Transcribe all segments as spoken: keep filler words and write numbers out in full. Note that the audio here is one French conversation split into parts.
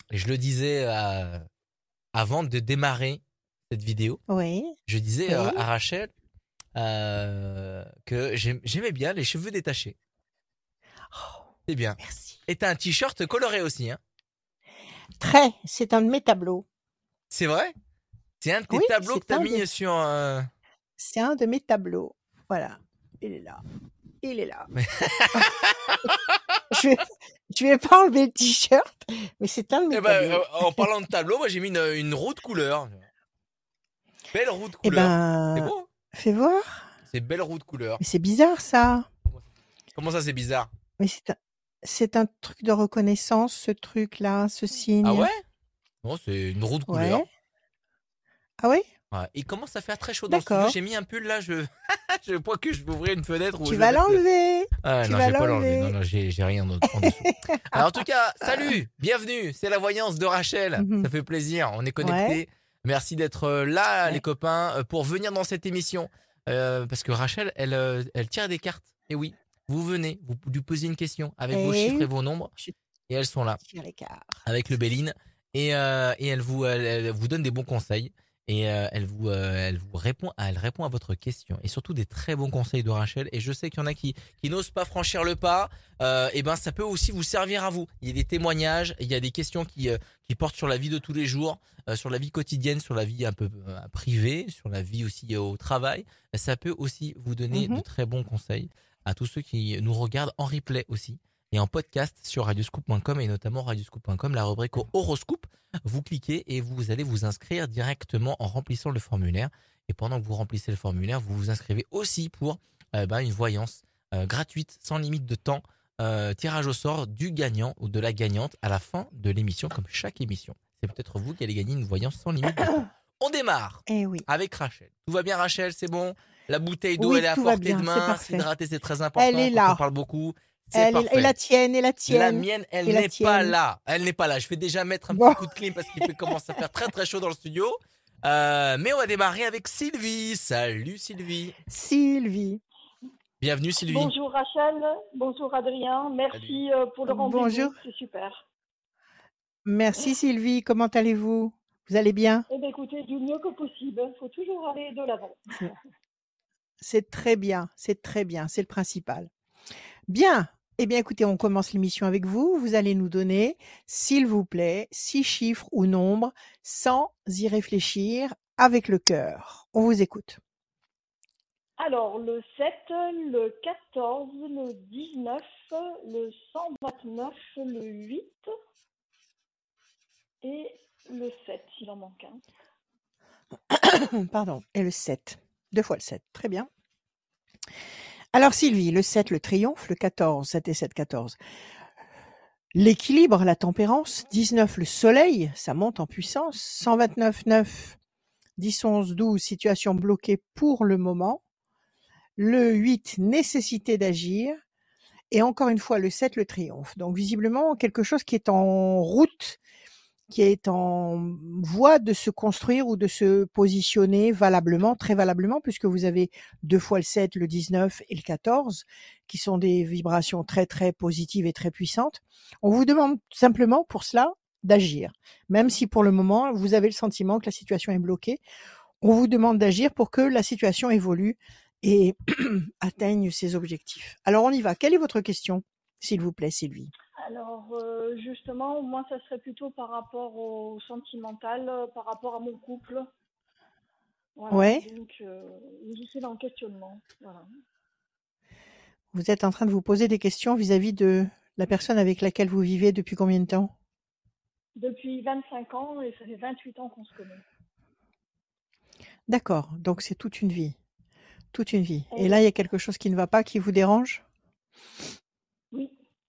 Et je le disais euh, avant de démarrer cette vidéo. Oui. Je disais euh, Oui. à Rachel euh, que j'aim- j'aimais bien les cheveux détachés. Oh, C'est bien. merci. Et t'as un t-shirt coloré aussi, hein. Très. C'est un de mes tableaux. C'est vrai? C'est un de tes Oui, tableaux que c'est t'as un mis de, sur. euh, c'est un de mes tableaux. Voilà. Il est là. Il est là. je vais, je vais pas enlever le t-shirt, mais c'est un de mes Eh ben, tableaux. euh, en parlant de tableau, moi j'ai mis une, une roue de couleur. Belle roue de Eh couleur. C'est ben, beau, hein. fais voir. C'est belle roue de couleur. Mais c'est bizarre ça. Comment ça, c'est bizarre? Mais c'est un, c'est un truc de reconnaissance, ce truc-là, ce Ah signe. ouais? Non, c'est une roue de couleur. Ouais. Ah oui? Ouais. Il commence à faire très chaud dans le studio. D'accord. J'ai mis un pull là. Je, je vois que je vais ouvrir une fenêtre ou Tu je vais vas mettre le. l'enlever. Ah Tu non, je vas vais pas l'enlever. Non, l'enlever. non, j'ai j'ai rien en, en dessous. Alors, en tout cas, salut, bienvenue. C'est la voyance de Rachel. Ça Mhm. fait plaisir. On est Ouais. connectés. Merci d'être euh, là, les Ouais. copains, euh, pour venir dans cette émission. Euh, parce que Rachel, elle, euh, elle tire des cartes. Et oui, vous venez, vous lui posez une question avec vos chiffres et Et vos nombres. je Et elles sont là, tire les cartes. avec le Béline. Et, euh, et elle, vous, elle, elle vous donne des bons conseils. Et euh, elle, vous, euh, elle vous répond, à, elle répond à votre question. Et surtout des très bons conseils de Rachel. Et je sais qu'il y en a qui, qui n'osent pas franchir le pas. Euh, et ben, ça peut aussi vous servir à vous. Il y a des témoignages, il y a des questions qui, euh, qui portent sur la vie de tous les jours, euh, sur la vie quotidienne, sur la vie un peu euh, privée, sur la vie aussi euh, au travail. Ça peut aussi vous donner de Mhm. très bons conseils à tous ceux qui nous regardent en replay aussi et en podcast sur radioscoop point com et notamment radioscoop point com, la rubrique horoscope. Vous cliquez et vous allez vous inscrire directement en remplissant le formulaire. Et pendant que vous remplissez le formulaire, vous vous inscrivez aussi pour euh, bah, une voyance euh, gratuite, sans limite de temps, euh, tirage au sort du gagnant ou de la gagnante à la fin de l'émission, comme chaque émission. C'est peut-être vous qui allez gagner une voyance sans limite de temps. On démarre Eh oui. avec Rachel. Tout va bien, Rachel? C'est bon? La bouteille d'eau, elle Oui, est à tout va portée de bien. C'est main. parfait. S'hydrater, c'est très Elle important est quand on là. parle beaucoup. C'est Elle est, et la parfait. tienne, et la La tienne, mienne, elle et la n'est pas tienne. là. Elle n'est pas là. Je vais déjà mettre un Bon. petit coup de clim parce qu'il fait- commence à faire très très chaud dans le studio. Euh, mais on va démarrer avec Sylvie. Salut Sylvie. Sylvie. Bienvenue Sylvie. Bonjour Rachel, bonjour Adrien, merci euh, pour le Bonjour. rendez-vous, c'est super. Merci Sylvie. Comment allez-vous? Vous allez bien? Eh bien écoutez, du mieux que possible, il faut toujours aller de l'avant. C'est- C'est très bien. C'est très bien. C'est le principal. Bien. Eh bien, écoutez, on commence l'émission avec vous. Vous allez nous donner, s'il vous plaît, six chiffres ou nombres sans y réfléchir, avec le cœur. On vous écoute. Alors, le sept, le quatorze, le dix-neuf, le cent vingt-neuf, le huit et le sept, s'il en manque un. Pardon. Et le sept. Deux fois le sept. Très bien. Alors Sylvie, le sept, le triomphe, le quatorze, sept et sept, quatorze. L'équilibre, la tempérance, dix-neuf, le soleil, ça monte en puissance, cent vingt-neuf, neuf, dix, onze, douze, situation bloquée pour le moment, le huit, nécessité d'agir, et encore une fois le sept, le triomphe. Donc visiblement quelque chose qui est en route, qui est en voie de se construire ou de se positionner valablement, très valablement, puisque vous avez deux fois le sept, le dix-neuf et le quatorze, qui sont des vibrations très très positives et très puissantes. On vous demande simplement pour cela d'agir. Même si pour le moment, vous avez le sentiment que la situation est bloquée, on vous demande d'agir pour que la situation évolue et atteigne ses objectifs. Alors on y va. Quelle est votre question, s'il vous plaît, Sylvie? Alors, euh, justement, moi, ça serait plutôt par rapport au sentimental, euh, par rapport à mon couple. Voilà, Ouais. donc euh, je suis dans le questionnement. Voilà. Vous êtes en train de vous poser des questions vis-à-vis de la personne avec laquelle vous vivez depuis combien de temps? Depuis vingt-cinq ans et ça fait vingt-huit ans qu'on se connaît. D'accord, donc c'est toute une vie. Toute une vie. Et Et là, il y a quelque chose qui ne va pas, qui vous dérange? Oui.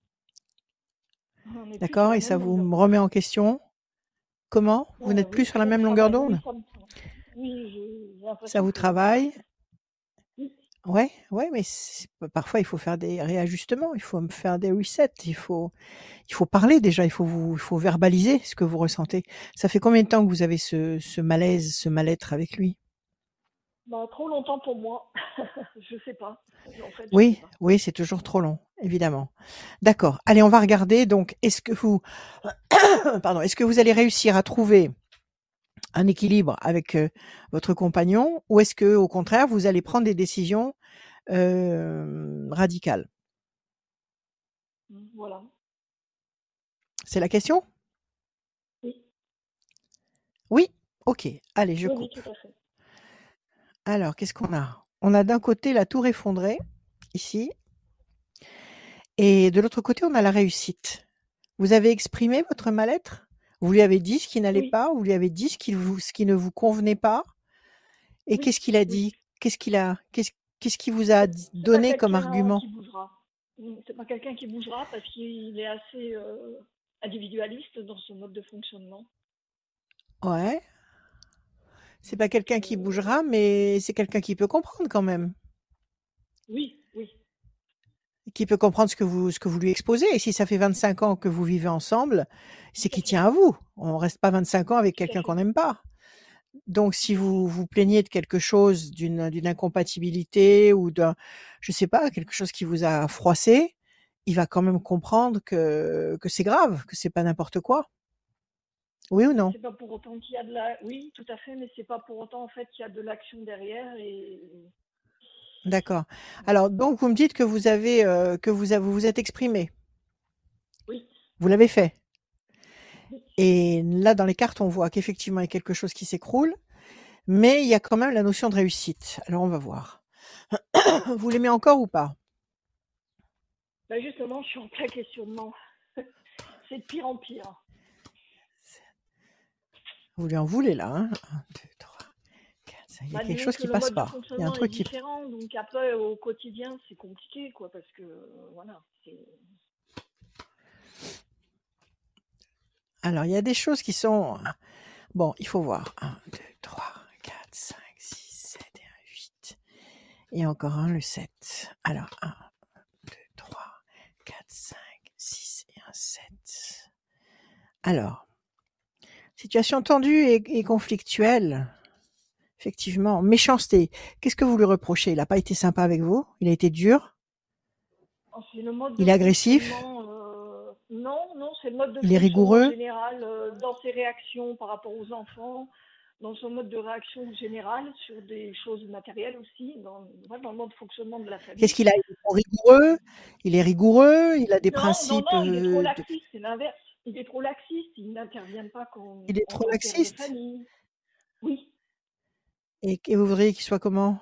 On est plus sur D'accord, la et ça même vous longueur d'onde. remet en question? Comment? Vous Euh, n'êtes plus oui, sur la ça me même longueur travaille. Oui, d'onde? ça me travaille. Oui, j'ai j'ai l'impression Ça vous que travaille? oui. Ouais, ouais, mais c'est- parfois il faut faire des réajustements, il faut faire des resets, il faut, il faut parler déjà, il faut vous, il faut verbaliser ce que vous ressentez. Ça fait combien de temps que vous avez ce, ce malaise, ce mal-être avec lui? Bah, trop longtemps pour moi. Je sais pas. En fait, je sais Oui, pas. oui, c'est toujours trop long, évidemment. D'accord. Allez, on va regarder. Donc, est-ce que vous, pardon, est-ce que vous allez réussir à trouver un équilibre avec euh, votre compagnon, ou est-ce que, au contraire, vous allez prendre des décisions euh, radicales? Mm, Voilà. C'est la question? Oui, Oui? Ok. Allez, je oui, oui, coupe. tout à fait. Alors, qu'est-ce qu'on a? On a d'un côté la tour effondrée, ici, et de l'autre côté, on a la réussite. Vous avez exprimé votre mal-être? Vous lui avez dit ce qui n'allait Oui, pas? Vous lui avez dit ce qui, vous, ce qui ne vous convenait pas? Et oui, qu'est-ce qu'il a oui. dit? Qu'est-ce qu'il a, qu'est-ce, qu'est-ce qu'il vous a C'est dit- c'est pas donné comme quelqu'un argument? qui bougera. Mm, C'est pas quelqu'un qui bougera parce qu'il est assez euh, individualiste dans son mode de fonctionnement. Ouais. C'est pas Donc, quelqu'un qui euh, bougera, mais c'est quelqu'un qui peut comprendre quand même. oui, oui, Qui peut comprendre ce que vous, ce que vous lui exposez. Et si ça fait vingt-cinq ans que vous vivez ensemble, c'est tout à qu'il fait, tient à vous. On reste pas vingt-cinq ans avec tout à quelqu'un qu'on fait, n'aime pas. Donc, tout si à fait. vous vous plaignez de quelque chose, d'une d'une incompatibilité ou d'un, je sais pas, quelque chose qui vous a froissé, il va quand même comprendre que que c'est grave, que c'est pas n'importe quoi. Oui ou Mais non? c'est pas pour autant qu'il y a de la. Oui, tout à fait, mais c'est pas pour autant en fait qu'il y a de l'action derrière et D'accord. voilà. Alors, donc, vous me dites que vous avez euh, que vous avez, vous vous êtes exprimé. Oui, Vous l'avez fait. oui. Et là, dans les cartes, on voit qu'effectivement, il y a quelque chose qui s'écroule, mais il y a quand même la notion de réussite. Alors, on va voir. Vous l'aimez encore ou pas? Bah justement, je suis en plein questionnement. C'est de pire en pire. Vous lui en voulez là, hein? un, deux, trois, quatre, cinq. Il y a Bah, quelque disons chose que qui le passe mode de pas. Il y a un fonctionnement est truc qui. différent, donc après au quotidien c'est compliqué quoi, parce que euh, voilà. c'est- Alors, il y a des choses qui sont. Bon, il faut voir. un, deux, trois, quatre, cinq, six, sept et un, huit. Et encore un, le sept. Alors, un, deux, trois, quatre, cinq, six et un, sept. Alors, situation tendue et, et conflictuelle. Effectivement. Méchanceté. Qu'est-ce que vous lui reprochez? Il n'a pas été sympa avec vous? Il a été dur? Oh, c'est le mode de Il est agressif? fonctionnement. euh, Non, non, c'est le mode de Il est fonctionnement rigoureux? général euh, dans ses réactions par rapport aux enfants, dans son mode de réaction général sur des choses matérielles aussi, dans, ouais, dans le mode de fonctionnement de la Qu'est-ce famille. qu'il a? Il est trop rigoureux? Il est rigoureux? Il a des Non, non, principes non, il est trop euh, de- laxiste, c'est l'inverse. Il est trop laxiste, il n'intervient pas quand- Il est en trop tant que père de laxiste? famille. Oui. Et, et vous voudriez qu'il soit comment?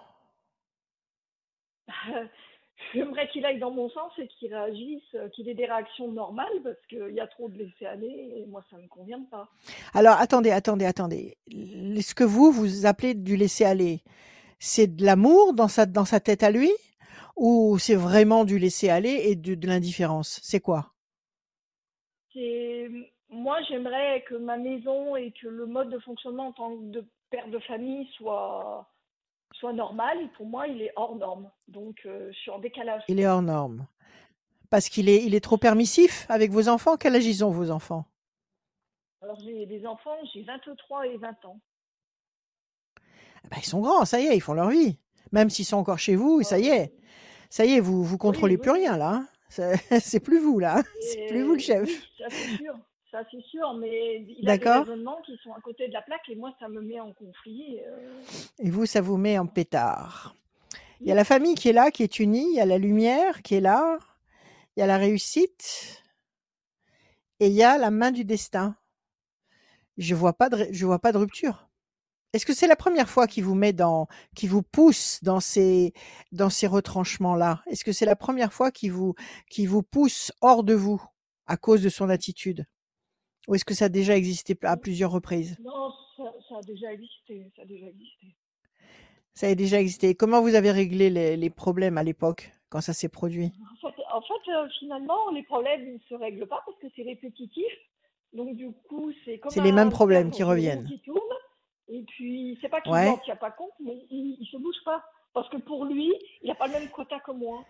Euh, J'aimerais qu'il aille dans mon sens et qu'il réagisse, euh, qu'il ait des réactions normales parce qu'il y a trop de laisser aller et moi ça ne me convient pas. Alors, attendez, attendez, attendez. L- Ce que vous, vous appelez du laisser-aller, c'est de l'amour dans sa, dans sa tête à lui? Ou c'est vraiment du laisser-aller et de, de l'indifférence? C'est quoi? C'est moi j'aimerais que ma maison et que le mode de fonctionnement en tant que de père de famille soit soit normal. Et pour moi il est hors norme, donc euh, je suis en décalage Il est quoi. hors norme. Parce qu'il est, il est trop permissif avec vos enfants? Quel âge ils ont, vos enfants? Alors j'ai des enfants, j'ai vingt-trois et vingt ans. Ah ben, ils sont grands, ça y est, ils font leur vie. Même s'ils sont encore chez vous, ça y Euh, est. Ça y est, vous vous oui, contrôlez oui, plus oui. rien, là. hein. C'est c'est plus vous, là. hein. C'est plus vous le Et oui, chef. ça c'est sûr, ça c'est sûr, mais il a des D'accord? raisonnements qui sont à côté de la plaque et moi ça me met en conflit. euh, Et vous, ça vous met en pétard. Il y a Oui, la famille qui est là, qui est unie. Il y a la lumière qui est là. Il y a la réussite. Et il y a la main du destin. Je vois pas de, ré- je vois pas de rupture. Est-ce que c'est la première fois qu'il vous met dans, qui vous pousse dans ces, dans ces retranchements-là? Est-ce que c'est la première fois qu'il vous, qui vous pousse hors de vous à cause de son attitude? Ou est-ce que ça a déjà existé à plusieurs reprises? non, ça, ça a déjà existé, ça a déjà existé. Ça a déjà existé. Comment vous avez réglé les, les problèmes à l'époque, quand ça s'est produit? En fait, en fait euh, finalement, les problèmes ne se règlent pas parce que c'est répétitif. Donc du coup, c'est comme C'est les mêmes un fer problèmes dans qui une roue reviennent. qui tourne. Et puis, c'est pas qu'il n'en Ouais. tient pas compte, mais il, il se bouge pas. Parce que pour lui, il n'a pas le même quota que moi.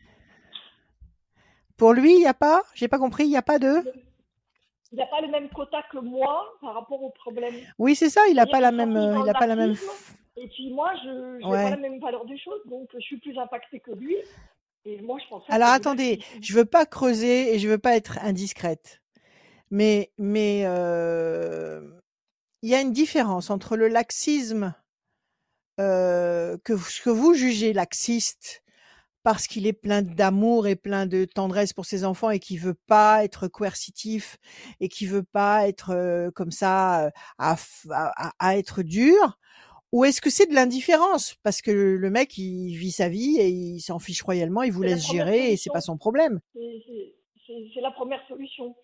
Pour lui, il n'y a pas, j'ai pas compris, il n'y a pas de. Il n'a pas le même quota que moi par rapport aux problèmes. Oui, c'est ça, il n'a C'est-à-dire pas la qu'il même, s'affiche euh, dans il le a pas la même. laxisme. f- Et puis moi, je n'ai pas la Ouais. même valeur des choses, donc je suis plus impactée que lui. Et moi, je pense ça, Alors c'est du attendez, laxisme. je veux pas creuser et je veux pas être indiscrète. Mais mais heu, il y a une différence entre le laxisme, heu, que v ce que vous jugez laxiste parce qu'il est plein d'amour et plein de tendresse pour ses enfants et qu'il veut pas être coercitif et qu'il veut pas être, heu, comme ça, heu, à f à à à être dur. Ou est-ce que c'est de l'indifférence? Parce que le le mec, il vit sa vie et il s'en fiche royalement, il vous C'est la laisse première gérer et c'est pas solution. son problème. C'est c'est- c'est- c'est la première solution.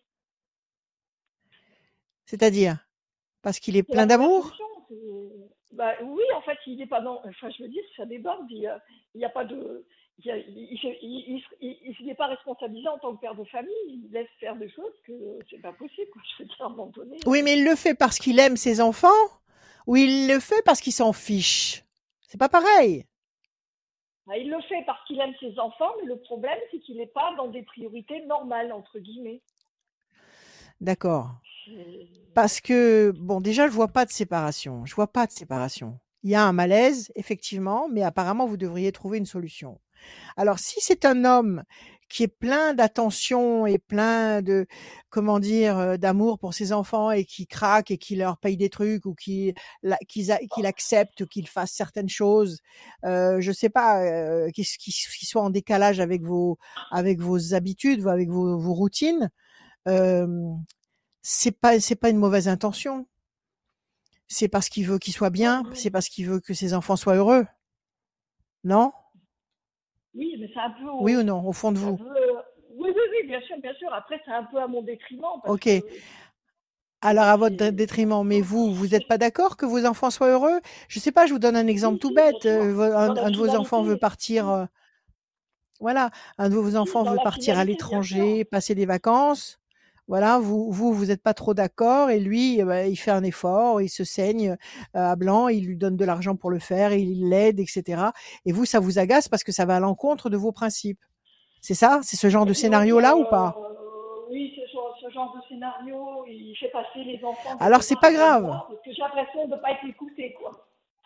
C'est-à-dire? Parce qu'il est C'est la plein première d'amour? solution. c'est- Bah, oui, en fait, il n'est pas dans. Enfin, je veux dire, ça déborde. Il n'y a, il y a pas de. Il y a- il, il, il, il- il- il n'est pas responsabilisé en tant que père de famille. Il laisse faire des choses que c'est pas possible. Quoi. Je veux dire, à un moment donné. Oui, euh, mais il le fait parce qu'il aime ses enfants ou il le fait parce qu'il s'en fiche? C'est pas pareil. bah, il le fait parce qu'il aime ses enfants, mais le problème, c'est qu'il n'est pas dans des priorités normales, entre guillemets. D'accord. C'est- Parce que, bon, déjà, je vois pas de séparation. Je vois pas de séparation. Il y a un malaise, effectivement, mais apparemment, vous devriez trouver une solution. Alors, si c'est un homme qui est plein d'attention et plein de, comment dire, heu, d'amour pour ses enfants et qui craque et qui leur paye des trucs ou qui la qu'ils a qu'il accepte qu'ils fassent certaines choses, heu, je sais pas, heu, qui s qui s qui soient en décalage avec vos avec vos habitudes ou avec vos vos routines, hem, c'est pas c'est pas une mauvaise intention. C'est parce qu'il veut qu'ils soient Ouais, bien, ouais. c'est parce qu'il veut que ses enfants soient heureux, non? Oui, mais c'est un peu Oui ou au, non, au fond de c'est un vous? peu, euh, oui, oui, oui, bien sûr, bien sûr. Après, c'est un peu à mon détriment parce OK. que Alors c'est, à votre dé c'est, c'est un détriment, mais peu. vous, vous êtes pas d'accord que vos enfants soient heureux? Je sais pas, je vous donne un exemple Si, tout si, bien bête, sûr. heu, vo un Dans la un de vos enfants veut finalité, partir, si, heu, voilà, un de vos si, enfants dans veut la partir à finalité, bien sûr. l'étranger, passer des vacances. Voilà, vous vous vous êtes pas trop d'accord et lui, eh bah, il fait un effort, il se saigne, heu, à blanc, il lui donne de l'argent pour le faire, il l'aide et cetera et vous, ça vous agace parce que ça va à l'encontre de vos principes. C'est ça? C'est ce genre de Oui, oui, scénario-là ou pas? euh, oui, ce, genre ce genre de scénario, il fait passer les enfants quelque Alors c'est part pas avant grave. moi parce que j'ai l'impression de ne pas être écoutée, quoi.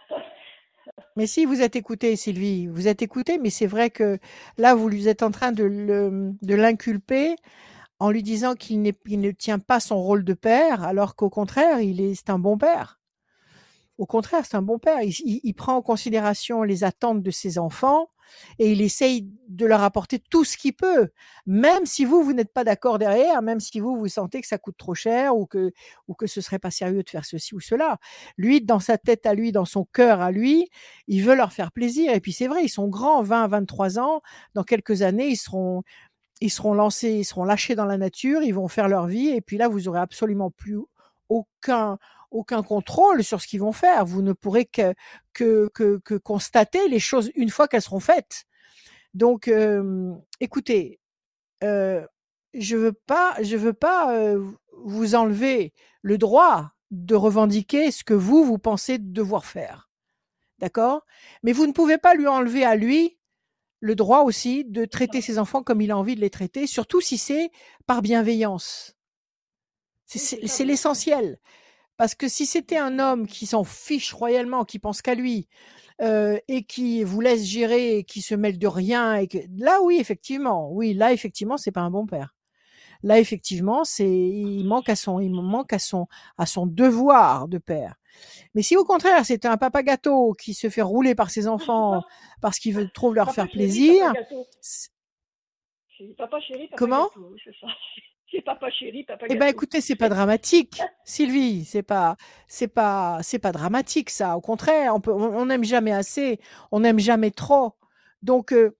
Mais si vous êtes écoutée, Sylvie, vous êtes écoutée, mais c'est vrai que là, vous lui êtes en train de le de l'inculper en lui disant qu'il n'est il ne tient pas son rôle de père, alors qu'au contraire, il est c'est un bon père. Au contraire, c'est un bon père. Il il il prend en considération les attentes de ses enfants et il essaye de leur apporter tout ce qu'il peut, même si vous, vous n'êtes pas d'accord derrière, même si vous, vous sentez que ça coûte trop cher ou que ou que ce serait pas sérieux de faire ceci ou cela. Lui, dans sa tête à lui, dans son cœur à lui, il veut leur faire plaisir et puis c'est vrai, ils sont grands, vingt, vingt-trois ans. Dans quelques années, ils seront ils seront lancés, ils seront lâchés dans la nature, ils vont faire leur vie et puis là, vous aurez absolument plus aucun aucun contrôle sur ce qu'ils vont faire. Vous ne pourrez que que que, que constater les choses une fois qu'elles seront faites. Donc, euh, écoutez, euh, je veux pas, je veux pas euh, vous enlever le droit de revendiquer ce que vous vous pensez devoir faire, d'accord? Mais vous ne pouvez pas lui enlever à lui le droit aussi de traiter ses enfants comme il a envie de les traiter, surtout si c'est par bienveillance. C'est Oui, c'est c'est- ça, c'est bien sûr. l'essentiel. Parce que si c'était un homme qui s'en fiche royalement, qui pense qu'à lui, heu et qui vous laisse gérer et qui se mêle de rien et que là, oui, effectivement, oui, là, effectivement, c'est pas un bon père. Là, effectivement, c'est il manque à son il manque à son à son devoir de père. Mais si au contraire, c'était un papa gâteau qui se fait rouler par ses enfants parce qu'il veut trop leur Papa faire chéri, papa plaisir, gâteau. c C'est papa chéri, papa comment? gâteau, oui, c'est ça. C'est papa chéri, papa Eh ben, gâteau. écoutez, c'est pas dramatique, Sylvie, c'est pas c'est pas c'est pas dramatique ça. Au contraire, on peut on on n'aime jamais assez, on n'aime jamais trop. Donc heu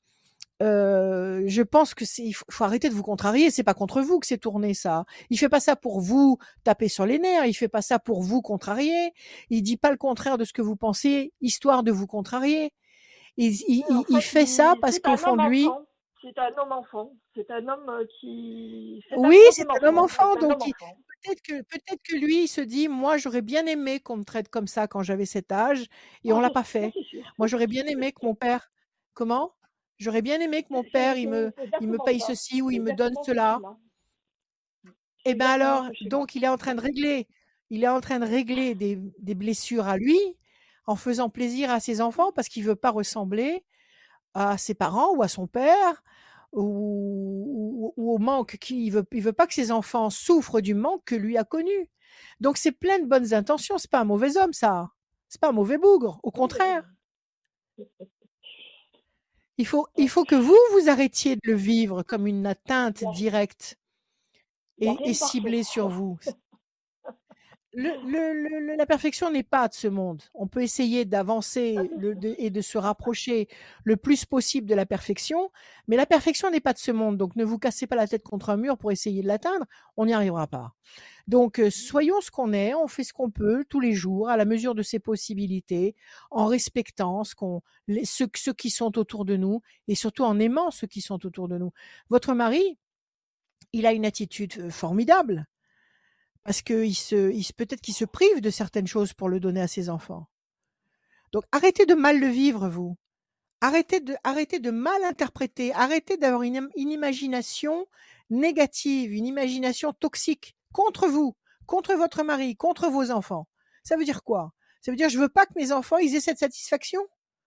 heu, je pense que c'est il faut faut arrêter de vous contrarier, c'est pas contre vous que c'est tourné ça. Il fait pas ça pour vous taper sur les nerfs, il fait pas ça pour vous contrarier. Il dit pas le contraire de ce que vous pensez, histoire de vous contrarier. Il il Oui, en il il fait, fait ça il- parce c'est qu'au un fond homme de lui enfant. C'est un homme enfant. C'est un homme euh, qui. C'est un oui, c'est troisième un homme enfant. enfant, C'est un donc homme il enfant. peut-être que peut-être que lui, il se dit: «Moi, j'aurais bien aimé qu'on me traite comme ça quand j'avais cet âge et Ah, on l'a ça, pas ça, fait. c'est sûr. Moi, j'aurais bien aimé que mon père» comment? «J'aurais bien aimé que mon C'est père, c'est- il c'est- me c'est il me exactement paye ça. ceci ou C'est il me donne exactement ce cela». schéma. C'est Et ben exactement alors, ce schéma. donc il est en train de régler il est en train de régler des des blessures à lui, en faisant plaisir à ses enfants parce qu'il veut pas ressembler à ses parents ou à son père ou, ou, ou au manque qu'il veut, il veut pas que ses enfants souffrent du manque que lui a connu. Donc c'est plein de bonnes intentions. C'est pas un mauvais homme, ça. C'est pas un mauvais bougre. Au contraire. Il faut, il faut que vous, vous arrêtiez de le vivre comme une atteinte directe Il y a et, rien et de parfait. ciblée sur vous. Le, le, le- le- la perfection n'est pas de ce monde. On peut essayer d'avancer le- de- et de se rapprocher le plus possible de la perfection, mais la perfection n'est pas de ce monde. Donc ne vous cassez pas la tête contre un mur pour essayer de l'atteindre. On n'y arrivera pas. Donc euh, soyons ce qu'on est, on fait ce qu'on peut tous les jours à la mesure de ses possibilités, en respectant ce qu'on, les- ceux, ceux qui sont autour de nous et surtout en aimant ceux qui sont autour de nous. Votre mari, il a une attitude euh, formidable. Parce que il se, il se- peut-être qu'il se prive de certaines choses pour le donner à ses enfants. Donc arrêtez de mal le vivre, vous. Arrêtez de, arrêtez de mal interpréter. Arrêtez d'avoir une, im- une imagination négative, une imagination toxique contre vous, contre votre mari, contre vos enfants. Ça veut dire quoi? Ça veut dire je veux pas que mes enfants ils aient cette satisfaction.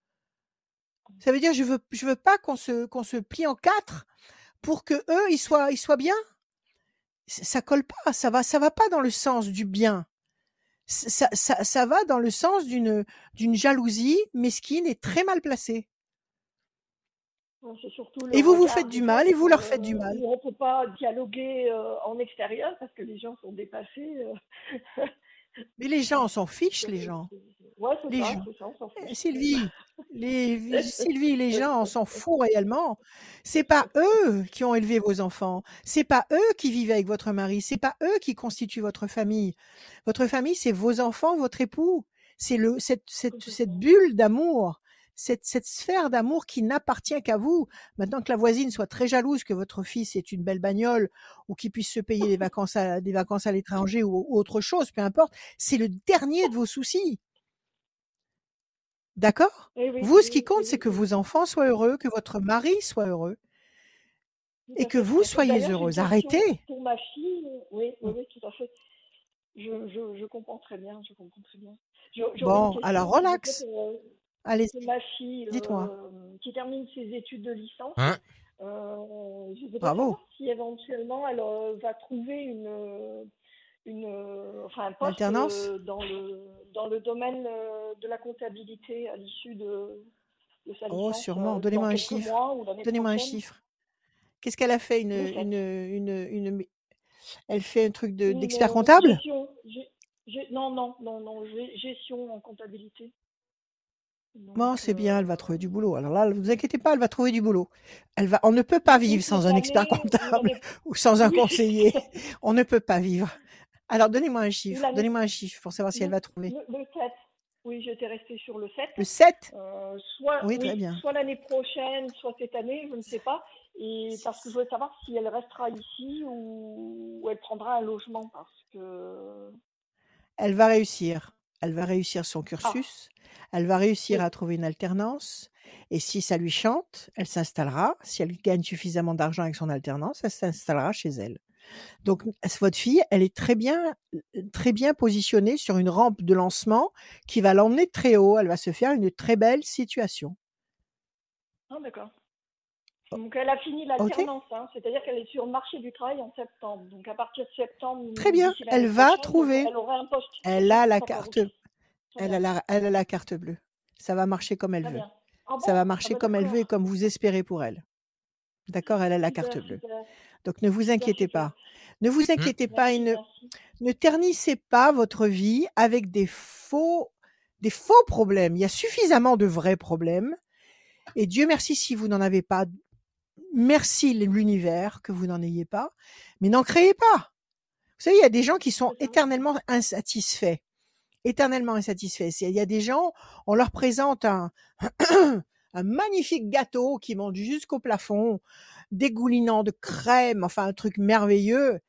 Ça veut dire je veux, je veux pas qu'on se, qu'on se plie en quatre pour que eux ils soient, ils soient bien. C- Ça colle pas. Ça va, ça va pas dans le sens du bien. Ça, ça, ça va dans le sens d'une d'une jalousie mesquine et très mal placée. Ouais, c'est surtout le Et vous vous regard, faites des du fois, mal et vous leur euh, faites du mal. où on ne peut pas dialoguer euh, en extérieur parce que les gens sont dépassés. euh. Mais les gens, on s'en fiche, les gens. Ouais, c'est Les ça, gens. c'est ça, on s'en Eh, fiche. Sylvie, les, Sylvie, les gens, on s'en fout réellement. C'est pas eux qui ont élevé vos enfants. C'est pas eux qui vivent avec votre mari. C'est pas eux qui constituent votre famille. Votre famille, c'est vos enfants, votre époux. C'est le, cette, cette, cette bulle d'amour, cette, cette sphère d'amour qui n'appartient qu'à vous. Maintenant que la voisine soit très jalouse que votre fils ait une belle bagnole ou qu'il puisse se payer des vacances à, des vacances à l'étranger ou, ou autre chose, peu importe, c'est le dernier de vos soucis. D'accord? Eh oui, Vous, ce oui, qui compte, oui, c'est que oui. vos enfants soient heureux, que votre mari soit heureux Tout et à que fait, tout vous à fait. soyez D'ailleurs, j'ai une heureuse. question Arrêtez. pour ma fille. Oui, oui, Mmh. oui, tout à fait. Je, je, je comprends très bien, je comprends très bien. Je- J'aurais une Bon, question, alors s'il vous plaît, relax. pour, euh, Allez-y, pour ma fille dites-moi. euh, qui termine ses études de licence. Hein? Euh, je voudrais Bravo. savoir si éventuellement elle euh, va trouver une, euh, une, euh, enfin un poste L'alternance? euh, dans le, dans le domaine euh, de la comptabilité à l'issue de, de sa Oh, licence sûrement. euh, Donnez-moi dans un quelques chiffre. mois ou l'année Donnez-moi un prochaine. chiffre. Qu'est-ce qu'elle a fait? Une, Le sept. une, une, une, elle fait un truc de, Une d'expert euh, comptable? gestion, gé- gé- non, non, non, non, gé- gestion en comptabilité. Bon, Donc, c'est bien, elle va euh, trouver du boulot. Alors là, ne vous inquiétez pas, elle va trouver du boulot. Elle va, on ne peut pas ou vivre cette sans un expert année, ou comptable l'année, ou sans un oui, conseiller. On ne peut pas vivre. Alors, donnez-moi un ou chiffre. l'année, Donnez-moi un chiffre pour savoir si elle le, va trouver. le, le sept. Oui, j'étais restée sur le sept. Le sept? Euh, soit, Oui, très oui, bien. soit l'année prochaine, soit cette année, je ne sais pas. Et parce que je voulais savoir si elle restera ici ou, ou elle prendra un logement parce que. Elle va réussir. Elle va réussir son Ah, cursus. Elle va réussir oui, à trouver une alternance. Et si ça lui chante, elle s'installera. Si elle gagne suffisamment d'argent avec son alternance, elle s'installera chez elle. Donc, votre fille, elle est très bien, très bien positionnée sur une rampe de lancement qui va l'emmener très haut. Elle va se faire une très belle situation. ah, d'accord. O- Donc elle a fini Ok? l'alternance, hein, c'est-à-dire qu'elle est sur le marché du travail en septembre. Donc à partir de septembre, Très bien. d'ici Elle l'année va prochaine, trouver. elle aura un poste. C'est Elle ça? a la D'accord, carte, ok. Très elle a bien, la, elle a la carte bleue. Ça va marcher comme elle très veut. bien. Ah Ça va bon? Ah marcher bah comme elle veut et d'accord. comme vous espérez pour elle. D'accord? Elle a la carte Super, bleue. super, Donc ne vous super, inquiétez super. pas. Ne vous Hmm? inquiétez pas et Merci, ne, merci. ne ternissez pas votre vie avec des faux, des faux problèmes. Il y a suffisamment de vrais problèmes. Et Dieu merci si vous n'en avez pas. Merci l'univers que vous n'en ayez pas. Mais n'en créez pas. Vous savez, il y a des gens qui sont C'est ça. éternellement insatisfaits. Éternellement insatisfaits. C'est- Il y a des gens, on leur présente un, un magnifique gâteau qui monte jusqu'au plafond, dégoulinant de crème, enfin un truc merveilleux.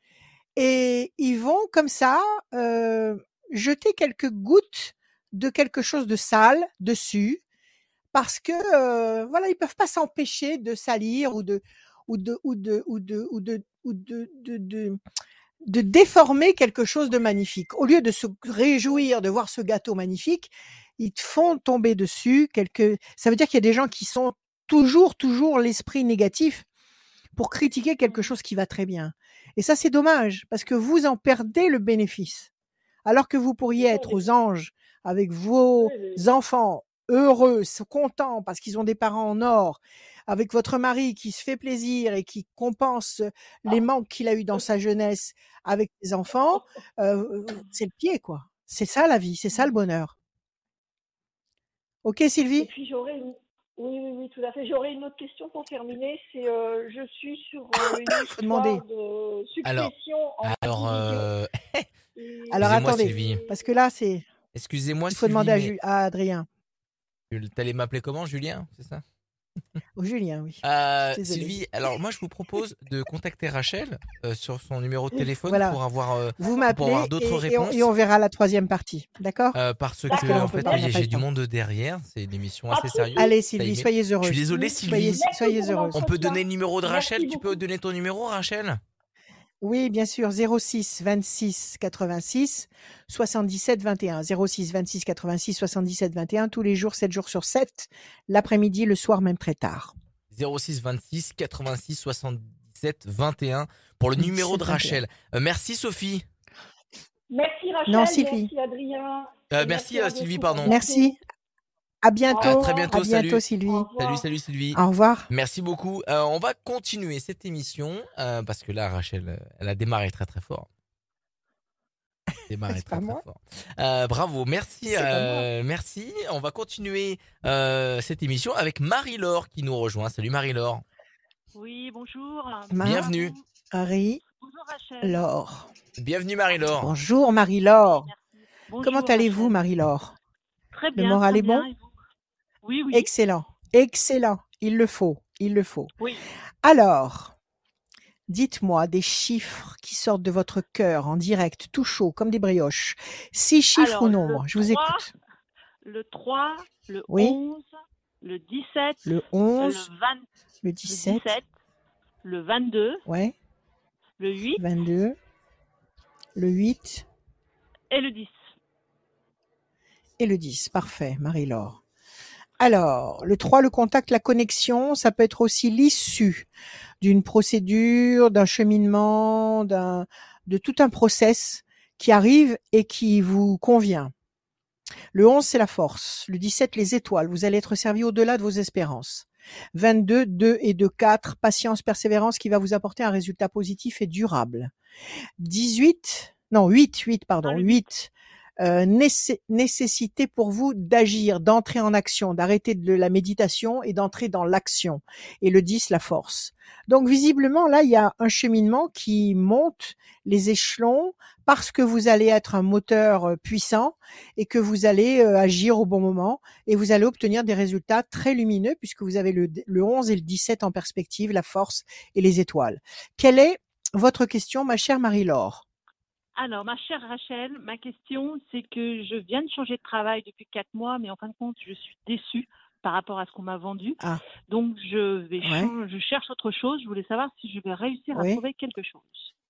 Et ils vont comme ça euh, jeter quelques gouttes de quelque chose de sale dessus parce que euh, voilà, ils peuvent pas s'empêcher de salir ou de ou de ou de ou de ou de ou de, de, de, de déformer quelque chose de magnifique. Au lieu de se réjouir de voir ce gâteau magnifique, ils te font tomber dessus. Quelque... Ça veut dire qu'il y a des gens qui sont toujours, toujours l'esprit négatif pour critiquer quelque chose qui va très bien. Et ça, c'est dommage, parce que vous en perdez le bénéfice. Alors que vous pourriez être aux anges avec vos enfants heureux, contents, parce qu'ils ont des parents en or, avec votre mari qui se fait plaisir et qui compense les manques qu'il a eu dans sa jeunesse avec ses enfants, euh, c'est le pied, quoi. C'est ça la vie, c'est ça le bonheur. Ok, Sylvie? Et puis j'aurais une... Oui, oui, oui, tout à fait. J'aurais une autre question pour terminer. C'est, euh, je suis sur euh, une Faut demander. histoire de Alors, succession en alors, indivision. euh... Et- Alors excusez-moi, attendez, Sylvie. parce que là, c'est, Excusez-moi, il faut Sylvie, demander à, mais Ju- à Adrien. t'allais m'appeler comment, Julien, c'est ça? Au Julien, oui. Euh, Désolée. Sylvie, alors moi je vous propose de contacter Rachel euh, sur son numéro de téléphone Voilà. pour avoir euh, Vous pour m'appelez avoir d'autres et, et on, réponses. et on verra la troisième partie, d'accord? Euh, parce Parce que que là, on en peut fait pas, on j'ai n'a pas j'ai le du temps. monde derrière, c'est une émission Pas assez de sérieuse. souci. Allez, T'as Sylvie, aimé? soyez Je heureuse. suis désolé, Soyez, Sylvie. soyez Merci pour heureuse. On peut donner le numéro de Merci Rachel. Tu beaucoup. peux donner ton numéro, Rachel? Oui, bien sûr, zéro six vingt-six quatre-vingt-six soixante-dix-sept vingt et un. zéro six vingt-six quatre-vingt-six soixante-dix-sept vingt et un, tous les jours, sept jours sur sept, l'après-midi, le soir, même très tard. zéro six vingt-six quatre-vingt-six soixante-dix-sept vingt et un pour le numéro de dix-sept vingt et un. Rachel. Euh, merci Sophie. Merci Rachel, Non, Sylvie. merci Adrien. Euh, et merci, merci euh, Radio Sylvie, Scoop. pardon. Merci. À bientôt. À très bientôt, À bientôt, salut. Sylvie. Au revoir. Salut, salut Sylvie. Au revoir. Merci beaucoup. Euh, on va continuer cette émission euh, parce que là, Rachel, euh, elle a démarré très très fort. Démarré C'est très pas très moi. fort. Euh, bravo, merci, C'est pas euh, merci. On va continuer euh, cette émission avec Marie-Laure qui nous rejoint. Salut Marie-Laure. Oui, bonjour. Bienvenue. Marie, Bonjour Rachel. Laure. Bienvenue Marie-Laure. Bonjour, Marie-Laure. Merci. Bonjour, Comment allez-vous, Rachel. Marie-Laure? Très Le bien. moral très est bon? bien, et vous? Oui, oui. Excellent. Excellent. Il le faut. Il le faut. Oui. Alors, dites-moi des chiffres qui sortent de votre cœur en direct, tout chaud, comme des brioches. Six chiffres Alors, ou le nombres? Je vous trois, écoute. Le trois, le Oui. onze, le dix-sept, Le le, onze, vingt, le le dix-sept, dix-sept, le vingt-deux, ouais, le huit vingt-deux, le huit et le dix. et le dix. Parfait, Marie-Laure. Alors, le trois, le contact, la connexion, ça peut être aussi l'issue d'une procédure, d'un cheminement, d'un, de tout un process qui arrive et qui vous convient. Le onze, c'est la force. Le dix-sept, les étoiles. Vous allez être servi au-delà de vos espérances. vingt-deux, deux et deux, quatre. Patience, persévérance qui va vous apporter un résultat positif et durable. dix-huit, non, huit, huit, pardon, Ah, le huit. Euh, nécess- nécessité pour vous d'agir, d'entrer en action, d'arrêter de la méditation et d'entrer dans l'action. Et le dix, la force. Donc visiblement, là, il y a un cheminement qui monte les échelons parce que vous allez être un moteur euh, puissant et que vous allez euh, agir au bon moment et vous allez obtenir des résultats très lumineux puisque vous avez le, le onze et le dix-sept en perspective, la force et les étoiles. Quelle est votre question, ma chère Marie-Laure? Alors, ma chère Rachel, ma question, c'est que je viens de changer de travail depuis quatre mois, mais en fin de compte, je suis déçue par rapport à ce qu'on m'a vendu. Ah. Donc, je vais Ouais. chan- je cherche autre chose. Je voulais savoir si je vais réussir Oui. à trouver quelque chose.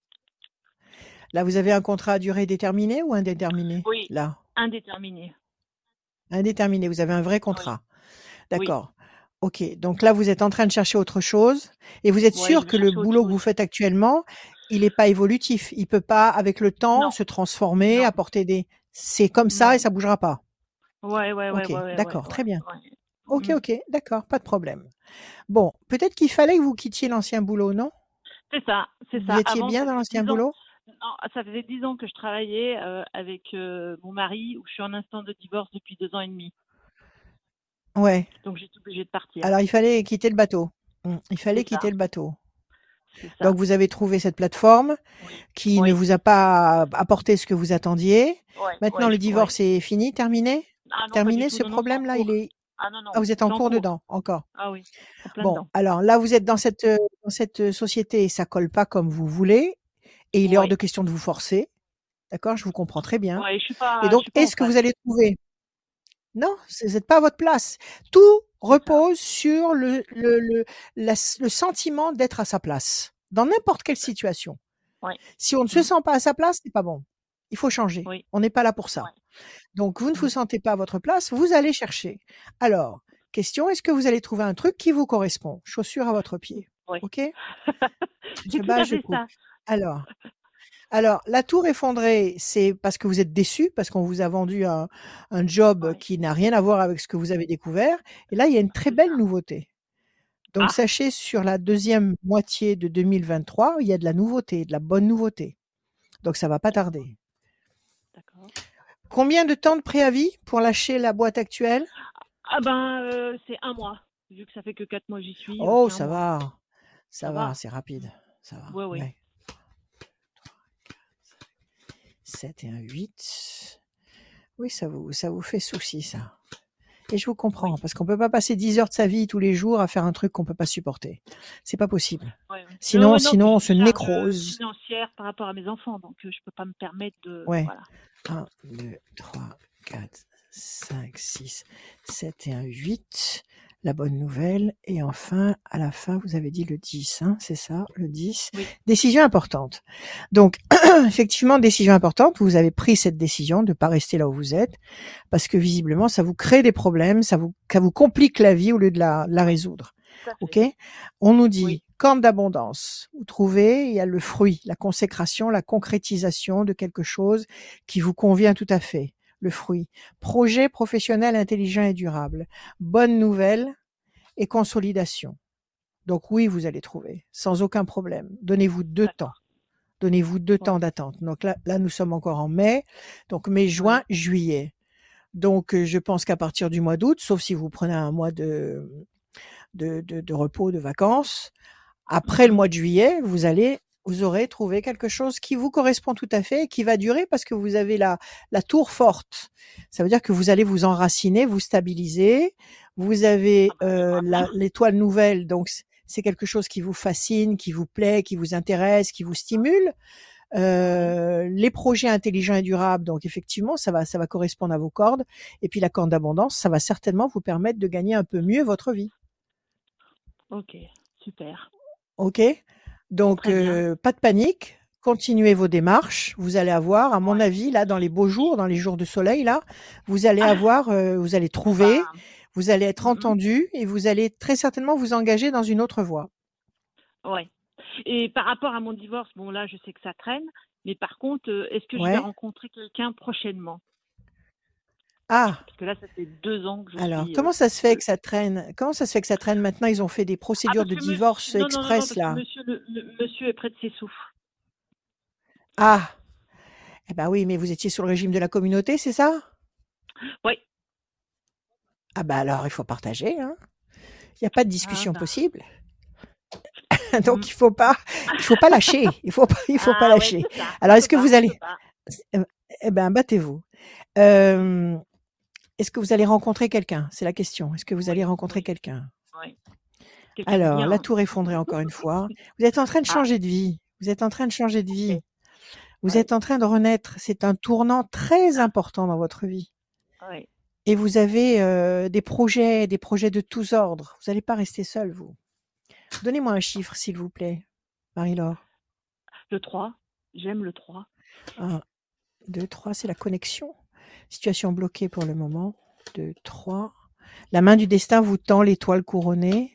Là, vous avez un contrat à durée déterminée ou indéterminée? Oui. Là, Indéterminé. indéterminé. Vous avez un vrai contrat. D'accord. Ok. Donc là, vous êtes en train de chercher autre chose et vous êtes Ouais, sûr je que vais le chercher autre boulot que chose. vous faites actuellement, il n'est pas évolutif. Il peut pas, avec le temps, Non. se transformer, Non. apporter des. C'est comme ça Non. et ça bougera pas. Ouais, ouais, ouais, Ok. ouais, ouais, D'accord. ouais, Très bien. ouais. Ok, Mm. ok. D'accord. Pas de problème. Bon, peut-être qu'il fallait que vous quittiez l'ancien boulot, non? C'est ça, c'est Vous ça. étiez Avant, bien ça dans faisait l'ancien dix ans- boulot? Non, ça faisait dix ans que je travaillais euh, avec euh, mon mari, où je suis en instant de divorce depuis deux ans et demi. Ouais. Donc j'étais obligée de partir. Alors, il fallait quitter le bateau. Mm. Il fallait C'est ça. quitter le bateau. C'est ça. Donc, vous avez trouvé cette plateforme Oui. qui Oui. ne vous a pas apporté ce que vous attendiez. Ouais, Maintenant, ouais, le je- divorce est fini, terminé? ouais. Ah non, pas Terminé, du tout. ce Non, non, problème-là, c'est en il cours. est... Ah non, non. Ah, vous êtes en c'est cours dedans, encore. Ah oui, en plein Bon, dedans. alors là, vous êtes dans cette, euh, dans cette société et ça colle pas comme vous voulez et il est hors Ouais. de question de vous forcer. D'accord? Je vous comprends très bien. Ouais, je suis pas. Et donc, je suis pas en est-ce que phase. vous allez trouver? Non, vous n'êtes pas à votre place. Tout repose sur le, le, le, la- le sentiment d'être à sa place, dans n'importe quelle situation. Ouais. Si on ne se Mm. sent pas à sa place, c'est pas bon. Il faut changer. Oui. On n'est pas là pour ça. Ouais. Donc, vous ne vous Mmh. sentez pas à votre place, vous allez chercher. Alors, question, est-ce que vous allez trouver un truc qui vous correspond? Chaussures à votre pied. Oui. OK? C'est Je tout bats, à je fait coupe. ça. Alors alors, la tour effondrée, c'est parce que vous êtes déçus, parce qu'on vous a vendu un un job Ouais. qui n'a rien à voir avec ce que vous avez découvert. Et là, il y a une très C'est belle ça. nouveauté. Donc Ah! sachez, sur la deuxième moitié de deux mille vingt-trois, il y a de la nouveauté, de la bonne nouveauté. Donc ça va pas D'accord. tarder. D'accord. Combien de temps de préavis pour lâcher la boîte actuelle? Ah ben, heu, c'est un mois. Vu que ça fait que quatre mois que j'y suis, heu, Oh, c'est un ça mois. va. Ça Ça va, va. c'est rapide. Ça va. Ouais, ouais. Ouais. sept et un huit. Oui, ça vous ça vous fait souci, ça. Et je vous comprends, Oui. parce qu'on peut pas passer dix heures de sa vie tous les jours à faire un truc qu'on peut pas supporter. C'est pas possible. Ouais, ouais. Non, Sinon ouais, non, sinon puis on j'ai se une charge, heu, nécrose. financière par rapport à mes enfants, donc heu, je peux pas me permettre de Ouais. voilà. un, deux, trois, quatre, cinq, six, sept et un huit. La bonne nouvelle. Et enfin, à la fin, vous avez dit le dix, hein, c'est ça, le dix. Oui. Décision importante. Donc, effectivement, décision importante. Vous avez pris cette décision de pas rester là où vous êtes, parce que visiblement, ça vous crée des problèmes, ça vous, ça vous complique la vie au lieu de la, la Ouais. résoudre. Tout à OK? fait. On nous Oui. dit, corne d'abondance. Vous trouvez, il y a le fruit, la consécration, la concrétisation de quelque chose qui vous convient tout à fait. Le fruit. Projet professionnel intelligent et durable. Bonne nouvelle et consolidation. Donc oui, vous allez trouver, sans aucun problème. Donnez-vous deux temps. D'accord. Donnez-vous deux Ouais. temps d'attente. Donc là, là, nous sommes encore en mai. Donc mai, juin, Ouais. juillet. Donc euh, je pense qu'à partir du mois d'août, sauf si vous prenez un mois de, de, de, de repos, de vacances, après le Mmh mh. mois de juillet, vous allez, vous aurez trouvé quelque chose qui vous correspond tout à fait et qui va durer parce que vous avez la, la tour forte. Ça veut dire que vous allez vous enraciner, vous stabiliser. Vous avez Ah bah, euh, j'aimerais la, bien. l'étoile nouvelle, donc c- c'est quelque chose qui vous fascine, qui vous plaît, qui vous intéresse, qui vous stimule. Ouais. Euh, les projets intelligents et durables, donc effectivement, ça va, ça va correspondre à vos cordes. Et puis la corne d'abondance, ça va certainement vous permettre de gagner un peu mieux votre vie. OK, super. OK? Donc, Très bien. heu, pas de panique, continuez vos démarches. Vous allez avoir, à mon Ouais. avis, là, dans les beaux jours, dans les jours de soleil, là, vous allez Ah! avoir, heu, vous allez On va trouver, vous allez être mmh mh. entendu et vous allez très certainement vous engager dans une autre voie. Ouais. Et par rapport à mon divorce, bon là, je sais que ça traîne, mais par contre, heu, est-ce que je vais Ouais? rencontrer quelqu'un prochainement? Ah! Parce que là, ça fait deux ans que je Alors, suis, heu, comment ça se fait heu que ça traîne? Comment ça se fait que ça traîne maintenant? Ils ont fait des ah procédures parce de que monsieur divorce non, non, non, non, express, parce que là. monsieur le le monsieur est près de ses souffles. Ah! Eh bah, oui, mais vous étiez sous le régime de la communauté, c'est ça? Oui. Ah bah, alors il faut partager, hein. Il y a pas de Ah discussion bah, possible. mmh. Donc il faut pas il faut pas lâcher, il faut pas il faut pas Ah ouais, lâcher. c'est ça. Alors On est-ce peut que pas, vous on peut allez pas. eh eh ben, battez-vous. Mmh. Hem, est-ce que vous allez rencontrer quelqu'un? C'est la question. Est-ce que vous allez Oui, rencontrer oui, quelqu'un? oui. Quelqu'un de Alors, la bien. tour effondrée encore une fois. Vous êtes en train de Ah, changer de vie. Vous êtes en train de changer de OK. vie. Vous Ouais. êtes en train de renaître. C'est un tournant très important dans votre vie. Ouais. Et vous avez, heu, des projets, des projets de tous ordres. Vous allez pas rester seule, vous. Donnez-moi un chiffre, s'il vous plaît, Marie-Laure. Le trois, j'aime le trois. un, deux, trois, c'est la connexion. Situation bloquée pour le moment. deux, trois. La main du destin vous tend l'étoile couronnée.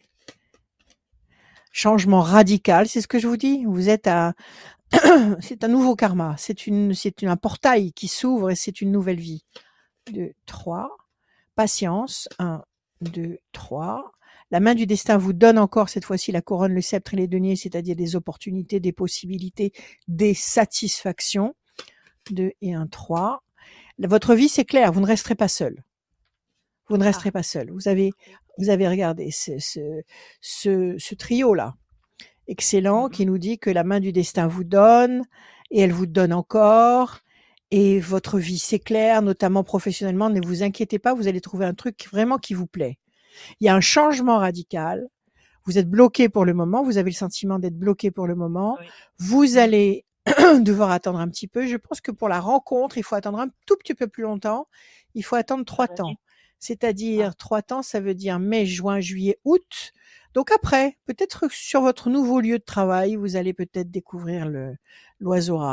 Changement radical, c'est ce que je vous dis. Vous êtes à, c'est un nouveau karma. C'est une, c'est une- un portail qui s'ouvre et c'est une nouvelle vie. deux, trois. Patience. un, deux, trois. La main du destin vous donne encore cette fois-ci la couronne, le sceptre et les deniers, c'est-à-dire des opportunités, des possibilités, des satisfactions. deux et un, trois. Votre vie, c'est clair, vous ne resterez pas seul. Vous ne Ah, resterez pas seul. Vous avez, OK. vous avez regardé ce, ce, ce, ce trio-là, excellent, Mmh qui mh. nous dit que la main du destin vous donne, et elle vous donne encore, et votre vie s'éclaire, notamment professionnellement. Ne vous inquiétez pas, vous allez trouver un truc vraiment qui vous plaît. Il y a un changement radical. Vous êtes bloqué pour le moment, vous avez le sentiment d'être bloqué pour le moment. Oui. Vous Mmh. allez devoir attendre un petit peu. Je pense que pour la rencontre, il faut attendre un tout petit peu plus longtemps. Il faut attendre trois trois temps. années? Ah, C'est-à-dire trois temps, ça veut dire mai, juin, juillet, août. Donc après, peut-être sur votre nouveau lieu de travail, vous allez peut-être découvrir le l'oiseau rare.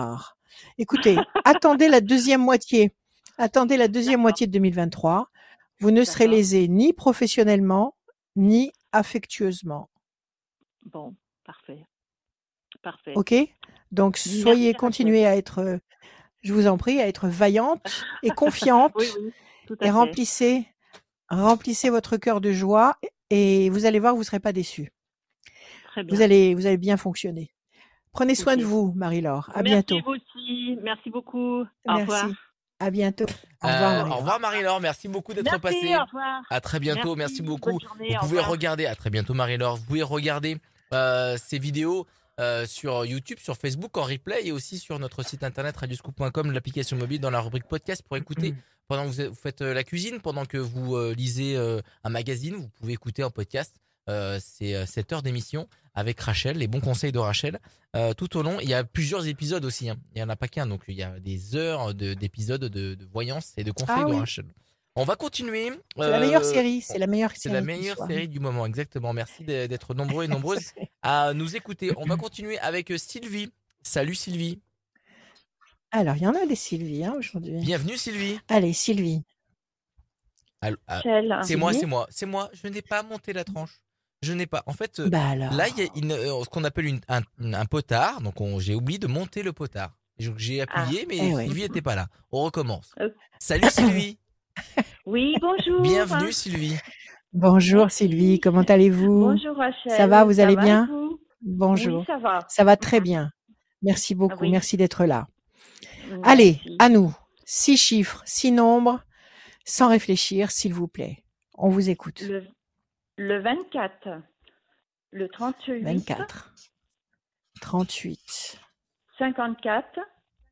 Écoutez, attendez la deuxième moitié. Attendez la deuxième D'accord, moitié de deux mille vingt-trois. Vous ne serez d'accord. lésé ni professionnellement, ni affectueusement. Bon, parfait, parfait. OK? Donc soyez, Merci, Rachel. continuez à être, euh, je vous en prie, à être vaillante et confiante Oui, oui, tout et à fait. remplissez, remplissez votre cœur de joie et vous allez voir, vous ne serez pas déçus. Très Vous bien. allez, vous allez bien fonctionner. Prenez soin Ok. de vous, Marie-Laure. À Merci bientôt. vous aussi. Merci beaucoup. Au revoir. Merci. À bientôt. Au revoir, Euh, au Marie-Laure. revoir Marie-Laure, merci beaucoup d'être Merci, passée. au revoir. À très bientôt, merci, Merci, beaucoup. bonne journée, Vous au pouvez revoir. regarder, à très bientôt Marie-Laure, vous pouvez regarder euh, ces vidéos euh, sur YouTube, sur Facebook en replay et aussi sur notre site internet radioscoop point com, l'application mobile dans la rubrique podcast pour écouter pendant que vous vous faites euh, la cuisine, pendant que vous euh, lisez euh, un magazine, vous pouvez écouter en podcast. Euh, c'est euh, cette heure d'émission avec Rachel, les bons conseils de Rachel. Euh, tout au long, il y a plusieurs épisodes aussi. Hein. Il n'y en a pas qu'un, donc il y a des heures de, d'épisodes de, de voyance et de conseils Ah de oui. Rachel. On va continuer. C'est la meilleure Euh, série. C'est la meilleure C'est série. la qui meilleure soit. série du moment, exactement. Merci de- d'être nombreux et nombreuses à nous écouter. On va continuer avec Sylvie. Salut Sylvie. Alors, il y en a des Sylvie hein, aujourd'hui. Bienvenue Sylvie. Allez, Sylvie. Allô, ah, Rachel. c'est moi, Sylvie c'est moi, c'est moi. Je n'ai pas monté la tranche. Je n'ai pas. En fait, euh, Bah alors. là, il y a une, euh, ce qu'on appelle une- un, un potard. Donc, on- j'ai oublié de monter le potard. Donc, j'ai appuyé, mais Eh oui. Sylvie n'était pas là. On recommence. Euh. Salut Sylvie. Oui, bonjour. Bienvenue Sylvie. Bonjour Merci. Sylvie, comment allez-vous? Bonjour Rachel. Ça va, vous Ça allez va bien? et vous Bonjour. Oui, ça va. Ça va très bien. Merci beaucoup, Ah oui. merci d'être là. Allez, Merci. à nous. Six chiffres, six nombres, sans réfléchir, s'il vous plaît. On vous écoute. Le, le vingt-quatre, le trente-huit, vingt-quatre, trente-huit, cinquante-quatre,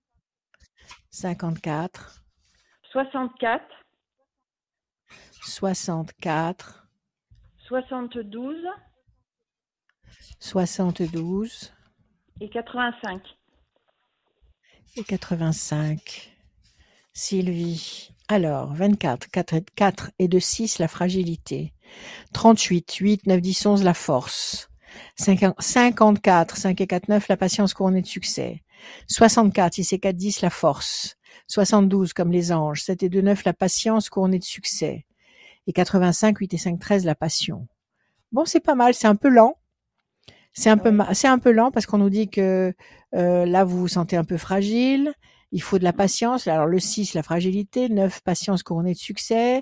cinquante-quatre, soixante-quatre, soixante-quatre, soixante-douze soixante-douze et quatre-vingt-cinq. et quatre-vingt-cinq. Sylvie. Alors, vingt-quatre, quatre, quatre et de six, la fragilité. trente-huit, huit, neuf, dix, onze, la force. cinquante-quatre, cinq et quatre, neuf, la patience couronnée de succès. soixante-quatre, six et quatre, dix, la force. soixante-douze, comme les anges. sept et deux, neuf, la patience couronnée de succès. Et quatre-vingt-cinq, huit et cinq, treize, la passion. Bon, c'est pas mal, c'est un peu lent. C'est un peu, Ouais. ma- c'est un peu lent parce qu'on nous dit que euh, là, vous vous sentez un peu fragile. Il faut de la patience. Alors, le six, la fragilité. neuf, patience couronnée de succès.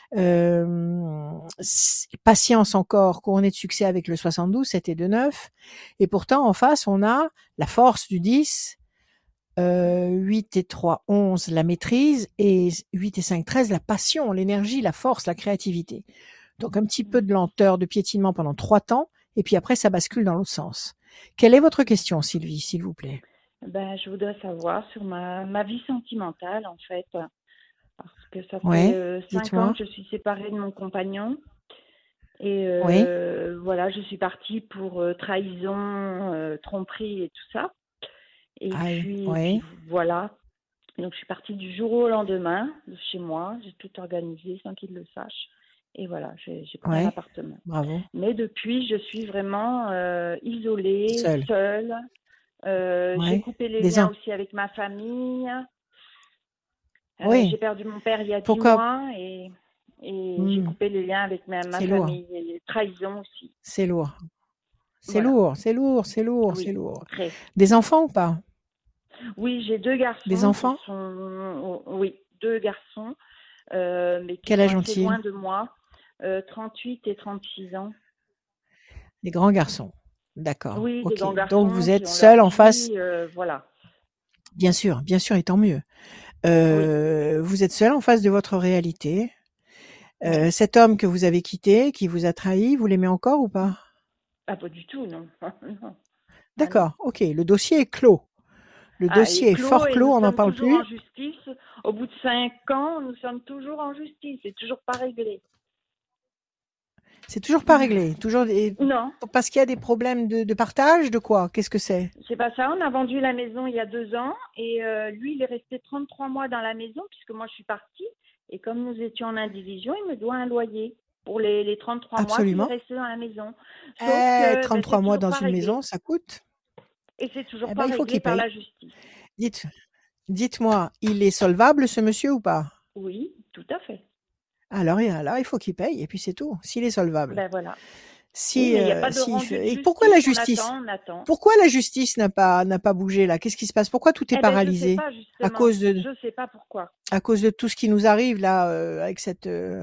Euh, s- patience encore couronnée de succès avec le soixante-douze, sept et deux, neuf. Et pourtant, en face, on a la force du dix, euh, huit et trois, onze, la maîtrise, et huit et cinq, treize, la passion, l'énergie, la force, la créativité. Donc, un petit peu de lenteur, de piétinement pendant trois temps, et puis après, ça bascule dans l'autre sens. Quelle est votre question, Sylvie, s'il vous plaît? Ben, je voudrais savoir sur ma, ma vie sentimentale, en fait. Parce que ça fait Ouais, euh, cinq dites-moi. ans que je suis séparée de mon compagnon. Et Oui. euh, voilà, je suis partie pour euh, trahison, euh, tromperie et tout ça. Et Aïe, puis, et ouais. puis voilà. Donc, je suis partie du jour au lendemain de chez moi. J'ai tout organisé sans qu'il le sache. Et voilà, j'ai j'ai pris un Ouais. appartement. Bravo. Mais depuis, je suis vraiment euh, isolée, Seule. seule. Euh, J'ai Ouais. coupé les Des liens ans. aussi avec ma famille. Euh, Oui. j'ai perdu mon père il y a dix Pourquoi? mois et, et j'ai Hmm. coupé les liens avec ma, ma C'est lourd. famille. Et trahison aussi. C'est lourd. C'est Voilà. lourd, c'est lourd, c'est lourd, c'est Oui, lourd. très. Des enfants ou pas? Oui, j'ai deux garçons Des qui enfants? sont, oui, deux garçons, euh, mais qui Quel sont âge assez ont-ils? loin de moi, euh, trente-huit et trente-six ans. Des grands garçons. D'accord. Oui, des Ok. grands Donc vous garçons êtes qui ont seul leur en face. vie, euh, voilà. Bien sûr, bien sûr, et tant mieux. Oui, Euh, vous êtes seul en face de votre réalité. oui. Euh, cet homme que vous avez quitté, qui vous a trahi, vous l'aimez encore ou pas? Ah, pas du tout, non. Non. Ah non. D'accord. Ok. Le dossier est clos. Le Ah, il dossier est est fort clos et clos. nous On n'en sommes parle toujours plus. en justice. Au bout de cinq ans, nous sommes toujours en justice. C'est toujours pas réglé. C'est toujours pas réglé. Toujours des... Non, parce qu'il y a des problèmes de, de partage. De quoi? Qu'est-ce que c'est? c'est pas ça. On a vendu la maison il y a deux ans et euh, lui, il est resté trente-trois mois dans la maison puisque moi, je suis partie. Et comme nous étions en indivision, il me doit un loyer pour les, les trente-trois mois qu'il est Absolument. resté dans la maison. Sauf Eh, que ben, trente-trois c'est mois toujours dans pas une réglé. maison, ça coûte. Et c'est toujours Eh pas ben, il faut réglé qu'il par paye. la justice. dites, dites-moi, il est solvable ce monsieur ou pas? Oui, tout à fait. Alors, il- alors il faut qu'il paye et puis c'est tout. S'il est solvable. Ben voilà. Oui, Si, mais il n'y a euh, pas de s'il rendu fait- de et pourquoi la justice. On justice? attend, on attend. Pourquoi la justice n'a pas n'a pas bougé là? Qu'est-ce qui se passe? Pourquoi tout est Eh ben, je sais paralysé? pas À justement. cause de Je sais pas pourquoi. à cause de tout ce qui nous arrive là euh, avec cette euh,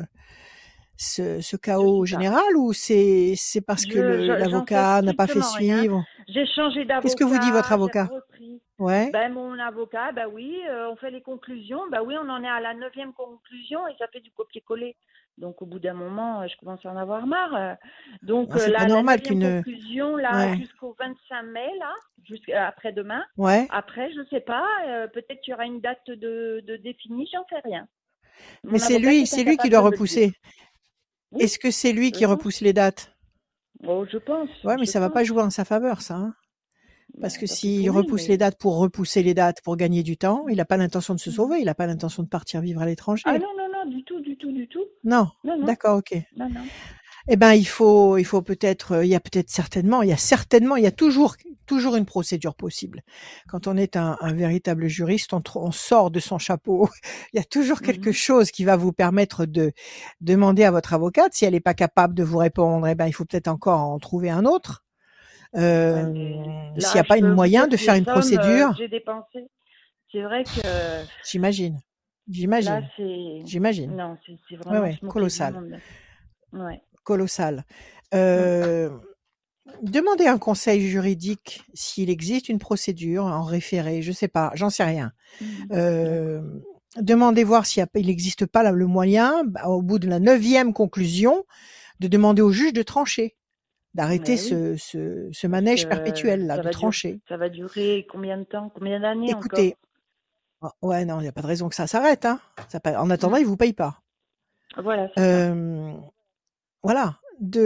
ce, ce Je chaos sais pas. général ou c'est c'est parce que Je, le je- j'en sais l'avocat n'a pas fait strictement rien. suivre? J'ai changé Qu'est-ce que vous dit votre d'avocat, j'ai avocat? repris. Ouais. Ben mon avocat, ben oui, euh, on fait les conclusions. Ben oui, on en est à la neuvième conclusion et ça fait du copier-coller. Donc au bout d'un moment, euh, je commence à en avoir marre. euh. Donc Ah, euh, c'est la, pas la normal neuvième qu'une conclusion là ouais jusqu'au vingt-cinq mai là, jusqu'à après-demain. ouais. Après, je sais pas. euh, peut-être qu'il y aura une date de, de définie, j'en sais rien. Mais Mon c'est avocat lui, est c'est lui qui incapable doit de me le dire. repousser. Oui, Est-ce que c'est lui je qui pense. repousse les dates? Oh, je pense, Ouais, mais je ça va pas pense. jouer en sa faveur, ça. Hein. Parce Ben, que tant pis s'il pour lui, repousse les mais. dates pour repousser les dates pour gagner du temps, il n'a pas l'intention de se Mhm. sauver, il n'a pas l'intention de partir vivre à Ah l'étranger. non, non, non, du tout, du tout, du tout. Non, Non, non, d'accord, ok. non, non. Eh ben, il faut, il faut peut-être, euh, il y a peut-être certainement, il y a certainement, il y a toujours, toujours une procédure possible. Quand on est un, un véritable juriste, on, tr- on sort de son chapeau. Il y a toujours quelque Mhm. chose qui va vous permettre de demander à votre avocate. Si elle n'est pas capable de vous répondre, eh ben, il faut peut-être encore en trouver un autre. Ouais, Euh, mais s'il n'y là, a je pas une peux vous moyen dire de que faire les une sommes euh, que procédure, j'ai dépensées, c'est vrai que j'imagine, là, j'imagine, c'est. j'imagine. Non, c'est c'est Ouais, vraiment ouais, se moquer du colossal, monde. Ouais. colossal. Mm. Euh, Demandez un conseil juridique s'il existe une procédure en référé, je sais pas, j'en sais rien. Mhm. D'accord. Euh, demandez voir s'il n'existe pas là, le moyen, bah, au bout de la neuvième conclusion, de demander au juge de trancher, d'arrêter Mais oui, ce, ce, ce parce manège que perpétuel là, ça de va durer, trancher. ça va durer combien de temps, combien d'années encore? Écoutez, oh, ouais, non, il n'y a pas de raison que ça s'arrête. Hein. Ça, pa- en attendant, Mm. ils vous payent pas. Voilà, c'est ça. Euh, voilà.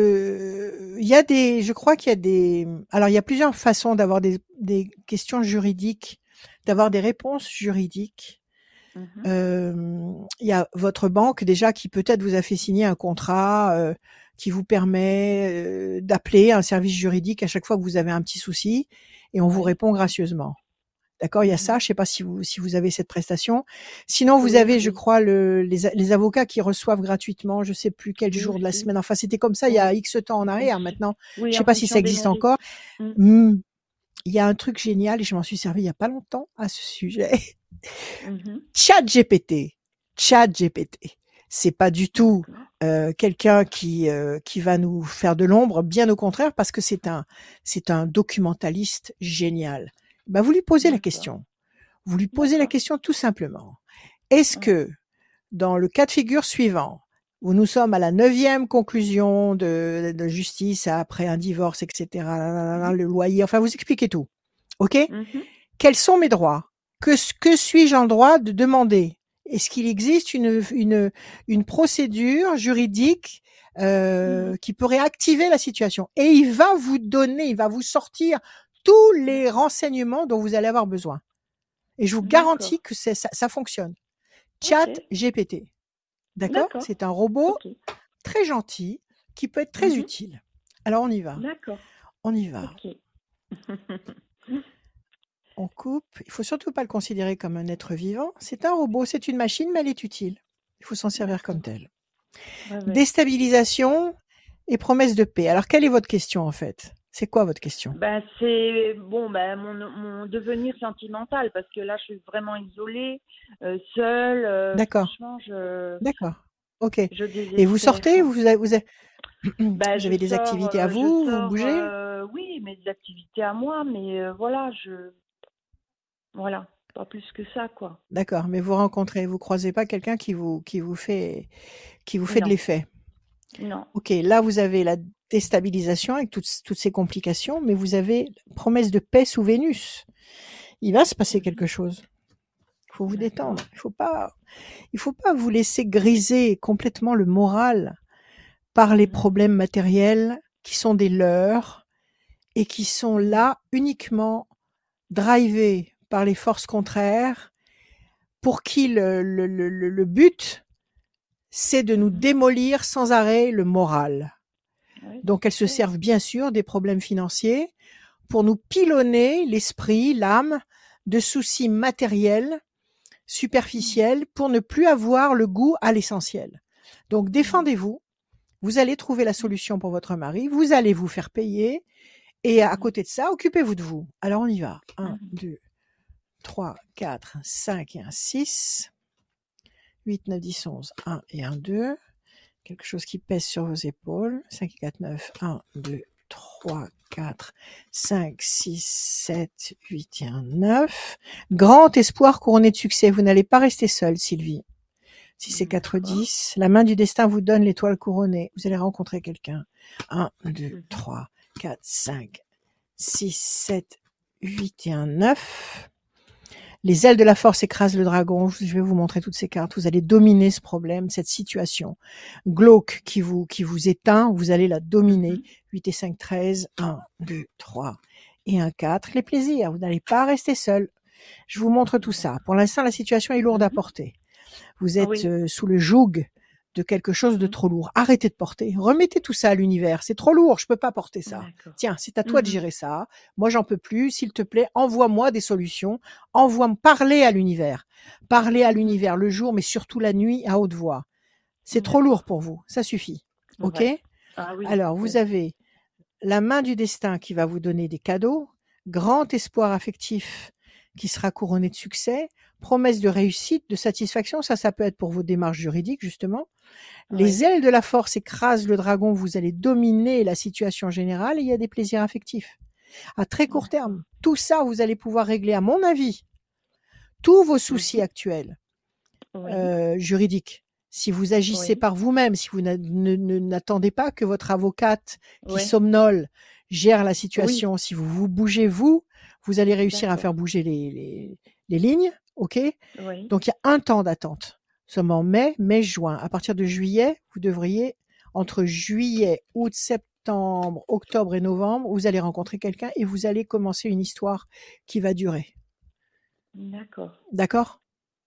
De, il y a des, je crois qu'il y a des, alors il y a plusieurs façons d'avoir des, des questions juridiques, d'avoir des réponses juridiques. Mhm. Euh, il y a votre banque déjà qui peut-être vous a fait signer un contrat euh, qui vous permet euh, d'appeler un service juridique à chaque fois que vous avez un petit souci et on vous Ouais. répond gracieusement. D'accord, il y a ça. Mhm. Je sais pas si vous si vous avez cette prestation. Sinon, vous Oui, avez, je oui. crois, le, les, a- les avocats qui reçoivent gratuitement, je sais plus quel Oui jour de la aussi. semaine. Enfin, c'était comme ça il y Oui. a X temps en En arrière. fonction. Maintenant, Oui, je sais en pas si ça fonction des existe non-dits. encore. Mm. Hmm, il y a un truc génial et je m'en suis servi il y a pas longtemps à ce sujet. Mhm. ChatGPT. ChatGPT. C'est pas du tout D'accord. euh, quelqu'un qui euh, qui va nous faire de l'ombre, bien au contraire, parce que c'est un c'est un documentaliste génial. Ben, vous lui posez la D'accord. question. Vous lui posez la D'accord. question tout simplement. Est-ce Ouais. que, dans le cas de figure suivant, où nous sommes à la neuvième conclusion de, de justice après un divorce, et cetera, là, là, là, là, Mhm. le loyer, enfin, vous expliquez tout. OK? Mhm. Quels sont mes droits? Que, que suis-je en droit de demander? Est-ce qu'il existe une, une, une procédure juridique euh, Mhm. qui pourrait activer la situation? Et il va vous donner, il va vous sortir tous les D'accord. renseignements dont vous allez avoir besoin. Et je vous garantis D'accord. que c'est, ça, ça fonctionne. Ok. Chat G P T. D'accord? D'accord. C'est un robot Ok. très gentil qui peut être très Mhm. utile. Alors on y va. D'accord. On y va. Ok. On coupe. Il faut surtout pas le considérer comme un être vivant. C'est un robot, c'est une machine, mais elle est utile. Il faut s'en servir comme D'accord. telle. Ouais, ouais. Déstabilisation et promesse de paix. Alors quelle est votre question en fait? C'est quoi votre question? Ben, c'est bon, ben, mon, mon devenir sentimental, parce que là, je suis vraiment isolée, euh, seule. euh, D'accord. franchement, je, D'accord. Ok. je Et vous désespère. sortez? Vous avez, vous avez, Ben, vous je avez des sors, activités à euh, je vous? Vous sors, bougez? euh, oui, mes activités à moi, mais euh, voilà, je, voilà, pas plus que ça, quoi. D'accord. Mais vous rencontrez, vous croisez pas quelqu'un qui vous, qui vous fait, qui vous fait de Non, l'effet. non. Ok. Là, vous avez la déstabilisation avec toutes, toutes ces complications, mais vous avez la promesse de paix sous Vénus. Il va se passer Mhm. quelque chose. Il faut vous D'accord. détendre. Il faut pas, il faut pas vous laisser griser complètement le moral par les Mhm. problèmes matériels qui sont des leurs et qui sont là uniquement drivés par les forces contraires pour qui le, le, le, le le but, c'est de nous Mhm. démolir sans arrêt le moral. Oui, Donc elles se c'est sûr. servent bien sûr des problèmes financiers pour nous pilonner l'esprit, l'âme, de soucis matériels, superficiels, pour ne plus avoir le goût à l'essentiel. Donc, défendez-vous. Vous allez trouver la solution pour votre mari. Vous allez vous faire payer. Et à côté de ça, occupez-vous de vous. Alors, on y va. un, deux, trois, quatre, cinq et un six. huit, neuf, dix, onze. un et un, deux. Quelque chose qui pèse sur vos épaules. cinq et quatre, neuf. un, deux, trois, quatre, cinq, six, sept, huit et un, neuf. Grand espoir couronné de succès. Vous n'allez pas rester seul, Sylvie. Si c'est quatre, dix, la main du destin vous donne l'étoile couronnée. Vous allez rencontrer quelqu'un. un, deux, trois, quatre, cinq, six, sept, huit et un, neuf. Les ailes de la force écrasent le dragon. Je vais vous montrer toutes ces cartes. Vous allez dominer ce problème, cette situation glauque qui vous, qui vous éteint. Vous allez la dominer. huit et cinq, treize. un, deux, trois et un, quatre. Les plaisirs. Vous n'allez pas rester seul. Je vous montre tout ça. Pour l'instant, la situation est lourde à porter. Vous êtes Oui. euh, sous le joug de quelque chose de trop lourd. Arrêtez de porter. Remettez tout ça à l'univers. C'est trop lourd. Je peux pas porter ça. D'accord. Tiens, c'est à toi de Mhm. gérer ça. Moi, j'en peux plus. S'il te plaît, envoie-moi des solutions. Envoie-moi parler à l'univers. Parler à l'univers le jour, mais surtout la nuit à haute voix. C'est trop D'accord. lourd pour vous. Ça suffit. OK? Ouais. Ah oui. Alors, vous oui. avez la main du destin qui va vous donner des cadeaux, grand espoir affectif qui sera couronné de succès, promesse de réussite, de satisfaction. Ça, ça peut être pour vos démarches juridiques, justement. Les Oui. ailes de la force écrasent le dragon. Vous allez dominer la situation générale et il y a des plaisirs affectifs. À très court terme, tout ça, vous allez pouvoir régler, à mon avis, tous vos soucis Mhm. actuels Oui. euh, juridiques. Si vous agissez Oui. par vous-même, si vous n'a- ne- ne- n'attendez pas que votre avocate qui Oui. somnole gère la Oui. situation, si vous vous bougez vous, vous allez réussir à D'accord. faire bouger les, les, les lignes, ok? Oui. Donc il y a un temps d'attente. Seulement mai, mai, juin. À partir de juillet, vous devriez, entre juillet, août, septembre, octobre et novembre, vous allez rencontrer quelqu'un et vous allez commencer une histoire qui va durer. D'accord. D'accord?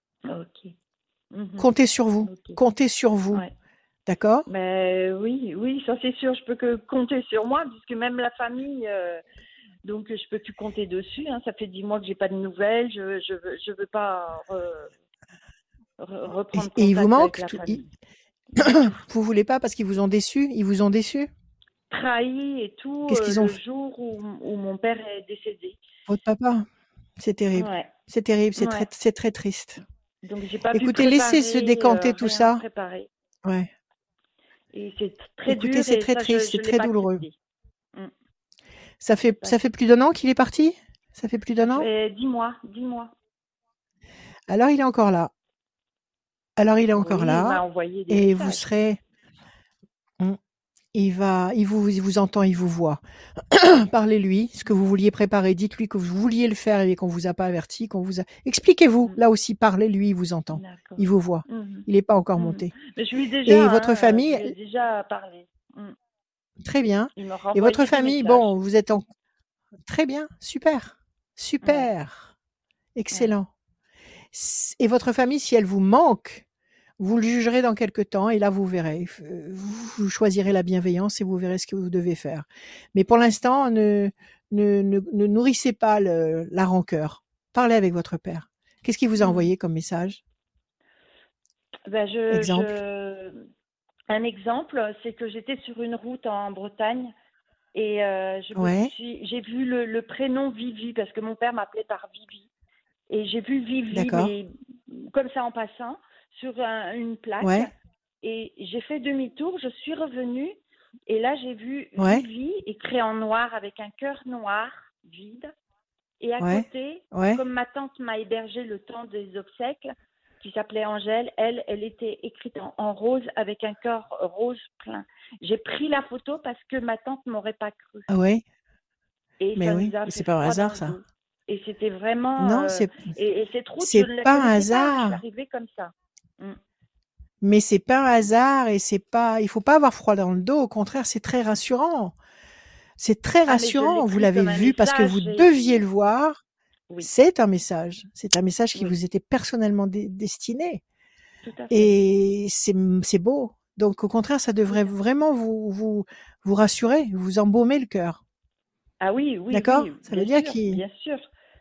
Ok. Mhm. Comptez sur vous. Ok. Comptez sur vous. Ouais. D'accord? Mais oui, oui, ça c'est sûr. Je peux que compter sur moi, puisque même la famille, euh, donc je peux plus compter dessus. Hein. Ça fait dix mois que j'ai pas de nouvelles. Je, je veux, je veux pas re- re- Et, reprendre et il vous contact avec manque la tout, il- famille. Du tout. Vous voulez pas parce qu'ils vous ont déçu? Ils vous ont déçu? Trahi et tout Qu'est-ce euh, qu'ils ont le fait? jour où, où mon père est décédé. Votre papa? C'est terrible. Ouais, C'est terrible. C'est très, ouais. c'est très triste. Donc j'ai pas pu Écoutez, laissez se préparer, décanter euh, tout rien ça. préparer. Ouais. Et c'est très Écoutez, dur c'est et très ça, je triste, je c'est l'ai très pas douloureux. accepté. Mm. Ça fait, Pas ça fait plus d'un an qu'il est parti? Ça fait plus Ça d'un an? fait dix mois, dix mois. Alors il est encore là. Alors il est encore Oui, il m'a là. envoyé des Et vous messages. serez, Hmm. il va, il vous, il vous entend, il vous voit. Parlez-lui, ce que vous vouliez préparer. Dites-lui que vous vouliez le faire et qu'on vous a pas averti, qu'on vous a. Expliquez-vous. Mm. Là aussi, parlez-lui, il vous entend. D'accord. Il vous voit. Mhm. Il n'est pas encore Mhm. monté. Mais je lui ai Et déjà, votre hein, famille, je lui ai déjà parlé. Mm. très bien. Il m'a Et renvoyé votre des famille, messages. bon, vous êtes en. Très bien, super, Ouais, super, ouais. excellent. S- Et votre famille, si elle vous manque, vous le jugerez dans quelque temps et là vous verrez. Euh, Vous, vous choisirez la bienveillance et vous verrez ce que vous devez faire. Mais pour l'instant, ne, ne, ne, ne nourrissez pas le- la rancœur. Parlez avec votre père. Qu'est-ce qu'il vous a Mhm. envoyé comme message? Ben, je, Exemple. je... Un exemple, c'est que j'étais sur une route en Bretagne et euh, je me Ouais, suis, j'ai vu le, le prénom Vivi parce que mon père m'appelait par Vivi. Et j'ai vu Vivi, d'accord. mais comme ça en passant, sur un- une plaque. Ouais, Et j'ai fait demi-tour, je suis revenue. Et là, j'ai vu ouais, Vivi écrit en noir avec un cœur noir vide. Et à ouais, côté, ouais. comme ma tante m'a hébergée le temps des obsèques, qui s'appelait Angèle, elle, elle était écrite en, en rose avec un cœur rose plein. J'ai pris la photo parce que ma tante m'aurait pas cru. Ah ouais, Et mais ça oui, nous a mais fait c'est pas un froid dans hasard le ça. dos. Et c'était vraiment... Non, euh, c'est et, et cette route, je c'est ne la pas un connaissais pas. Je suis hasard. arrivée comme ça. Mm. Mais c'est pas un hasard et c'est pas. Il faut pas avoir froid dans le dos. Au contraire, c'est très rassurant. C'est très Ah, mais je l'ai rassurant. Vous pris l'avez comme un vu parce que message. vous Et deviez le puis, voir. oui, C'est un message. C'est un message qui oui, vous était personnellement dé- destiné. tout à fait. Et c'est c'est beau. Donc au contraire, ça devrait Tout à fait. vraiment vous vous vous rassurer, vous embaumer le cœur. Ah oui, oui, D'accord? oui, Ça veut bien dire sûr, qu'il bien sûr.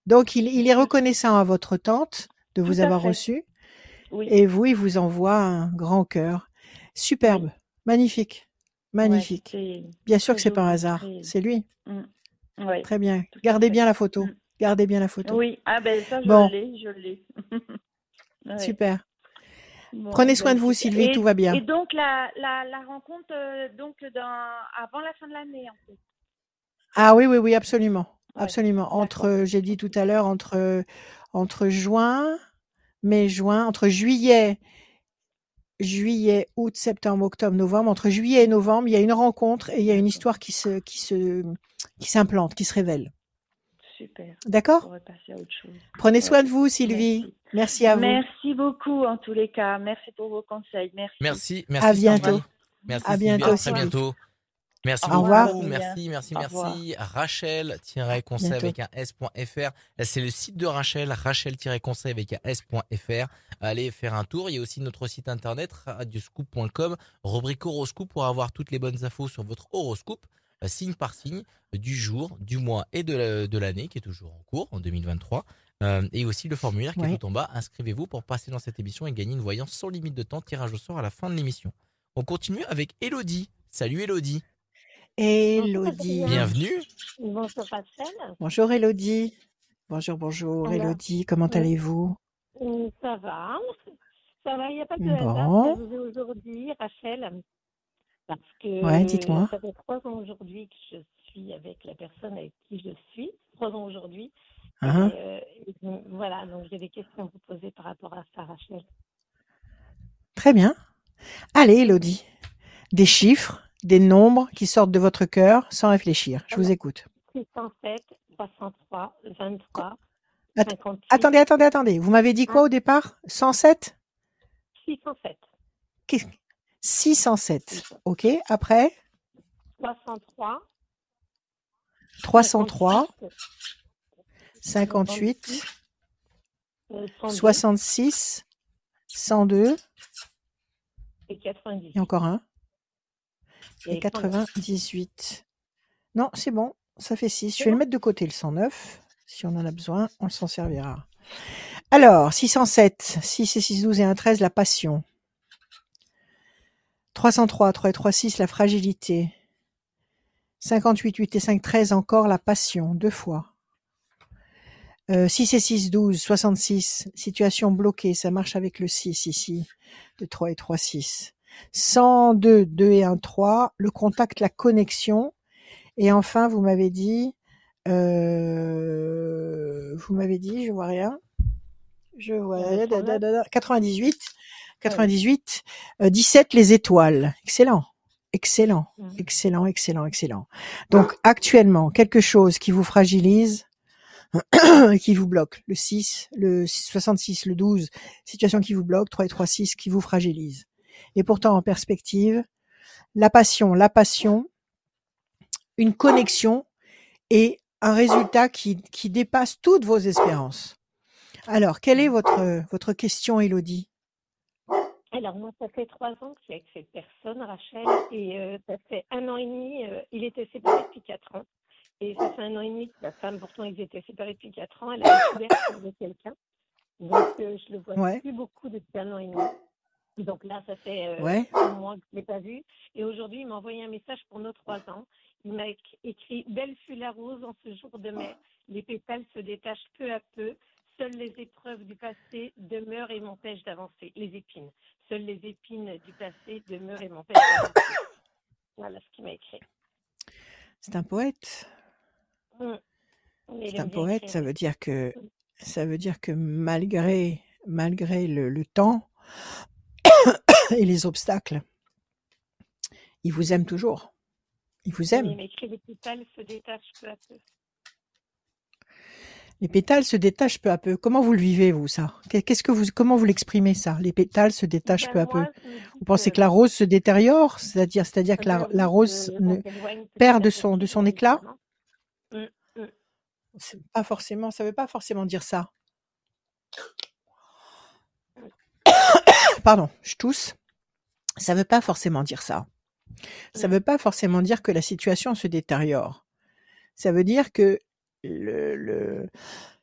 Donc, il, il est reconnaissant à votre tante de Tout vous à avoir fait. reçu. Oui, Et vous, il vous envoie un grand cœur. Superbe. oui. Magnifique. Ouais, Magnifique. c'est Bien sûr très que c'est pas un joli, hasard. très. C'est lui. Mm. Ouais, Très bien. tout à Gardez fait. bien la photo. Mm. Gardez bien la photo. Oui, ah ben ça, je Bon, l'ai, je l'ai. Ouais. super. Bon, Prenez soin ben de vous, super. Sylvie, Et, tout va et bien. donc la, la, la rencontre euh, donc dans, avant la fin de l'année en fait. Ah oui, oui, oui, absolument. Ouais, Absolument. d'accord. Entre, j'ai dit tout Ok. à l'heure, entre, entre juin, mai, juin, entre juillet, juillet, août, septembre, octobre, novembre, entre juillet et novembre, il y a une rencontre et il y a une D'accord. histoire qui se, qui se, qui s'implante, qui se révèle. Super. On D'accord? pourrait passer à autre chose. Prenez Ouais. soin de vous, Sylvie. Merci. Merci à vous. Merci beaucoup en tous les cas. Merci pour vos conseils. Merci. Merci, À merci bientôt. Sylvie. Merci À Sylvie, bientôt, à Au très revoir. Sylvie. bientôt. Merci Au Au revoir, revoir. beaucoup, Aurélien. merci, merci, Au revoir. merci. Rachel-conseil Bientôt. avec un S.fr. C'est le site de Rachel, rachel-conseil avec un S.fr. Allez faire un tour. Il y a aussi notre site internet, radioscoop point com, rubrique horoscope pour avoir toutes les bonnes infos sur votre horoscope, euh, signe par signe, euh, du jour, du mois et de la- de l'année qui est toujours en cours, en deux mille vingt-trois. Euh, et aussi le formulaire qui est Oui. tout en bas. Inscrivez-vous pour passer dans cette émission et gagner une voyance sans limite de temps. Tirage au sort à la fin de l'émission. On continue avec Elodie. Salut Elodie. Bonjour Élodie. Adrien. Bienvenue. Bonjour Rachel. Bonjour Élodie. Bonjour, bonjour Alors, Élodie. Comment euh, allez-vous? euh, ça va. Ça va, il n'y a pas de hasard Bon. qui arrivé aujourd'hui, Rachel. Parce Ouais, que dites-moi. ça fait trois ans aujourd'hui que je suis avec la personne avec qui je suis. Trois ans aujourd'hui. Et, Hein? euh, et donc, voilà, donc j'ai des questions à vous poser par rapport à ça, Rachel. Très bien. Allez, Élodie. Des chiffres, des nombres qui sortent de votre cœur sans réfléchir. Je vous Alors, écoute. six cent sept, trois cent trois, vingt-trois, Att- cinquante-six, attendez, attendez, attendez. Vous m'avez dit quoi hein, au départ? cent sept? six cent sept, Qu'est- six cent sept. six cents, OK. Après, trois cent trois, trois cent trois, cinquante-huit, cinquante-huit, soixante-six, euh, cent deux soixante-six, cent deux, et et quatre-vingt-dix-huit. encore un, et Et cent neuf. quatre-vingt-dix-huit. Non, c'est bon. Ça fait six. Je C'est vais le bon? mettre de côté, le cent neuf. Si on en a besoin, on s'en servira. Alors, six cent sept, six et six, douze et un, treize, la passion. trois cent trois, trois et trois, six, la fragilité. cinquante-huit, huit et cinq, treize, encore la passion, deux fois. Euh, six et six, douze, soixante-six, situation bloquée, ça marche avec le six ici, de trois et trois, six. cent deux, deux et un, trois, le contact, la connexion. Et enfin, vous m'avez dit, euh, vous m'avez dit, je vois rien, je vois Euh, cent neuf. quatre-vingt-dix-huit, Ah oui. quatre-vingt-dix-huit, euh, dix-sept, les étoiles. Excellent, excellent, Mhm. excellent, excellent, excellent. Donc, actuellement, quelque chose qui vous fragilise, qui vous bloque. Le six, le soixante-six, le douze, situation qui vous bloque, trois et trois, six, qui vous fragilise. Et pourtant, en perspective, la passion, la passion, une connexion et un résultat qui, qui dépasse toutes vos espérances. Alors, quelle est votre, votre question, Élodie? Alors, moi, ça fait trois ans que je suis avec cette personne, Rachel, et euh, ça fait un an et demi, euh, il était séparé depuis quatre ans. Et ça fait un an et demi que sa femme, pourtant, ils étaient séparés depuis quatre ans, elle a découvert qu'il y avait quelqu'un. Donc, euh, je le vois Ouais, plus beaucoup depuis un an et demi. Donc là, ça fait euh, ouais, un mois que je ne l'ai pas vu. Et aujourd'hui, il m'a envoyé un message pour nos trois ans. Il m'a éc- écrit « Belle fut la rose en ce jour de mai. Les pétales se détachent peu à peu. Seules les épreuves du passé demeurent et m'empêchent d'avancer. » Les épines. « Seules les épines du passé demeurent et m'empêchent d'avancer. » Voilà ce qu'il m'a écrit. c'est un poète. Hum. Mais il C'est un aime bien poète, écrire. ça lui. veut dire que, Hum. ça veut dire que malgré, malgré le, le temps et les obstacles, il vous aime toujours. Il vous Oui, il aime. m'a écrit « Les pétales se détachent peu à peu. » Les pétales se détachent peu à peu. Comment vous le vivez, vous, ça? Qu'est-ce que vous, comment vous l'exprimez, ça? Les pétales se détachent peu Ben, à peu. moi, je me dis Vous pensez que que la rose se détériore? C'est-à-dire, c'est-à-dire que la, ben la oui, rose que ne on s'éloigne petit perd à de son, de petit, son bien éclat? évidemment. Hum, hum. C'est pas forcément, ça veut pas forcément dire ça. Pardon, je tousse. Ça veut pas forcément dire ça. Ça Hum. veut pas forcément dire que la situation se détériore. Ça veut dire que le, le,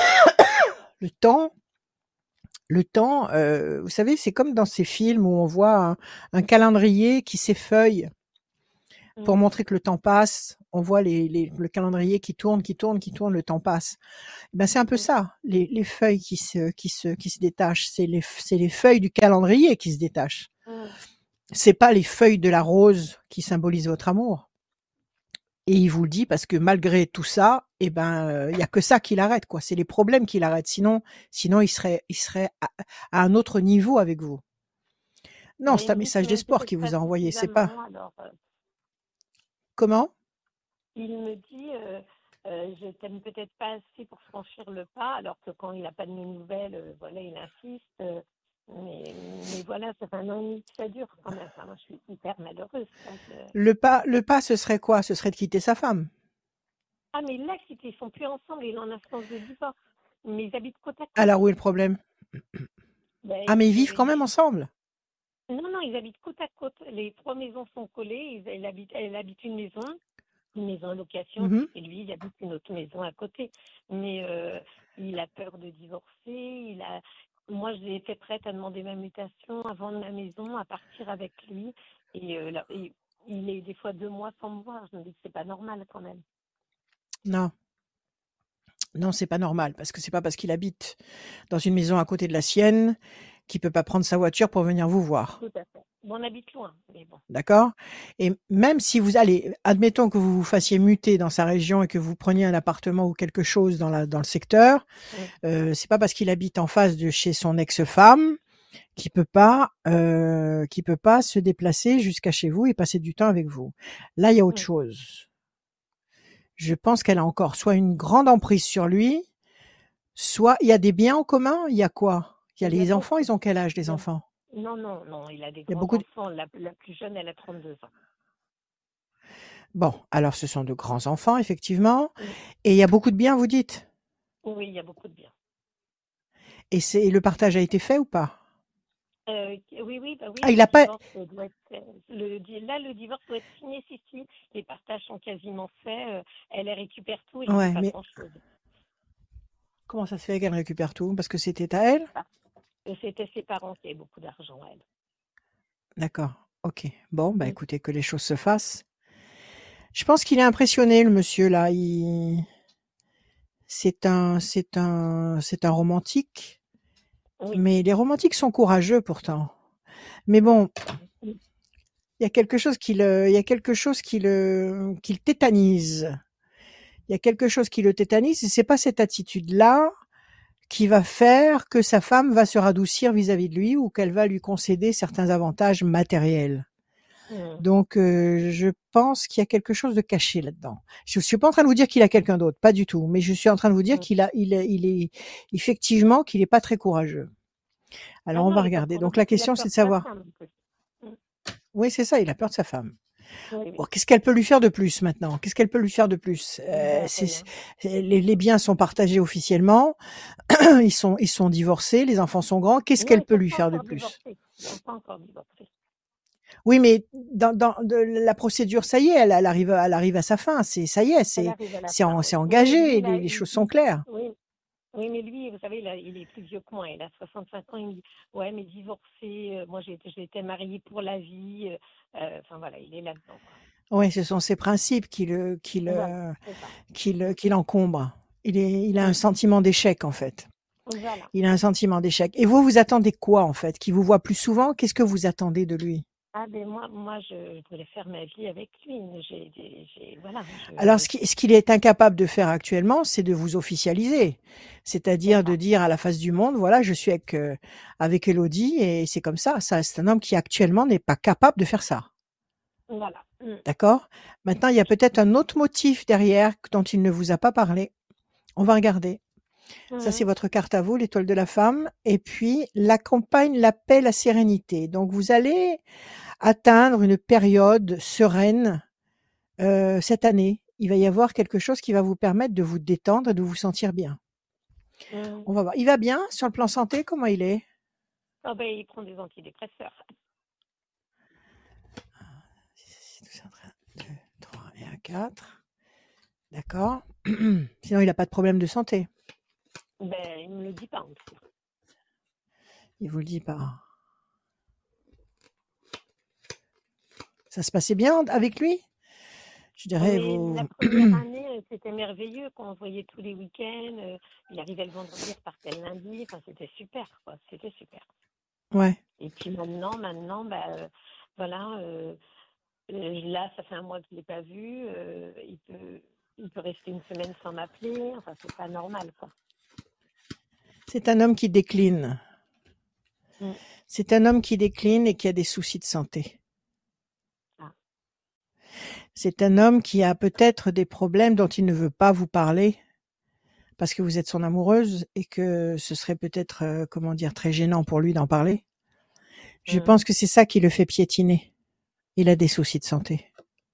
Le temps, le temps, euh, vous savez, c'est comme dans ces films où on voit un, un calendrier qui s'effeuille pour Mm. montrer que le temps passe. On voit les, les- le calendrier qui tourne, qui tourne, qui tourne, le temps passe. Ben, c'est un peu Mm. ça, les, les feuilles qui se, qui se, qui se détachent. C'est les, c'est les feuilles du calendrier qui se détachent. Mm. C'est pas les feuilles de la rose qui symbolisent votre amour. Et il vous le dit parce que malgré tout ça, eh ben, euh, il y a que ça qui l'arrête, quoi. C'est les problèmes qui l'arrêtent. Sinon, sinon, il serait, il serait à, à un autre niveau avec vous. Non, Mais c'est il un me dit message qu'il m'aime d'espoir peut-être qu'il pas vous a envoyé. C'est pas suffisamment. Alors, euh, comment? il me dit euh, euh, je t'aime peut-être pas assez pour franchir le pas, alors que quand il n'a pas de mes nouvelles, euh, voilà, il insiste. euh, mais, mais voilà, ça fait un an et demi que ça dure quand même. Enfin, moi, je suis hyper malheureuse. Donc, euh, Le pas, le pas, ce serait quoi? Ce serait de quitter sa femme. Ah, mais là, ils ne sont plus ensemble, il est en instance de divorce. Mais ils habitent côte à côte. Alors où est le problème? Ben, Ah, mais ils ils- vivent quand même ensemble. Non, non, ils habitent côte à côte. Les trois maisons sont collées. Ils- Elle habite, elle habite une maison, une maison en location, Mhm. et lui, il habite une autre maison à côté. Mais euh, il a peur de divorcer. Il a... Moi, je l'ai fait prête à demander ma mutation, à vendre ma maison, à partir avec lui. Et, euh, là, et il est des fois deux mois sans me voir. Je me dis que c'est pas normal quand même. Non. Non, c'est pas normal parce que c'est pas parce qu'il habite dans une maison à côté de la sienne qu'il peut pas prendre sa voiture pour venir vous voir. Tout à fait. Bon, on habite loin, mais bon. D'accord? Et même si vous allez, admettons que vous vous fassiez muter dans sa région et que vous preniez un appartement ou quelque chose dans la, dans le secteur, Mm. euh, c'est pas parce qu'il habite en face de chez son ex-femme qu'il peut pas, euh, qu'il peut pas se déplacer jusqu'à chez vous et passer du temps avec vous. Là, il y a autre Mm. chose. Je pense qu'elle a encore soit une grande emprise sur lui, soit il y a des biens en commun. Il y a quoi? Il y a Il y a les enfants. beaucoup. Ils ont quel âge, Il les y a- enfants? Non, non, non, il a des Il y a grands beaucoup de... enfants. La, la plus jeune, elle a trente-deux ans. Bon, alors ce sont de grands enfants, effectivement. Mm. Et il y a beaucoup de biens, vous dites? Oui, il y a beaucoup de biens. Et c'est le partage a été fait ou pas? Euh, oui, oui, bah oui, Ah, il le a pas. divorce doit être, euh, le, di- là, le divorce doit être signé, si, si. Les partages sont quasiment faits. euh, elle elle récupère tout, il ne Ouais, pas mais grand-chose. comment ça se fait qu'elle récupère tout? Parce que c'était à elle? Et c'était ses parents qui avaient beaucoup d'argent, elle. D'accord. Ok. Bon, bah Mm. écoutez, que les choses se fassent. Je pense qu'il est impressionné, le monsieur là. Il... C'est un, c'est un, c'est un romantique. Oui. Mais les romantiques sont courageux pourtant. Mais bon, Mm. il y a quelque chose qui le, il y a quelque chose qui le, qui le tétanise. Il y a quelque chose qui le tétanise et c'est pas cette attitude-là qui va faire que sa femme va se radoucir vis-à-vis de lui ou qu'elle va lui concéder certains avantages matériels. Mm. Donc, euh, je pense qu'il y a quelque chose de caché là-dedans. Je suis pas en train de vous dire qu'il a quelqu'un d'autre, pas du tout, mais je suis en train de vous dire Mm. qu'il a, il est, il est effectivement qu'il est pas très courageux. Alors, Ah on non, va il est pas regarder. Donc, courageux, la il a question, peur c'est de de sa savoir. femme, en plus. Mm. Oui, c'est ça. Il a peur de sa femme. Oui, oui. Bon, qu'est-ce qu'elle peut lui faire de plus maintenant? Qu'est-ce qu'elle peut lui faire de plus? Euh, Ben, c'est, rien. c'est- les, les biens sont partagés officiellement. Ils sont, ils sont divorcés. Les enfants sont grands. Qu'est-ce Non, qu'elle ils peut sont lui pas faire de encore plus? divorcés. Ils sont pas encore divorcés. Oui, mais dans, dans de la procédure, ça y est, elle, elle arrive, elle arrive à sa fin. C'est, ça y est, Elle c'est, arrive à la c'est, fin, en- oui. c'est Oui, mais lui, engagé. il a, Les, les il, choses sont il- claires. oui, oui, mais lui, vous savez, il, a- il est plus vieux que moi. Il a soixante-cinq ans. Il me dit, ouais, mais divorcé. euh, moi, j'ai été, j'étais mariée pour la vie. euh, euh, Enfin, voilà, il est là-dedans, quoi. Oui, ce sont ses principes qui le, qui Voilà, le, c'est ça. qui le, qui l'encombrent. Il est, il a un Mm. sentiment d'échec en fait. Voilà. Il a un sentiment d'échec. Et vous, vous attendez quoi en fait? Qu'il vous voit plus souvent? Qu'est-ce que vous attendez de lui? Ah, ben moi, moi, je voulais faire ma vie avec lui. mais J'ai, j'ai, j'ai- voilà, Alors, je, ce qui- ce qu'il est incapable de faire actuellement, c'est de vous officialiser. c'est C'est-à-dire de ça. dire à la face du monde, voilà, je suis avec, euh, avec Élodie et c'est comme ça. Ça, c'est un homme qui actuellement n'est pas capable de faire ça. Voilà. Mm. D'accord? Maintenant, il y a peut-être un autre motif derrière dont il ne vous a pas parlé. On va regarder. Ça, c'est Mm. votre carte à vous, l'étoile de la femme. Et puis, la campagne, la paix, la sérénité. Donc, vous allez atteindre une période sereine euh, cette année. Il va y avoir quelque chose qui va vous permettre de vous détendre et de vous sentir bien. Mm. On va voir. Il va bien sur le plan santé? Comment il est? Ah ben, il prend des antidépresseurs. deux, trois et un, quatre. D'accord. Sinon, il n'a pas de problème de santé. Ben, il me le dit pas en tout cas. Il vous le dit pas. Ça se passait bien avec lui? Je dirais, Mais vous... la première année, euh, c'était merveilleux quand on se voyait tous les week-ends. euh, il arrivait le vendredi, il repartait le lundi. Enfin, c'était super, quoi. C'était super. Ouais. Et puis maintenant, maintenant, bah, euh, voilà, euh, euh, là, ça fait un mois que je l'ai pas vu. euh, il peut, il peut rester une semaine sans m'appeler. Enfin, c'est pas normal, quoi. C'est un homme qui décline. Mm. C'est un homme qui décline et qui a des soucis de santé. Ah. C'est un homme qui a peut-être des problèmes dont il ne veut pas vous parler parce que vous êtes son amoureuse et que ce serait peut-être, euh, comment dire, très gênant pour lui d'en parler. Je Mm. pense que c'est ça qui le fait piétiner. Il a des soucis de santé.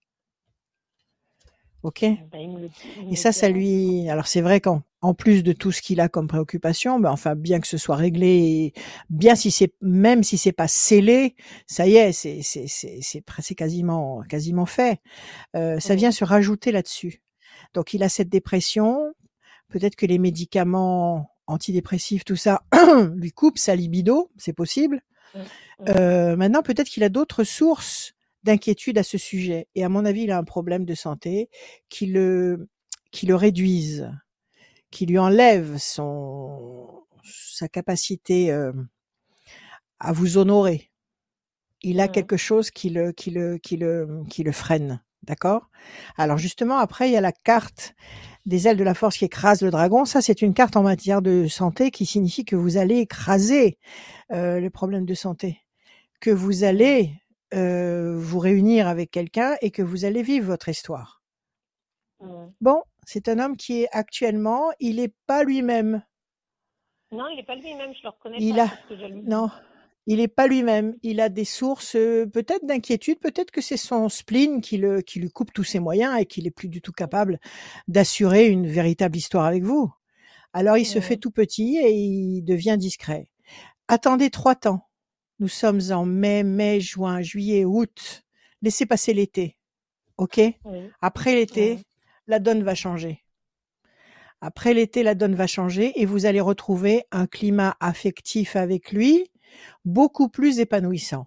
Ok? Ben, il me le dit- il me Et le ça, ça dira. lui... Alors c'est vrai qu'en en plus de tout ce qu'il a comme préoccupation, ben enfin bien que ce soit réglé, et bien si c'est même si c'est pas scellé, ça y est, c'est c'est c'est c'est pre- c'est quasiment quasiment fait. Euh, ça Mm. vient se rajouter là-dessus. Donc il a cette dépression. Peut-être que les médicaments antidépressifs, tout ça, lui coupent sa libido, c'est possible. Mm. Mm. Euh, maintenant, peut-être qu'il a d'autres sources d'inquiétude à ce sujet. Et à mon avis, il a un problème de santé qui le, qui le réduise, qui lui enlève son, sa capacité euh, à vous honorer. Il a Mm. quelque chose qui le, qui le, qui le, qui le freine. D'accord? Alors justement, après, il y a la carte des ailes de la force qui écrase le dragon. Ça, c'est une carte en matière de santé qui signifie que vous allez écraser euh, le problème de santé, que vous Mm. allez euh, vous réunir avec quelqu'un et que vous allez vivre votre histoire. Mm. Bon, c'est un homme qui est actuellement, il n'est pas lui-même. Non, il n'est pas lui-même, je le reconnais Il pas, a, c'est ce que je lui dis. non, il n'est pas lui-même. Il a des sources euh, peut-être d'inquiétude, peut-être que c'est son spleen qui, le, qui lui coupe tous ses moyens et qu'il est plus du tout capable d'assurer une véritable histoire avec vous. Alors il se fait Mm. tout petit et il devient discret. Attendez trois temps. Nous sommes en mai, mai, juin, juillet, août. Laissez passer l'été. OK? Oui. Après l'été, Mm. la donne va changer. Après l'été, la donne va changer et vous allez retrouver un climat affectif avec lui beaucoup plus épanouissant.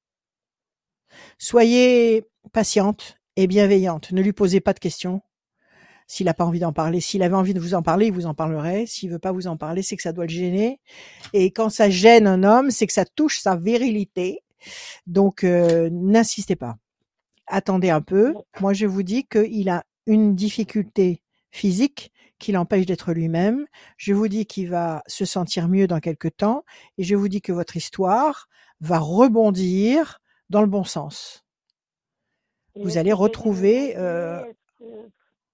Soyez patiente et bienveillante. Ne lui posez pas de questions. S'il n'a pas envie d'en parler, s'il avait envie de vous en parler, il vous en parlerait. S'il veut pas vous en parler, c'est que ça doit le gêner. Et quand ça gêne un homme, c'est que ça touche sa virilité. Donc, euh, n'insistez pas. Attendez un peu. Moi, je vous dis qu'il a une difficulté physique qui l'empêche d'être lui-même. Je vous dis qu'il va se sentir mieux dans quelques temps. Et je vous dis que votre histoire va rebondir dans le bon sens. Et Vous est-ce allez que je vais retrouver... déménager? Euh, Est-ce que,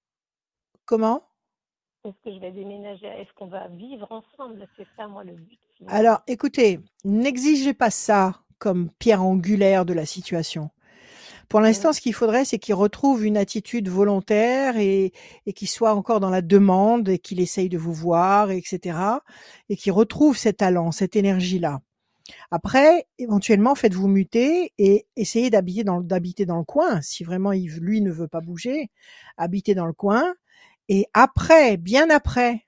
comment? est-ce que je vais déménager? Est-ce qu'on va vivre ensemble? C'est ça, moi, le but final. Alors, écoutez, n'exigez pas ça comme pierre angulaire de la situation. Pour l'instant, Mm. ce qu'il faudrait, c'est qu'il retrouve une attitude volontaire et, et qu'il soit encore dans la demande et qu'il essaye de vous voir, et cetera. Et qu'il retrouve cet talent, cette énergie-là. Après, éventuellement, faites-vous muter et essayez d'habiter dans, d'habiter dans le coin. Si vraiment il, lui ne veut pas bouger, habitez dans le coin. Et après, bien après,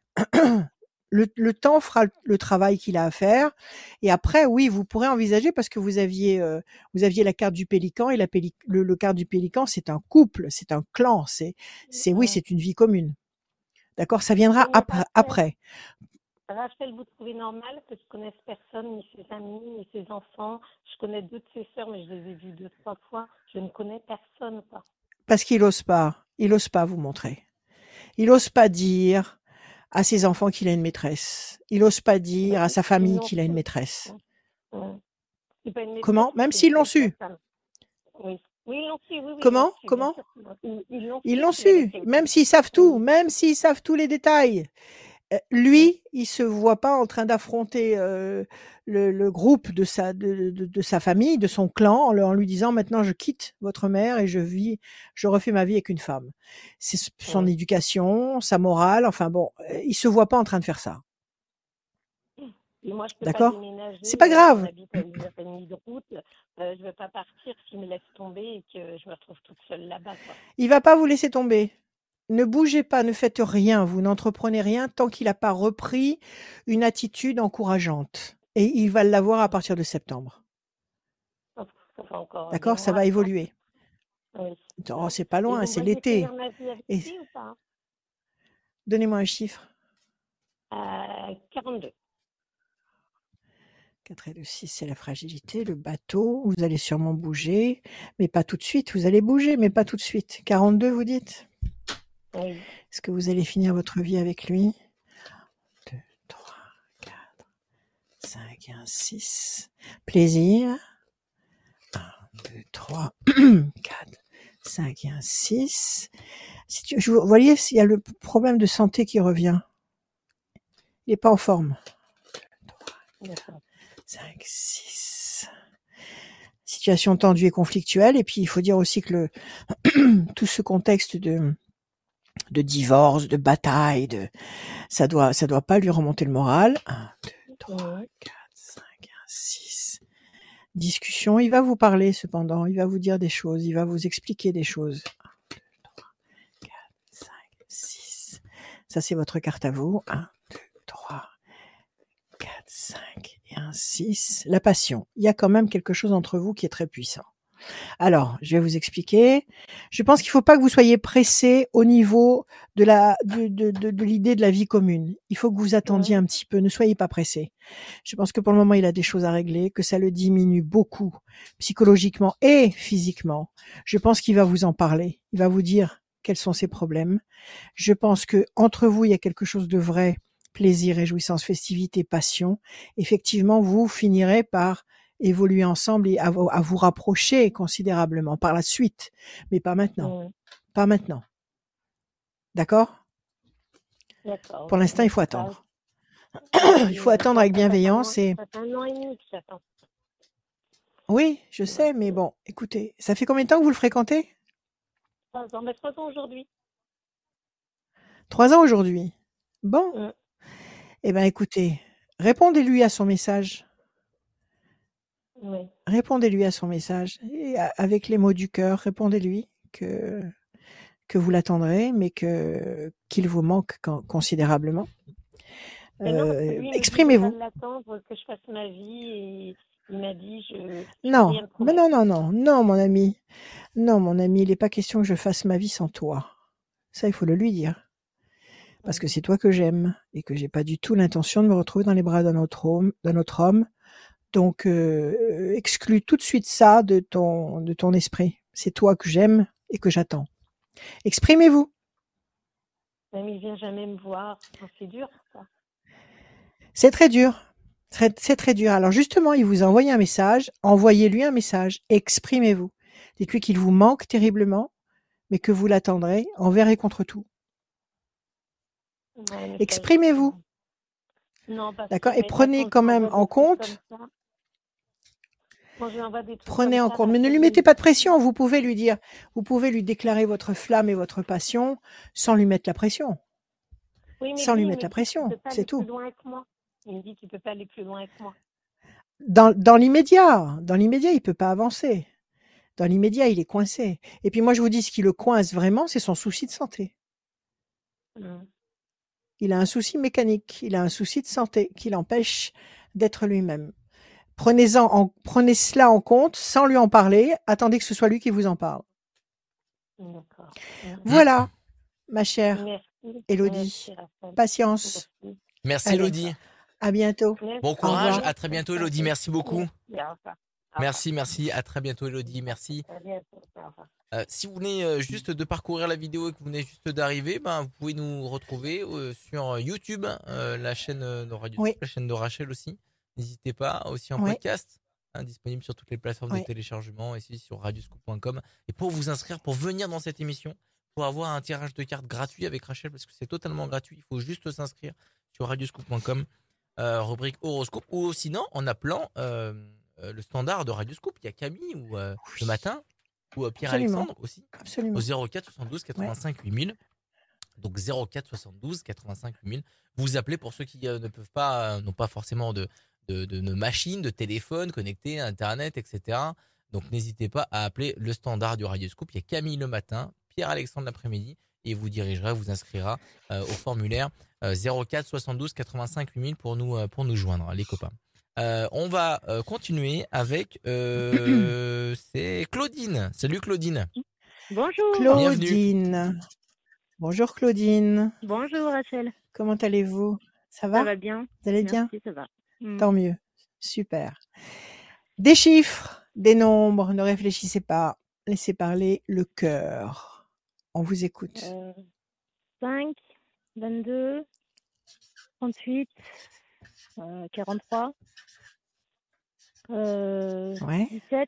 le, le temps fera le, le travail qu'il a à faire. Et après, oui, vous pourrez envisager parce que vous aviez, euh, vous aviez la carte du pélican et la péli, le, le carte du pélican, c'est un couple, c'est un clan, c'est, c'est oui, Mm. c'est une vie commune. D'accord, ça viendra Et après. Rachel, après. Rachel, vous trouvez normal que je connaisse personne, ni ses amis, ni ses enfants? Je connais deux de ses sœurs, mais je les ai vues deux, trois fois. Je ne connais personne, quoi. Parce qu'il ose pas, il ose pas vous montrer. Il ose pas dire à ses enfants qu'il a une maîtresse. Il ose pas dire à sa Ils famille l'ont qu'il a une su. maîtresse. Mm. Mm. C'est pas une maîtresse, Comment? mais Même c'est s'ils une l'ont c'est sa su. femme. Oui. Oui, ils l'ont su, oui, oui, ils l'ont Comment? su, bien Comment? sûr. qu'ils l'ont- Ils ils l'ont Ils su l'ont qu'il avait su. quelqu'un. Même s'ils savent tout, Mm. même s'ils savent tous les détails. Euh, Mm. Lui, il se voit pas en train d'affronter euh, le, le groupe de sa de, de, de sa famille, de son clan, en, le- en lui disant maintenant je quitte votre mère et je vis, je refais ma vie avec une femme. C'est s- son Mm. éducation, sa morale. Enfin bon, euh, il se voit pas en train de faire ça. Et moi, je peux pas D'accord? déménager. C'est pas euh, on grave. habite à une heure et demie de route. Euh, je veux pas partir s'il me laisse tomber et que je me retrouve toute seule là-bas, quoi. Il va pas vous laisser tomber. Ne bougez pas, ne faites rien, vous n'entreprenez rien tant qu'il n'a pas repris une attitude encourageante. Et il va l'avoir à partir de septembre. Ça fait encore des D'accord? Ça mois, va je pense. évoluer. Oui. Oh, c'est pas Et loin, vous c'est voyez l'été. finir ma vie avec Et lui ou pas? donnez-moi un chiffre. Euh, quarante-deux. quatre et deux, six, c'est la fragilité, le bateau. Vous allez sûrement bouger, mais pas tout de suite. Vous allez bouger, mais pas tout de suite. quarante-deux, vous dites? Oui. Est-ce que vous allez finir votre vie avec lui? deux, trois, quatre, cinq et un, six. Plaisir. un, deux, trois, quatre, cinq et un, six. Si tu, je, vous voyez, il y a le problème de santé qui revient. Il n'est pas en forme. deux, trois, cinq, six. Situation tendue et conflictuelle. Et puis, il faut dire aussi que le, tout ce contexte de, de divorce, de bataille, de, ça doit, ça doit pas lui remonter le moral. un, deux, trois, quatre, cinq, six. Discussion. Il va vous parler cependant. Il va vous dire des choses. Il va vous expliquer des choses. un, deux, trois, quatre, cinq, six. Ça, c'est votre carte à vous. un, deux, trois, quatre, cinq et un, six. La passion. Il y a quand même quelque chose entre vous qui est très puissant. Alors, je vais vous expliquer. Je pense qu'il ne faut pas que vous soyez pressé au niveau de la de, de, de, de l'idée de la vie commune. Il faut que vous attendiez un petit peu. Ne soyez pas pressé. Je pense que pour le moment, il a des choses à régler, que ça le diminue beaucoup, psychologiquement et physiquement. Je pense qu'il va vous en parler. Il va vous dire quels sont ses problèmes. Je pense que entre vous, il y a quelque chose de vrai. Plaisir, réjouissance, festivité, passion. Effectivement, vous finirez par évoluer ensemble et à vous, à vous rapprocher considérablement par la suite, mais pas maintenant. Mmh. Pas maintenant. D'accord? D'accord. Pour l'instant, il faut attendre. Il faut attendre avec bienveillance et... Ça fait un an et demi que j'attends. Oui, je sais, mais bon, écoutez, ça fait combien de temps que vous le fréquentez? Trois ans, mais trois ans aujourd'hui. Trois ans aujourd'hui. Bon. Mmh. Eh bien, écoutez, répondez-lui à son message. Oui. Répondez-lui à son message et avec les mots du cœur, répondez-lui que que vous l'attendrez, mais que qu'il vous manque considérablement. Euh, exprimez-vous. L'attendre, que je fasse ma vie et il m'a dit je. Non, mais non, non, non, non, mon ami, non, mon ami, il n'est pas question que je fasse ma vie sans toi. Ça, il faut le lui dire, parce que c'est toi que j'aime et que j'ai pas du tout l'intention de me retrouver dans les bras d'un autre homme, d'un autre homme. Donc, euh, exclus tout de suite ça de ton, de ton esprit. C'est toi que j'aime et que j'attends. Exprimez-vous. Même il vient jamais me voir. C'est dur, ça. C'est très dur. C'est, c'est très dur. Alors, justement, il vous a envoyé un message. Envoyez-lui un message. Exprimez-vous. Dites-lui qu'il vous manque terriblement, mais que vous l'attendrez envers et contre tout. Ouais, exprimez-vous. Non, parce D'accord. Et prenez quand même en compte. Prenez en compte, mais ne lui mettez pas de pression. Vous pouvez lui dire, vous pouvez lui déclarer votre flamme et votre passion sans lui mettre la pression. Oui, mais sans oui, lui mettre la pression, c'est tout. Plus loin que moi. Il me dit qu'il peut pas aller plus loin que moi. Dans, dans l'immédiat, dans l'immédiat, il peut pas avancer. Dans l'immédiat, il est coincé. Et puis moi, je vous dis, ce qui le coince vraiment, c'est son souci de santé. Mmh. Il a un souci mécanique, il a un souci de santé qui l'empêche d'être lui-même. Prenez-en en, prenez cela en compte sans lui en parler. Attendez que ce soit lui qui vous en parle. D'accord. Voilà, ma chère Merci. Élodie. Merci, patience. Merci, Merci Élodie. À bientôt. Bon courage. À très bientôt, Élodie. Merci beaucoup. Merci, merci. À très bientôt, Élodie. Merci. Euh, si vous venez euh, juste de parcourir la vidéo et que vous venez juste d'arriver, ben, vous pouvez nous retrouver euh, sur YouTube, euh, la chaîne de Radio, oui. La chaîne de Rachel aussi. N'hésitez pas, aussi en oui. podcast, hein, disponible sur toutes les plateformes oui. de téléchargement, ici sur radioscoop point com. Et pour vous inscrire, pour venir dans cette émission, pour avoir un tirage de cartes gratuit avec Rachel, parce que c'est totalement gratuit, il faut juste s'inscrire sur radioscoop point com, euh, rubrique horoscope, ou sinon en appelant euh, euh, le standard de Radioscoop. Il y a Camille ou euh, oui. le matin, ou euh, Pierre-Alexandre aussi, Absolument. au zéro quatre soixante-douze quatre-vingt-cinq huit mille. Donc zéro quatre soixante-douze quatre-vingt-cinq huit mille. Vous appelez pour ceux qui euh, ne peuvent pas, euh, n'ont pas forcément de De, de, de machines, de téléphones connectés, Internet, et cetera. Donc n'hésitez pas à appeler le standard du Radioscoop. Il y a Camille le matin, Pierre-Alexandre l'après-midi et vous dirigerez, vous inscrira euh, au formulaire euh, zéro quatre soixante-douze quatre-vingt-cinq huit mille pour nous, euh, pour nous joindre, les copains. Euh, on va euh, continuer avec euh, c'est Claudine. Salut Claudine. Bonjour. Claudine. Bonjour Claudine. Bonjour Rachel. Comment allez-vous? Ça va? Ça va bien. Vous allez bien? Merci, ça va. Mm. Tant mieux. Super. Des chiffres, des nombres, ne réfléchissez pas. Laissez parler le cœur. On vous écoute. Euh, cinq, vingt-deux, trente-huit, euh, quarante-trois, euh, Ouais. dix-sept,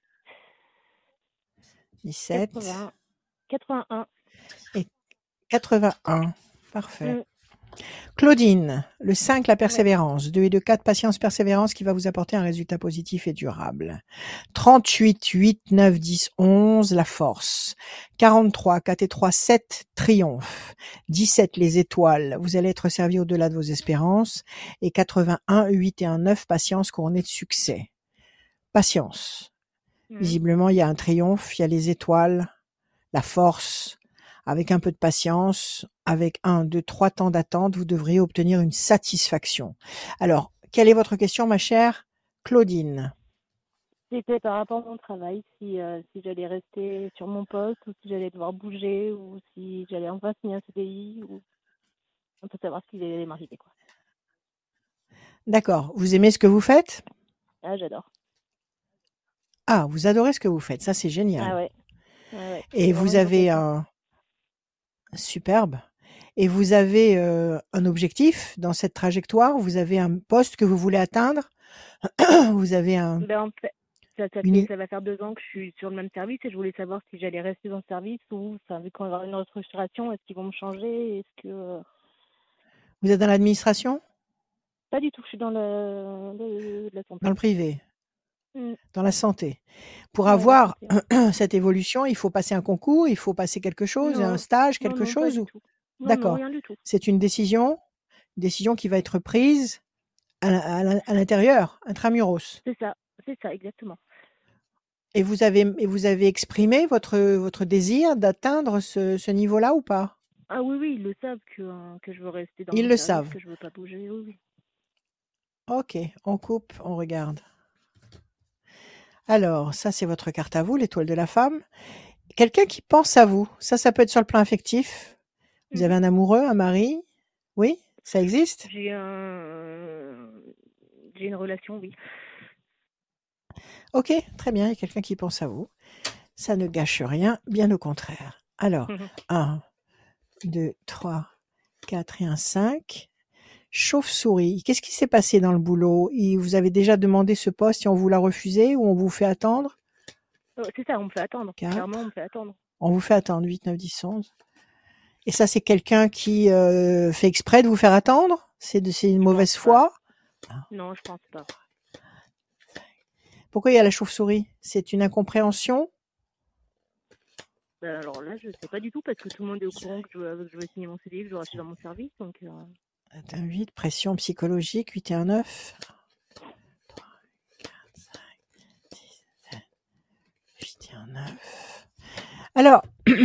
dix-sept. quatre-vingts, quatre-vingt-un. Et quatre-vingt-un. Parfait. Mm. Claudine, le cinq, la persévérance. deux et deux, quatre, patience, persévérance qui va vous apporter un résultat positif et durable. trente-huit, huit, neuf, dix, onze, la force. quarante-trois, quatre et trois, sept, triomphe. dix-sept, les étoiles. Vous allez être servi au-delà de vos espérances. Et quatre-vingt-un, huit et un, neuf, patience couronnée de succès. Patience. Mm. Visiblement, il y a un triomphe, il y a les étoiles, la force. Avec un peu de patience, avec un, deux, trois temps d'attente, vous devriez obtenir une satisfaction. Alors, quelle est votre question, ma chère Claudine? C'était par rapport à mon travail, si, euh, si j'allais rester sur mon poste ou si j'allais devoir bouger ou si j'allais enfin signer un C D I. Ou... On peut savoir ce qui allait m'arriver, quoi. D'accord. Vous aimez ce que vous faites? Ah, j'adore. Ah, vous adorez ce que vous faites. Ça, c'est génial. Ah ouais. Ah ouais. Et C'est vous vraiment une avez vocation. un... Superbe. Et vous avez euh, un objectif dans cette trajectoire? Vous avez un poste que vous voulez atteindre? Vous avez un... Ben, en fait, ça, ça, Une... fait, ça va faire deux ans que je suis sur le même service et je voulais savoir si j'allais rester dans le service ou, enfin, vu qu'on va avoir une restructuration, est-ce qu'ils vont me changer? Est-ce que... euh, Vous êtes dans l'administration? Pas du tout, je suis dans le, le- la santé. Dans le privé? Mm. Dans la santé. Pour Ouais, la avoir santé, ouais. cette évolution, il faut passer un concours, il faut passer quelque chose, un Non, stage, non, quelque non, pas chose du ou... tout. Non, non, D'accord. rien du tout. C'est une décision, une décision qui va être prise à, la- à la- à l'intérieur, intramuros. C'est ça, c'est ça, exactement. Et vous avez, et vous avez exprimé votre, votre désir d'atteindre ce, ce niveau-là ou pas? Ah oui, oui, ils le savent que, euh, que je veux rester dans Ils mon le service, savent. que je veux pas bouger, oui, oui. Ok, on coupe, on regarde. Alors, ça c'est votre carte à vous, l'étoile de la femme. Quelqu'un qui pense à vous, ça, ça peut être sur le plan affectif. Vous Mhm. avez un amoureux, un mari? Oui, ça existe? J'ai un... J'ai une relation, oui. Ok, très bien, il y a quelqu'un qui pense à vous. Ça ne gâche rien, bien au contraire. Alors, Mhm. un, deux, trois, quatre et un cinq. Chauve-souris, qu'est-ce qui s'est passé dans le boulot? Et vous avez déjà demandé ce poste et on vous l'a refusé ou on vous fait attendre? Oh, c'est ça, on me fait attendre. Clairement, on quatre. me fait attendre. On vous fait attendre, huit, neuf, dix, onze. Et ça, c'est quelqu'un qui euh, fait exprès de vous faire attendre? C'est de, c'est une Je pense mauvaise pas. foi? Non, je pense pas. Pourquoi il y a la chauve-souris? C'est une incompréhension? Ben, alors là, je sais pas du tout parce que tout le monde est au courant que je veux, que je veux signer mon C D I, que je veux rester dans mon service. Donc, euh, Un huit, pression psychologique, huit et un neuf. trois, quatre, cinq, six, sept, huit et un neuf. Alors,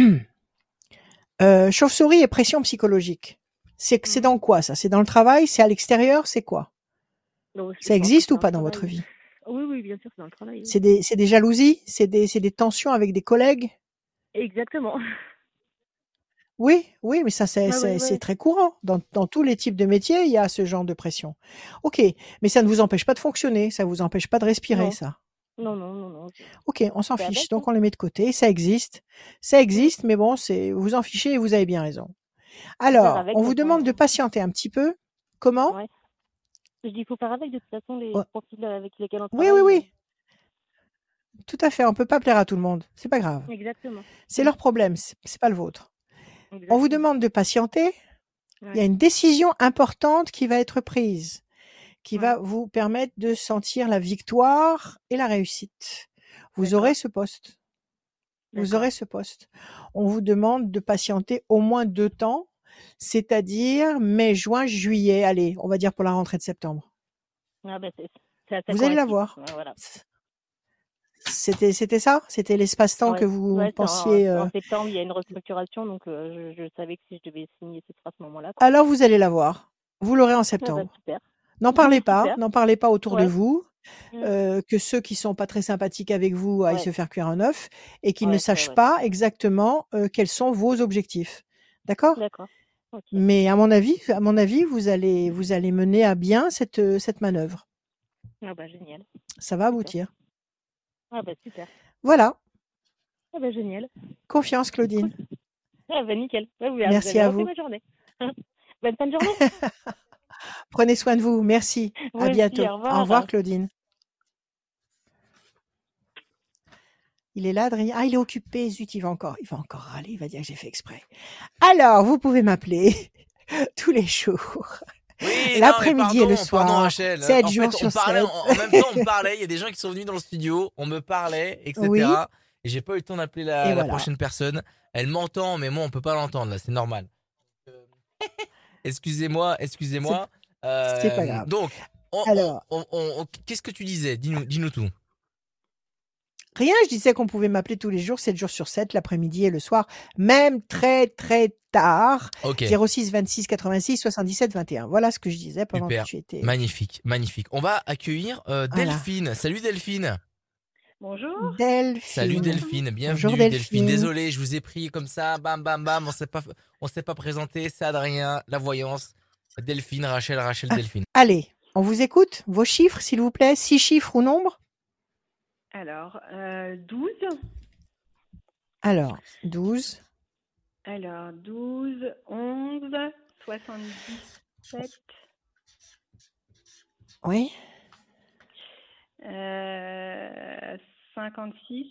euh, chauve-souris et pression psychologique. C'est c'est mhm. dans quoi ça? C'est dans le travail? C'est à l'extérieur? C'est quoi? Donc, je Ça pense que existe c'est ou dans pas le dans votre travail. vie? Oui, oui, bien sûr, c'est dans le travail. Oui. C'est des, c'est des jalousies? C'est des, c'est des tensions avec des collègues? Exactement. Oui, oui, mais ça, c'est Ouais, ouais, c'est- c'est ouais. très courant. Dans, dans tous les types de métiers, il y a ce genre de pression. Ok, mais ça ne vous empêche pas de fonctionner, ça vous empêche pas de respirer, Non, ça. non, non, non, non. je- Ok, on s'en C'est fiche, avec, donc hein. on les met de côté. Ça existe, ça Mm. existe, mais bon, c'est vous en fichez et vous avez bien raison. Faut faire Alors, avec, on de vous toute demande de façon. patienter un petit peu. Comment? Ouais. Je dis, il faut faire avec, de toute façon, les Oh, profils avec lesquels on oui, oui, travaille. oui, euh, tout à fait. On peut pas plaire à tout le monde. C'est pas grave. Exactement. C'est Mm. leur problème, c'est c'est pas le vôtre. On vous Exactement. demande de patienter. Il y a Ouais. une décision importante qui va être prise, qui Ouais. va vous permettre de sentir la victoire et la réussite. Vous aurez D'accord. ce poste. Vous D'accord. aurez ce poste. On vous demande de patienter au moins deux temps, c'est-à-dire mai, juin, juillet. Allez, on va dire pour la rentrée de septembre. Ah ben, c'est, ça, ça Vous allez coïncide. l'avoir. Ouais, voilà. c'était c'était ça? C'était l'espace-temps que Ouais, vous ouais, c'est en, pensiez euh, en septembre, il y a une restructuration, donc euh, je, je savais que si je devais signer, ce sera à ce moment-là, quoi. Alors vous allez la voir. Vous l'aurez en Ah bah septembre. super. N'en parlez pas, Super. n'en parlez pas autour de Ouais. vous. Mm. euh, que ceux qui sont pas très sympathiques avec vous aillent Ouais. se faire cuire un œuf et qu'ils Ouais, ne ouais, sachent ouais. pas exactement euh, quels sont vos objectifs. D'accord? D'accord. Ok. Mais à mon avis, à mon avis, vous allez vous allez mener à bien cette euh, cette manœuvre. Ah bah génial. Ça va Super. aboutir. Ah bah super. Voilà. Ah bah génial. Confiance, Claudine. Cool. Ah bah nickel. Ouais, vous, vous Merci avez à refait vous. ma journée. Bonne fin de journée. Prenez soin de vous. Merci. Vous À aussi, bientôt. au revoir. Au revoir, Claudine. Il est là, Adrien. Ah, il est occupé. Zut, il va encore, il va encore râler. Il va dire que j'ai fait exprès. Alors, vous pouvez m'appeler tous les jours. Oui, non, mais L'après-midi et pardon, le pardon soir. Rachel. sept En jours fait, on sur parlait, sept. en, en même temps, on me parlait. Il y a des gens qui sont venus dans le studio, on me parlait, et cetera. Oui. Et j'ai pas eu le temps d'appeler Et la, la voilà. prochaine personne. Elle m'entend, mais moi, on peut pas l'entendre là, c'est normal. Euh, excusez-moi, C'est excusez-moi. c'est pas Euh, grave. donc, on, on- Alors, on- on- on- qu'est-ce que tu disais? Dis-nous, dis-nous tout. rien, je disais qu'on pouvait m'appeler tous les jours, sept jours sur sept, l'après-midi et le soir, même très très tard. Ok, zéro six vingt-six quatre-vingt-six soixante-dix-sept vingt et un. Voilà ce que je disais pendant super, que tu étais. magnifique, magnifique. On va accueillir euh, Voilà. Delphine. Salut Delphine. Bonjour. Salut Delphine. Delphine, bienvenue Bonjour Delphine. Delphine. Désolé, je vous ai pris comme ça, bam bam bam, on s'est pas on s'est pas présenté, c'est Adrien, la voyance. Delphine, Rachel, Rachel, Ah, Delphine. allez, on vous écoute. Vos chiffres, s'il vous plaît. Six chiffres ou nombres? Alors, euh, douze. Alors, douze. Alors, douze, onze, soixante-dix-sept, Oui. euh, cinquante-six.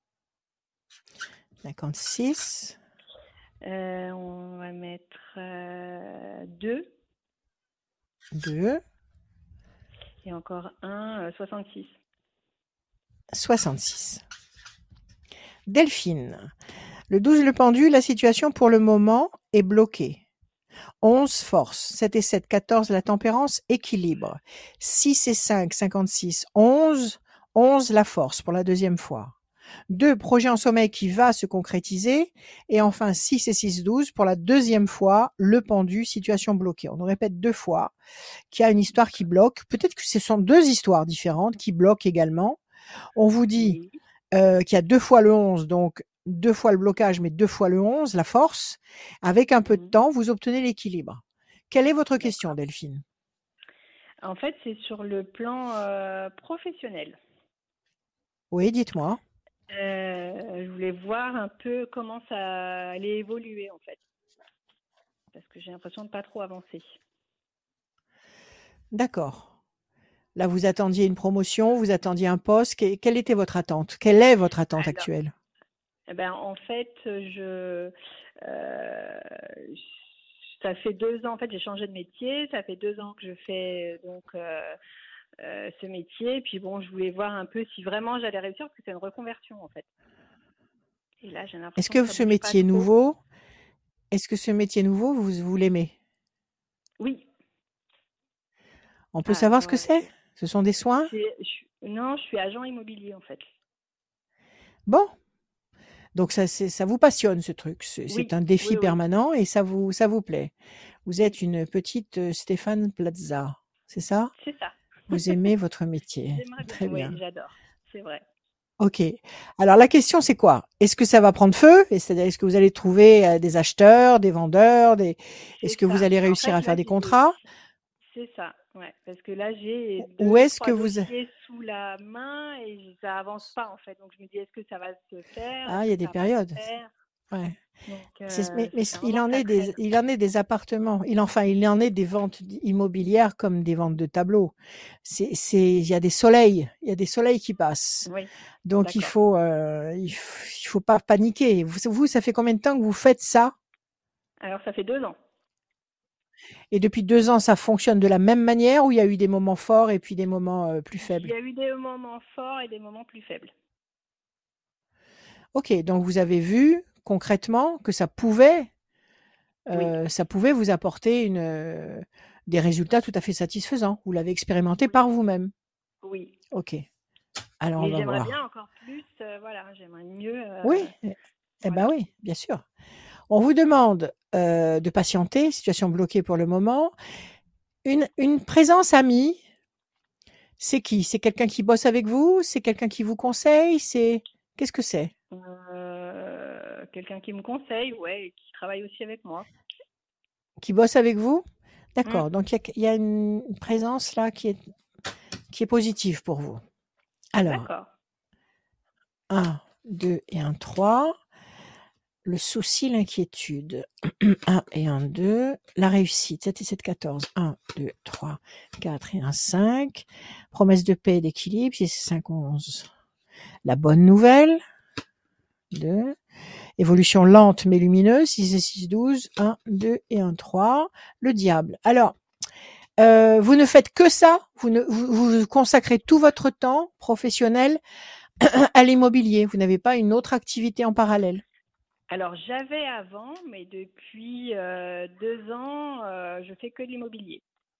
cinquante-six. Euh, on va mettre euh, deux. deux. Et encore un, euh, soixante-six. soixante-six. Delphine. Le douze, le pendu, la situation pour le moment est bloquée. onze, force. sept et sept, quatorze, la tempérance, équilibre. six et cinq, cinquante-six, onze. onze, la force pour la deuxième fois. deux, projet en sommeil qui va se concrétiser. Et enfin, six et six, douze, pour la deuxième fois, le pendu, situation bloquée. On nous répète deux fois qu'il y a une histoire qui bloque. Peut-être que ce sont deux histoires différentes qui bloquent également. On vous dit Oui. euh, qu'il y a deux fois le onze, donc deux fois le blocage, mais deux fois le onze, la force. Avec un peu de Mhm. temps, vous obtenez l'équilibre. Quelle est votre D'accord. question, Delphine? En fait, c'est sur le plan euh, professionnel. Oui, dites-moi. Euh, je voulais voir un peu comment ça allait évoluer, en fait. Parce que j'ai l'impression de pas trop avancer. D'accord. Là, vous attendiez une promotion, vous attendiez un poste. Que- Quelle était votre attente? Quelle est votre attente Alors, actuelle? eh ben, en fait, je, euh, ça fait deux ans, en fait, j'ai changé de métier. Ça fait deux ans que je fais donc euh, euh, ce métier. Puis bon, je voulais voir un peu si vraiment j'allais réussir parce que c'est une reconversion, en fait. Et là, j'ai Est-ce l'impression que que ça ce bouge pas métier trop. nouveau, est-ce que ce métier nouveau, vous, vous l'aimez? Oui. On peut savoir ce que Alors, c'est? Ce sont des soins? c'est, je- non, je suis agent immobilier, en fait. Bon. Donc ça, c'est- ça vous passionne ce truc. C'est c'est Oui, un oui, défi oui, permanent et ça vous, ça vous plaît. Vous êtes oui, une petite euh, Stéphane Plaza, c'est ça? c'est ça. Vous aimez votre métier. J'aimerais bien. Très Oui, bien. j'adore. C'est vrai. Ok. Alors la question c'est quoi? Est-ce que ça va prendre feu? Et c'est-à-dire est-ce que vous allez trouver euh, des acheteurs, des vendeurs, des... C'est est-ce que vous ça. allez En réussir fait, à faire là, des j'ai, contrats? c'est ça. Ouais, parce que là, j'ai Ou deux, est-ce que trois vous... dossiers sous la main et ça avance pas, en fait. Donc, je me dis, est-ce que ça va se faire? Ah, Est-ce il y a que des ça va pas se périodes. faire? Ouais. Donc, C'est- euh, mais mais ça fait un il moment en que ça est des, traîne. il en est des appartements. Il enfin, il en est des ventes d- immobilières comme des ventes de tableaux. C'est, c'est, il y a des soleils, il y a des soleils qui passent. Oui, Donc il d'accord. faut, euh, il f- il faut pas paniquer. Vous, vous, ça fait combien de temps que vous faites ça? Alors, ça fait deux ans. Et depuis deux ans, ça fonctionne de la même manière ou il y a eu des moments forts et puis des moments euh, plus Il y faibles? a eu des moments forts et des moments plus faibles. Ok, donc vous avez vu concrètement que ça pouvait, Oui, euh, ça pouvait vous apporter une, euh, des résultats tout à fait satisfaisants. Vous l'avez expérimenté oui, par vous-même. oui. Ok. Alors, on Mais va j'aimerais voir. bien encore plus, euh, voilà, j'aimerais mieux. euh, Oui, eh eh ben voilà. oui, bien sûr. On vous demande euh, de patienter, situation bloquée pour le moment. Une, une présence amie, c'est qui? C'est quelqu'un qui bosse avec vous? C'est quelqu'un qui vous conseille? C'est qu'est-ce que c'est? Euh, quelqu'un qui me conseille, ouais, et qui travaille aussi avec moi. Qui bosse avec vous? Mm. D'accord. Donc il y a, il y a une présence là qui est qui est positive pour vous. Alors, D'accord. un, deux et un trois. Le souci, l'inquiétude. un et un, deux. La réussite. sept et sept, quatorze. un, deux, trois, quatre et un, cinq. Promesse de paix et d'équilibre. six et cinq, onze. La bonne nouvelle. deux. Évolution lente mais lumineuse. six et six, douze. un, deux et un, trois. Le diable. Alors, euh, vous ne faites que ça. Vous, ne, vous, vous consacrez tout votre temps professionnel à l'immobilier. Vous n'avez pas une autre activité en parallèle. Alors j'avais avant, mais depuis euh, deux ans, euh, je fais que de l'immobilier.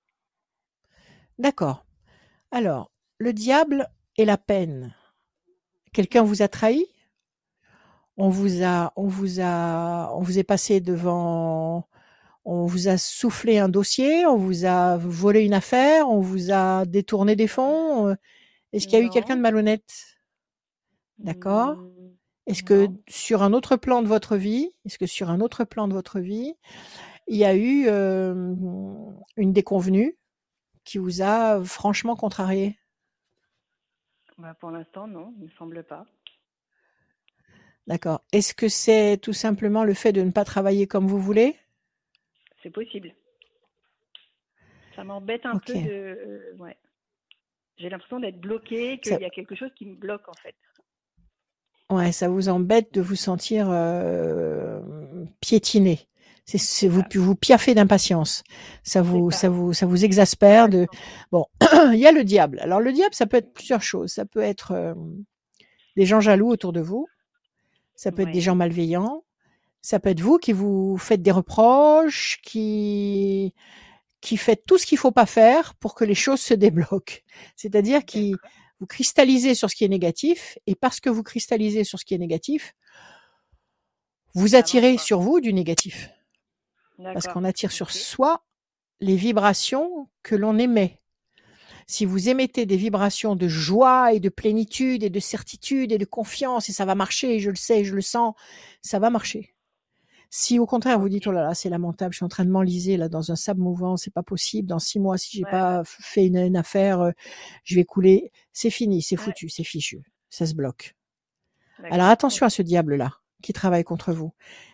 D'accord. Alors, le diable et la peine. Quelqu'un vous a trahi? On vous a, on vous a, on vous est passé devant, on vous a soufflé un dossier, on vous a volé une affaire, on vous a détourné des fonds. euh, Est-ce qu'il y a eu quelqu'un de Non. malhonnête? D'accord. Mm, Est-ce que non. sur un autre plan de votre vie, est-ce que sur un autre plan de votre vie, il y a eu euh, une déconvenue qui vous a franchement contrarié? Bah, pour l'instant, non, il ne me semble pas. D'accord. Est-ce que c'est tout simplement le fait de ne pas travailler comme vous voulez? C'est possible. Ça m'embête un Ok. peu de. euh, ouais. J'ai l'impression d'être bloquée, qu'il Ça, y a quelque chose qui me bloque en fait. ouais, ça vous embête de vous sentir euh, piétiné. C'est, c'est C'est vous, ça. vous piaffez d'impatience. Ça C'est vous, ça. ça vous, ça vous exaspère. De Exactement. bon, il y a le diable. Alors le diable, ça peut être plusieurs choses. Ça peut être euh, des gens jaloux autour de vous. Ça peut être des Ouais. gens malveillants. Ça peut être vous qui vous faites des reproches, qui qui faites tout ce qu'il faut pas faire pour que les choses se débloquent. C'est-à-dire qui D'accord. vous cristallisez sur ce qui est négatif, et parce que vous cristallisez sur ce qui est négatif, vous Ça avance attirez pas. sur vous du négatif. Parce D'accord. qu'on attire sur Ok. soi les vibrations que l'on émet. Si vous émettez des vibrations de joie et de plénitude et de certitude et de confiance, et ça va marcher, je le sais, je le sens, ça va marcher. Si au contraire vous Ok. dites oh là là c'est lamentable, je suis en train de m'enliser là dans un sable mouvant, c'est pas possible. Dans six mois si j'ai Ouais, pas ouais. fait une, une affaire, euh, je vais couler. C'est fini, c'est Ouais. foutu, c'est fichu, ça se bloque. Alors D'accord. attention Ok. à ce diable là qui travaille contre vous.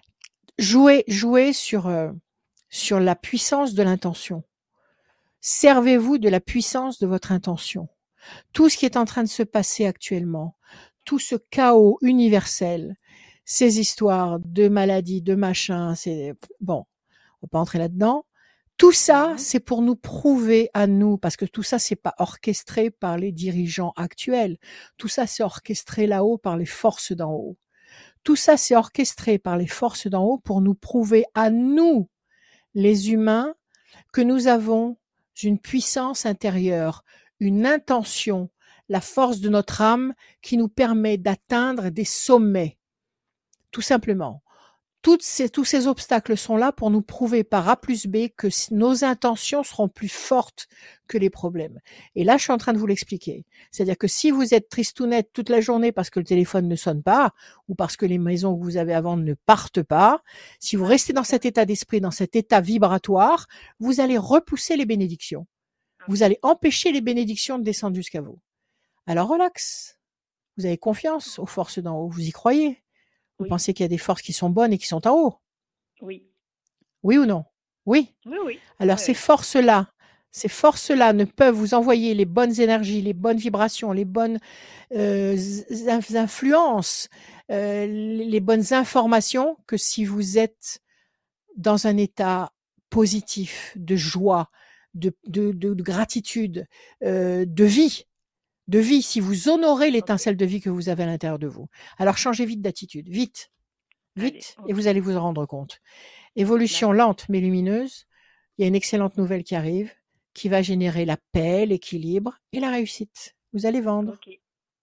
Jouez, jouez sur euh, sur la puissance de l'intention. Servez-vous de la puissance de votre intention. Tout ce qui est en train de se passer actuellement, tout ce chaos universel, ces histoires de maladies, de machins, c'est bon, on va pas entrer là-dedans. Tout ça, Mhm. c'est pour nous prouver à nous, parce que tout ça, c'est pas orchestré par les dirigeants actuels. Tout ça, c'est orchestré là-haut par les forces d'en haut. Tout ça, c'est orchestré par les forces d'en haut pour nous prouver à nous, les humains, que nous avons une puissance intérieure, une intention, la force de notre âme qui nous permet d'atteindre des sommets. Tout simplement. Toutes ces, tous ces obstacles sont là pour nous prouver par A plus B que nos intentions seront plus fortes que les problèmes. Et là, je suis en train de vous l'expliquer. C'est-à-dire que si vous êtes tristounette toute la journée parce que le téléphone ne sonne pas ou parce que les maisons que vous avez à vendre ne partent pas, si vous Ouais, restez dans c'est ça. cet état d'esprit, dans cet état vibratoire, vous allez repousser les bénédictions. Vous Ok. allez empêcher les bénédictions de descendre jusqu'à vous. Alors relax. Vous avez confiance aux forces d'en haut. Vous y croyez. Vous Oui. pensez qu'il y a des forces qui sont bonnes et qui sont en haut. Oui. Oui ou non? Oui. Oui, oui. Alors Oui, ces oui. forces-là, ces forces-là ne peuvent vous envoyer les bonnes énergies, les bonnes vibrations, les bonnes euh, z- influences, euh, les les bonnes informations que si vous êtes dans un état positif, de joie, de, de, de, de gratitude, euh, de vie, de vie, si vous honorez Ok. l'étincelle de vie que vous avez à l'intérieur de vous. Alors changez vite d'attitude, vite, Allez. vite, et Ok. vous allez vous en rendre compte. Évolution D'accord. lente mais lumineuse. Il y a une excellente nouvelle qui arrive, qui va générer la paix, l'équilibre et la réussite. Vous allez vendre. Ok.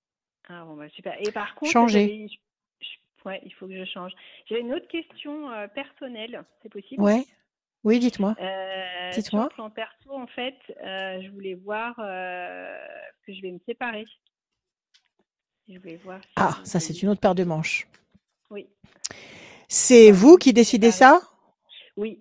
Ah bon, bah, super. Et par contre, Changez. j'avais, je- je- ouais, il faut que je change. J'avais une autre question euh, personnelle, c'est possible? Ouais. Oui, dites-moi. Euh, sur Dites-moi. le plan perso, en fait, euh, je voulais voir euh, que je vais me séparer. Je voulais voir si Ah, vous ça, c'est voyez. une autre paire de manches. Oui. C'est Enfin, vous me qui décidez séparer. ça? Oui,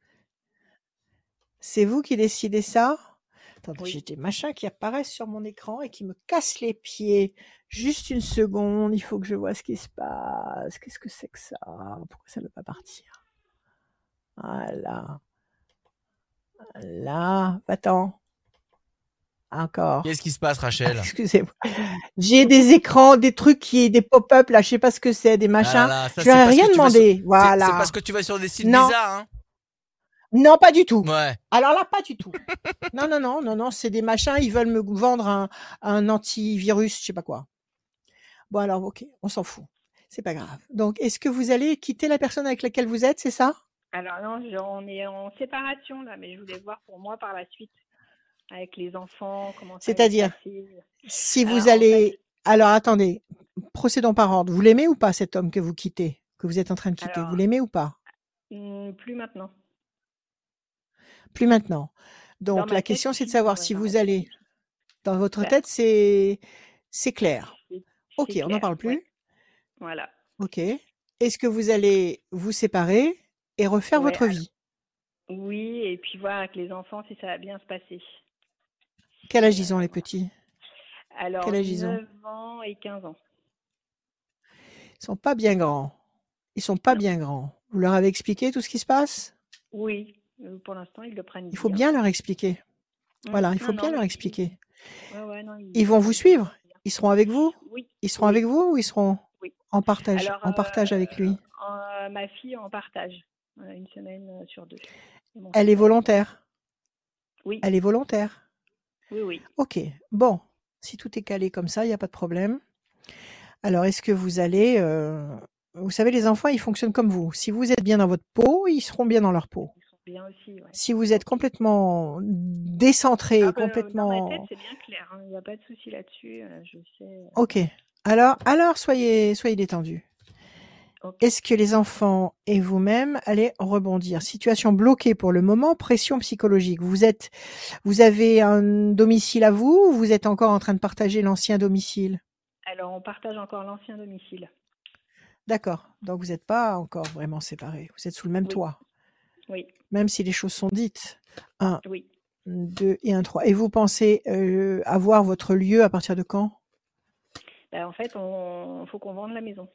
C'est vous qui décidez ça? Attendez, j'ai oui. des machins qui apparaissent sur mon écran et qui me cassent les pieds. Juste une seconde, il faut que je vois ce qui se passe. Qu'est-ce que c'est que ça? Pourquoi ça ne veut pas partir? Voilà. Là, attends. Encore. Qu'est-ce qui se passe, Rachel? Excusez-moi. J'ai des écrans, des trucs qui, des pop-up là, je sais pas ce que c'est, des Ah machins. là là, ça, Je c'est leur ai parce rien que tu vas sur... demandé. c'est- c'est Voilà. parce que tu vas sur des sites Non, bizarres, hein? non, pas du tout. Ouais. Alors là, pas du tout. Non, non, non, non, non, c'est des machins, ils veulent me vendre un, un antivirus, je sais pas quoi. Bon alors, ok, on s'en fout. C'est pas grave. Donc, est-ce que vous allez quitter la personne avec laquelle vous êtes, c'est ça? Alors non, je- on est en séparation là, mais je voulais voir pour moi par la suite, avec les enfants, comment ça allait se C'est-à-dire, passer. si vous Alors en fait, allez... Alors, attendez, procédons par ordre. Vous l'aimez ou pas, cet homme que vous quittez, que vous êtes en train de quitter? Vous alors l'aimez ou pas? hum, plus maintenant. Plus maintenant. Dans Donc, ma la tête, question, c'est de si, savoir ouais, si dans ma vous tête, allez... si. Dans votre Bah, tête, c'est c'est clair. c'est Ok, c'est on n'en clair, parle ouais. plus. Voilà. Ok. Est-ce que vous allez vous séparer et refaire Ouais, votre alors, vie? oui, et puis voir avec les enfants si ça va bien se passer. Quel Si, âge ils ont, euh, les voilà. petits? Alors, Quel âge ils ont? neuf ans et quinze ans. Ils sont pas bien grands. Ils sont pas Non. bien grands. Vous leur avez expliqué tout ce qui se passe? Oui, euh, pour l'instant, ils le prennent Il faut bien. bien leur expliquer. Hum, Voilà, il faut Non, non, bien leur mais ils, expliquer. ouais, ouais, non, ils Ils le vont vous prennent plutôt suivre? bien. Ils seront avec vous? Oui, Ils seront avec oui, vous ou ils seront oui. en partage, Alors, en partage avec euh, lui? en- ma fille en partage, euh, une semaine euh, sur deux. Et mon Elle est fils avec moi. volontaire. Oui, Elle est volontaire. oui, oui. Ok. Bon, si tout est calé comme ça, il n'y a pas de problème. Alors, est-ce que vous allez... euh, Vous savez, les enfants, ils fonctionnent comme vous. Si vous êtes bien dans votre peau, ils seront bien dans leur peau. Ils sont bien aussi, ouais. Si vous êtes Ok. complètement décentré, Ah, ben, dans ma tête, complètement... c'est bien clair, hein. Il n'y a pas de souci là-dessus. euh, Je sais. euh, Ok. Alors, alors soyez, soyez détendus. Ok. Est-ce que les enfants et vous-même allez rebondir? Situation bloquée pour le moment, pression psychologique. Vous êtes, vous avez un domicile à vous ou vous êtes encore en train de partager l'ancien domicile? Alors, on partage encore l'ancien domicile. D'accord. Donc vous n'êtes pas encore vraiment séparés. Vous êtes sous le même Oui, toit, oui, même si les choses sont dites. Un, oui. deux et un, trois. Et vous pensez euh, avoir votre lieu à partir de quand? Ben, en fait, on faut qu'on vende la maison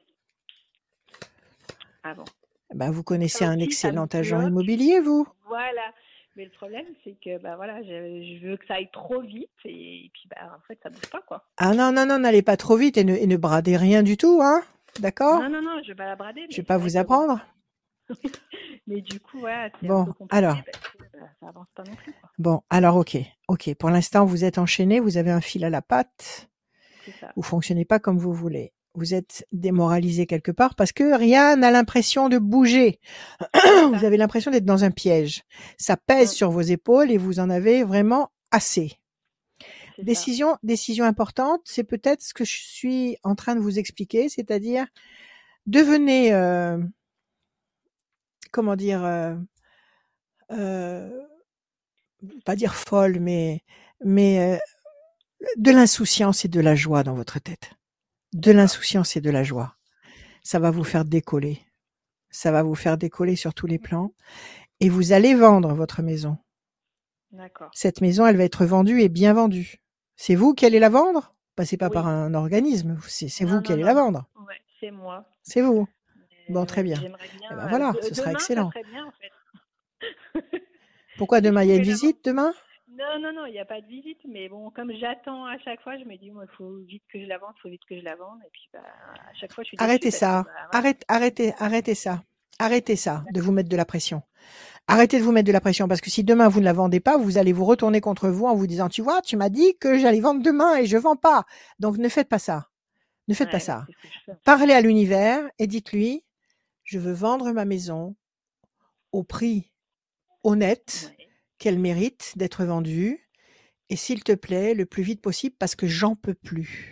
avant. Ben, vous Donc connaissez ça un aussi, ça me excellent agent bloque. immobilier, vous? Voilà. Mais le problème, c'est que bah voilà, je, je veux que ça aille trop vite et, et puis bah en fait, ça bouge pas quoi. Ah non, non, non, n'allez pas trop vite et ne, et ne bradez rien du tout, hein? D'accord? Non, non, non, je vais pas la brader, Je mais vais pas c'est vrai vous que bon. apprendre. Mais du coup, voilà, c'est un Bon, peu compliqué alors, parce que bah, ça avance pas non plus quoi. bon, alors, ok, ok. Pour l'instant, vous êtes enchaîné, vous avez un fil à la patte, C'est ça. vous fonctionnez pas comme vous voulez. Vous êtes démoralisé quelque part parce que rien n'a l'impression de bouger. C'est Vous ça. avez l'impression d'être dans un piège. Ça pèse Mm, sur vos épaules et vous en avez vraiment assez. c'est ça. Décision, décision importante, c'est peut-être ce que je suis en train de vous expliquer, c'est-à-dire devenez, euh, comment dire, euh, euh, pas dire folle, mais, mais euh, de l'insouciance et de la joie dans votre tête. De D'accord. l'insouciance et de la joie. Ça va vous Ok. faire décoller. Ça va vous faire décoller sur tous les plans. Et vous allez vendre votre maison. D'accord. Cette maison, elle va être vendue et bien vendue. C'est vous qui allez la vendre? Passez pas Oui. par un organisme. C'est c'est vous Non, qui non, allez non, la non. vendre. Ouais, c'est moi. C'est vous. Mais, Bon, très ouais, bien. j'aimerais Eh bien. ben euh, voilà, de- ce sera demain, ça excellent. serait bien en fait. Pourquoi Si je demain? Il y a une pouvais la vendre. visite demain? Non, non, non, il n'y a pas de visite, mais bon, comme j'attends à chaque fois, je me dis, il faut vite que je la vende, il faut vite que je la vende, et puis bah, à chaque fois, je suis déçue Arrêtez parce que ça. bah, voilà. Arrête, arrêtez, arrêtez ça. Arrêtez ça de vous mettre de la pression. Arrêtez de vous mettre de la pression parce que si demain vous ne la vendez pas, vous allez vous retourner contre vous en vous disant, tu vois, tu m'as dit que j'allais vendre demain et je vends pas. Donc ne faites pas ça. Ne faites pas Ouais, bah, ça. c'est ce que je fais en fait. Parlez à l'univers et dites-lui, je veux vendre ma maison au prix honnête Ouais, qu'elle mérite d'être vendue et s'il te plaît, le plus vite possible parce que j'en peux plus.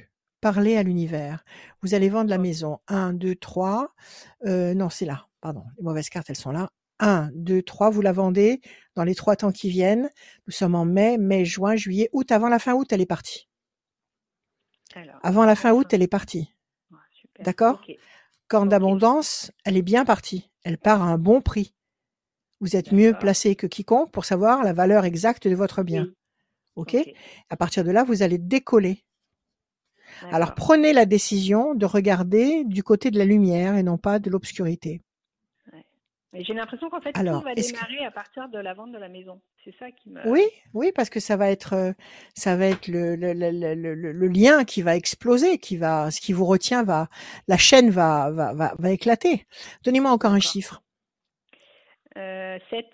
parler à l'univers. Vous allez vendre la maison. un, deux, trois. Euh, non, c'est là. Pardon, les mauvaises cartes, elles sont là. un, deux, trois. Vous la vendez dans les trois temps qui viennent. Nous sommes en mai, mai, juin, juillet, août. Avant la fin août, elle est partie. Alors, Avant la fin enfin, août, elle est partie. ouais, super. D'accord? Ok. Corne Ok. d'abondance, elle est bien partie. Elle part à un bon prix. Vous êtes mieux D'accord. placé que quiconque pour savoir la valeur exacte de votre bien. Oui. OK? Ok. À partir de là, vous allez décoller. Alors D'accord. prenez la décision de regarder du côté de la lumière et non pas de l'obscurité. Ouais. Mais j'ai l'impression qu'en fait, tout Alors, va est-ce que démarrer à partir de la vente de la maison. C'est ça qui me. oui, oui, parce que ça va être, euh, ça va être le, le, le, le, le- le lien qui va exploser, qui va, ce qui vous retient va, la chaîne va, va, va, va éclater. Donnez-moi encore un D'accord. chiffre. Euh, sept.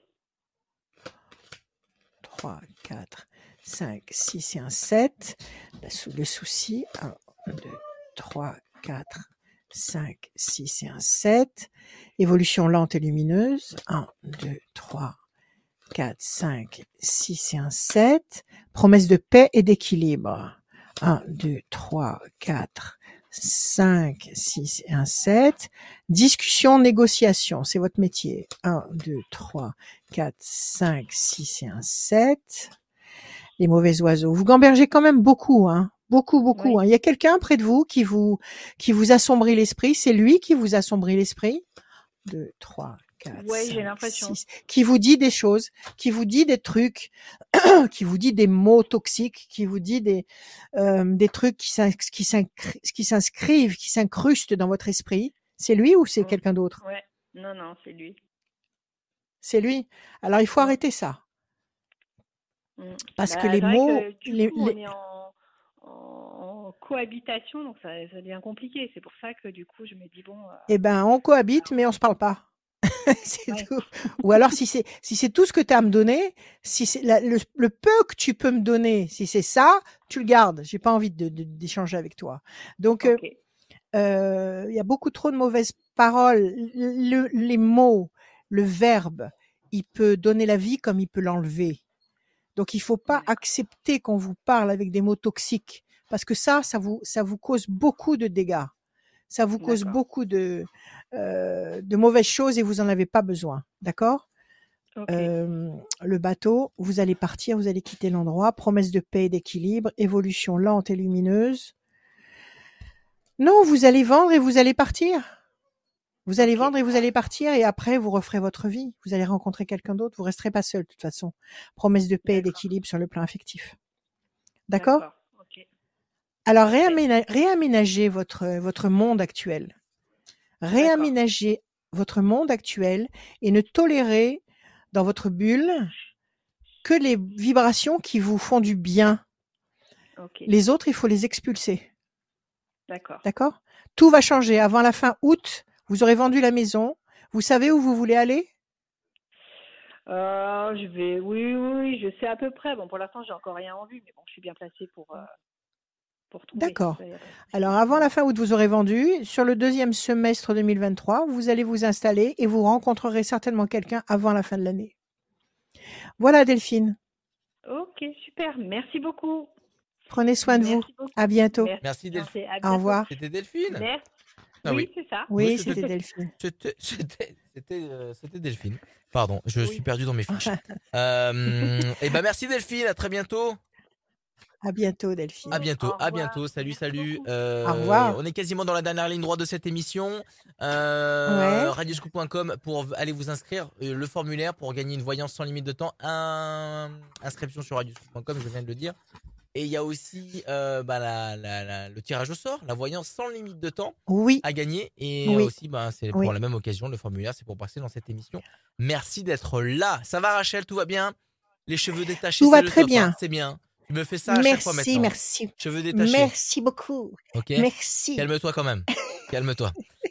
trois, quatre, cinq, six et un sept. Le sou- le souci, un, deux, trois, quatre, cinq, six et un sept. Évolution lente et lumineuse. un, deux, trois, quatre, cinq, six et un sept. Promesse de paix et d'équilibre. un, deux, trois, quatre, cinq, six et un sept. Discussion, négociation, c'est votre métier. un, deux, trois, quatre, cinq, six et un sept. Les mauvais oiseaux. Vous gambergez quand même beaucoup, hein. Beaucoup, beaucoup. Oui. Hein. Il y a quelqu'un près de vous qui vous, qui vous assombrit l'esprit. C'est lui qui vous assombrit l'esprit. deux, trois, quatre, Oui, j'ai cinq, l'impression. six. Qui vous dit des choses, qui vous dit des trucs, qui vous dit des mots toxiques, qui vous dit des, euh, des trucs qui s'ins- qui s'incr- qui s'inscrivent, qui s'incrustent dans votre esprit. C'est lui ou c'est Mm. quelqu'un d'autre? Ouais. Non, non, c'est lui. C'est lui. Alors il faut Mm. arrêter ça. Mm. Parce Bah, que les c'est vrai mots, que du les, coup, les- on est en, en cohabitation, donc ça, ça devient compliqué. C'est pour ça que du coup, je me dis, bon, euh, eh ben, on cohabite, mais on se parle pas. C'est ouais. tout. Ou alors, si c'est si c'est tout ce que tu as à me donner, si c'est la- le, le peu que tu peux me donner, si c'est ça, tu le gardes. J'ai pas envie de, de- d'échanger avec toi. Donc, euh, Ok. euh, il y a beaucoup trop de mauvaises paroles. Le- les mots, le verbe, il peut donner la vie comme il peut l'enlever. Donc, il faut pas D'accord. accepter qu'on vous parle avec des mots toxiques, parce que ça, ça vous ça vous cause beaucoup de dégâts. Ça vous cause D'accord. beaucoup de, euh, de mauvaises choses et vous en avez pas besoin. D'accord? Ok. Euh, le bateau, vous allez partir, vous allez quitter l'endroit. Promesse de paix et d'équilibre, évolution lente et lumineuse. Non, vous allez vendre et vous allez partir. Vous allez Ok. vendre et vous allez partir et après vous referez votre vie. Vous allez rencontrer quelqu'un d'autre. Vous resterez pas seul de toute façon. Promesse de paix et D'accord. d'équilibre sur le plan affectif. D'accord? D'accord. Ok. Alors Parfait. réaména- réaménagez votre votre monde actuel. D'accord. Réaménagez votre monde actuel et ne tolérez dans votre bulle que les vibrations qui vous font du bien. Ok. Les autres, il faut les expulser. D'accord. D'accord? Tout va changer. Avant la fin août, vous aurez vendu la maison. Vous savez où vous voulez aller? Euh, je vais, oui, oui, oui, je sais à peu près. Bon, pour l'instant, j'ai encore rien en vue, mais bon, je suis bien placée pour, euh, pour trouver. D'accord. Ça, y a pas de souci. Alors, avant Mm. la fin août, vous aurez vendu. Sur le deuxième semestre deux mille vingt-trois, vous allez vous installer et vous rencontrerez certainement quelqu'un avant la fin de l'année. Voilà, Delphine. Ok, super. Merci beaucoup. Prenez soin de vous. Merci beaucoup. À bientôt. Merci. Merci Delphine. À Au bientôt. revoir. C'était Delphine? Merci. Ah oui, oui. c'est ça. Oui, Oui, c'était c'était Delphine. c'était c'était c'était euh, c'était Delphine. Pardon, je Oui. suis perdu dans mes fiches. Euh, et ben merci Delphine, à très bientôt. À bientôt, Delphine. À bientôt, Au à revoir. bientôt. Salut, Merci salut. beaucoup. Euh, Au revoir. on est quasiment dans la dernière ligne droite de cette émission. Euh, Ouais. radioscoop point com pour aller vous inscrire, euh, le formulaire pour gagner une voyance sans limite de temps. Un, inscription sur radioscoop point com, je viens de le dire. Et il y a aussi euh, bah, la, la, la, le tirage au sort, la voyance sans limite de temps Oui. à gagner. Et Oui. aussi, bah, c'est Oui. pour la même occasion, le formulaire, c'est pour passer dans cette émission. Merci d'être là. Ça va, Rachel? Tout va bien? Les cheveux détachés, Tout c'est va le très top, bien. hein, c'est bien. Tu me fais ça à chaque fois Merci, maintenant. merci. Cheveux détachés. Merci beaucoup. Ok. Merci. Calme-toi quand même. Calme-toi.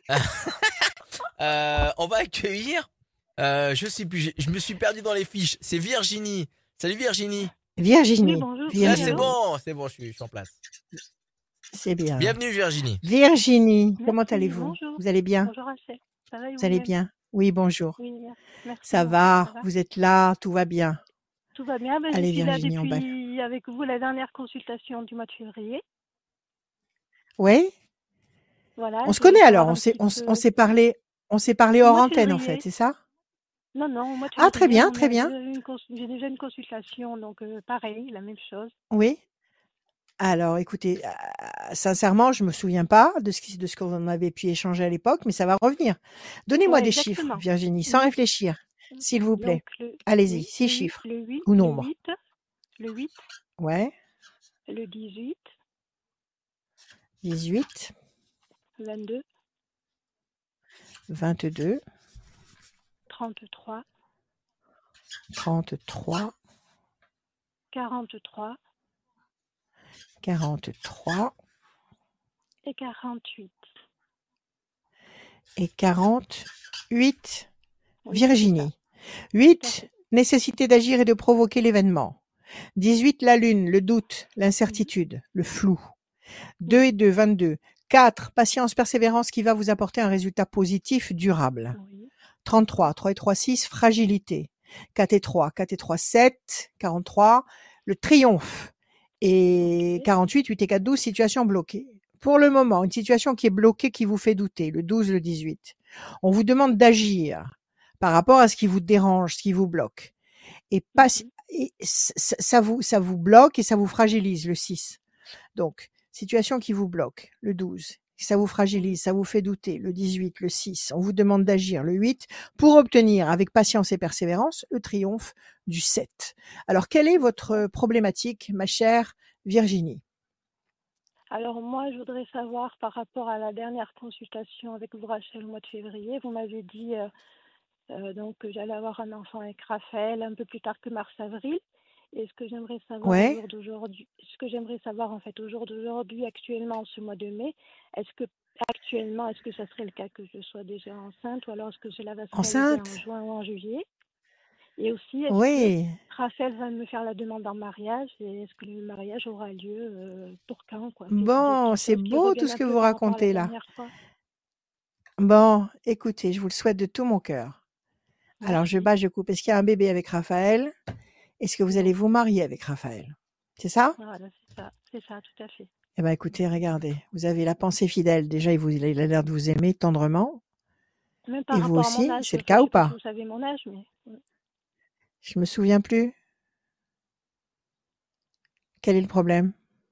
euh, on va accueillir. Euh, je sais plus. Je me suis perdu dans les fiches. C'est Virginie. Salut Virginie. Virginie. Oui, bonjour. Ah, Virginie. c'est bon, c'est bon. Je suis, je suis en place. C'est bien. Bienvenue Virginie. Virginie, Merci. comment allez-vous? Bonjour. Vous allez bien? Bonjour Rachel. Ça va et Vous allez vous-même? bien? Oui, bonjour. Oui, merci. Ça bonjour, va? ça va. Vous êtes là? Tout va bien? Tout va bien. Ben, je Allez, suis là Virginie, on va. depuis avec vous la dernière consultation du mois de février. Oui? Voilà, On se je voulais connaît alors, savoir on un s'est petit on s on peu. s'est parlé on s'est parlé Au hors mois de antenne en fait, février. c'est ça? Non, non, au mois de Ah très février, bien, on très a bien. déjà eu une cons- j'ai déjà une consultation, donc euh, pareil, la même chose. Oui. Alors écoutez, euh, sincèrement, je me souviens pas de ce qui de ce qu'on avait pu échanger à l'époque, mais ça va revenir. Donnez-moi Ouais, des chiffres, exactement. Virginie, sans Donc, réfléchir, s'il vous plaît. donc le, Allez-y, oui, six le huit, chiffres le huit, ou le nombres. huit, le huit, Ouais. le dix-huit, dix-huit, vingt-deux, vingt-deux, trente-trois, trente-trois, quarante-trois quarante-trois et quarante-huit. et quarante-huit. Oui, c'est ça, Virginie. tout à huit, fait. nécessité d'agir et de provoquer l'événement. dix-huit, la lune, le doute, Mhm, l'incertitude, le flou. mhm. deux et deux, vingt-deux. quatre, patience, persévérance qui va vous apporter un résultat positif durable. Oui, trente-trois, trois et trois, six, fragilité. quatre et trois, quatre et trois, sept, quarante-trois, le triomphe. Et ok. quarante-huit, huit et quatre, douze, situation bloquée. Pour le moment, une situation qui est bloquée, qui vous fait douter, le douze, le dix-huit. On vous demande d'agir par rapport à ce qui vous dérange, ce qui vous bloque. Et, pas, Mhm, et ça, ça vous, ça vous bloque et ça vous fragilise, le six. Donc, situation qui vous bloque, le douze. Ça vous oui, fragilise, ça vous fait douter, le dix-huit, le six. On vous demande d'agir, le huit, pour obtenir, avec patience et persévérance, le triomphe du sept. Alors, quelle est votre d'accord. problématique, ma chère Virginie? Alors moi, je voudrais savoir par rapport à la dernière consultation avec vous, Rachel, au mois de février, vous m'avez dit euh, euh, donc que j'allais avoir un enfant avec Raphaël un peu plus tard que mars-avril. Et ce que j'aimerais savoir au Ouais, jour d'aujourd'hui, ce que j'aimerais savoir en fait au jour d'aujourd'hui, actuellement, ce mois de mai, est-ce que actuellement, est-ce que ça serait le cas que je sois déjà enceinte ou alors est-ce que cela va se réaliser en enceinte? juin ou en juillet? Et aussi, est-ce que Oui. Raphaël va me faire la demande en mariage et est-ce que le mariage aura lieu euh, pour quand, quoi? C'est des Bon, petites c'est choses qui beau tout reviennent ce un que peu vous par rapport à la racontez là. dernière fois. Bon, écoutez, je vous le souhaite de tout mon cœur. Alors, je Merci. bats, je coupe. Est-ce qu'il y a un bébé avec Raphaël? Est-ce que vous allez Non. vous marier avec Raphaël? C'est ça? Voilà, c'est ça. C'est ça, tout à fait. Eh ben, écoutez, regardez. Vous avez la pensée fidèle. Déjà, il, vous, il a l'air de vous aimer tendrement. Même Et par vous rapport à mon aussi, âge, c'est le enfin, cas je ou sais pas si pas? vous savez mon âge, mais euh, Je me souviens plus. Quel est le problème?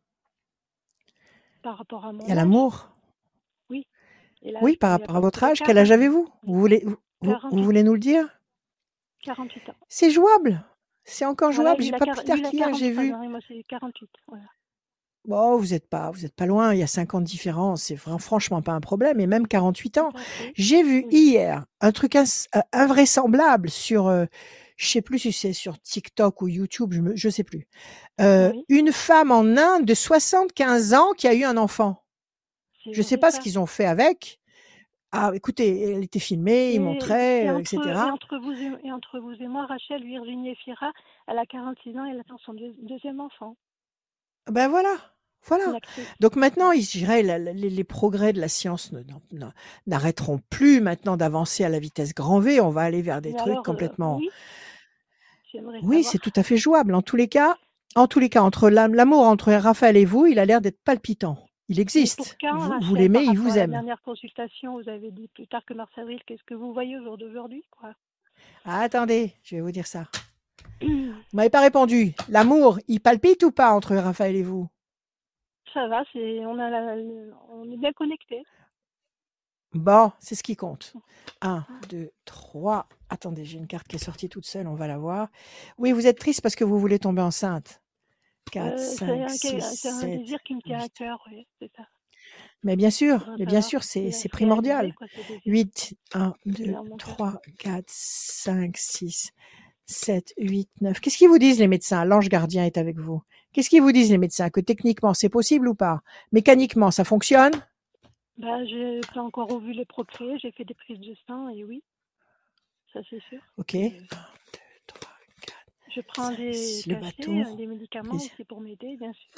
par rapport à Il y a mon âge, l'amour. oui. Et là, Oui, je par il n'y a rapport à pas beaucoup votre âge. d'écart, Quel âge hein. avez-vous? Vous voulez, vous, vous, vous quarante-huit, voulez nous le dire? quarante-huit ans. C'est jouable. C'est encore Voilà, jouable. lui, J'ai il a, pas quar- plus lui, tard il a qu'hier, j'ai quarante-trois vu. ans et moi, c'est quarante-huit. Voilà. Bon, vous êtes pas, vous êtes pas loin. Il y a cinq ans de différence. C'est fran- franchement pas un problème. Et même quarante-huit ans. Tout à fait. J'ai vu Oui. hier un truc ins- euh, invraisemblable sur, euh, je sais plus si c'est sur TikTok ou YouTube, je, me, je sais plus. Euh, Oui, une femme en Inde de soixante-quinze ans qui a eu un enfant. c'est Je sais vrai pas ce ça. qu'ils ont fait avec. Ah, écoutez, elle était filmée, ils Et, montraient, et, euh, entre, et cetera. et, entre vous et, et entre vous et moi, Rachel Virginie Efira, elle a quarante-six ans et elle attend son deux- deuxième enfant. Ben voilà, Une voilà. actrice. Donc maintenant, je dirais, la- la- les, les progrès de la science ne- ne- n'arrêteront plus maintenant d'avancer à la vitesse grand V. On va aller vers des Mais trucs alors, euh, complètement. oui, j'aimerais Oui, savoir. c'est tout à fait jouable. En tous les cas, en tous les cas, entre l'am- l'amour entre Raphaël et vous, il a l'air d'être palpitant. Il Et pour existe. quand, Vous, vous Rachel, l'aimez, par il rapport vous à la aime. dernière consultation, vous avez dit plus tard que mars-avril, qu'est-ce que vous voyez au jour d'aujourd'hui, quoi? Ah, attendez, je vais vous dire ça. Vous m'avez pas répondu. L'amour, il palpite ou pas entre Raphaël et vous? Ça va, c'est, on, a la- on est bien connectés. Bon, c'est ce qui compte. Un, deux, trois. Attendez, j'ai une carte qui est sortie toute seule, on va la voir. Oui, vous êtes triste parce que vous voulez tomber enceinte. quatre, Euh, c'est, cinq, un, six, c'est un sept, désir qui me tient à huit. cœur, oui, c'est ça. Mais bien Je sûr, voudrais mais bien savoir sûr, s'il c'est va c'est se réaliser, primordial. quoi, ce désir. huit, un, Il deux, est dans mon cœur. trois, quatre, cinq, six, sept, huit, neuf. Qu'est-ce qu'ils vous disent les médecins? L'ange gardien est avec vous. Qu'est-ce qu'ils vous disent les médecins? Que techniquement c'est possible ou pas? Mécaniquement ça fonctionne? Bah, j'ai pas encore revu les procréés, j'ai fait des prises de sang et oui, ça c'est sûr. Ok. Euh, un, deux, trois, quatre, je prends cinq, des six. Le cachets, bateau. euh, des médicaments Plaisir. aussi pour m'aider, bien sûr.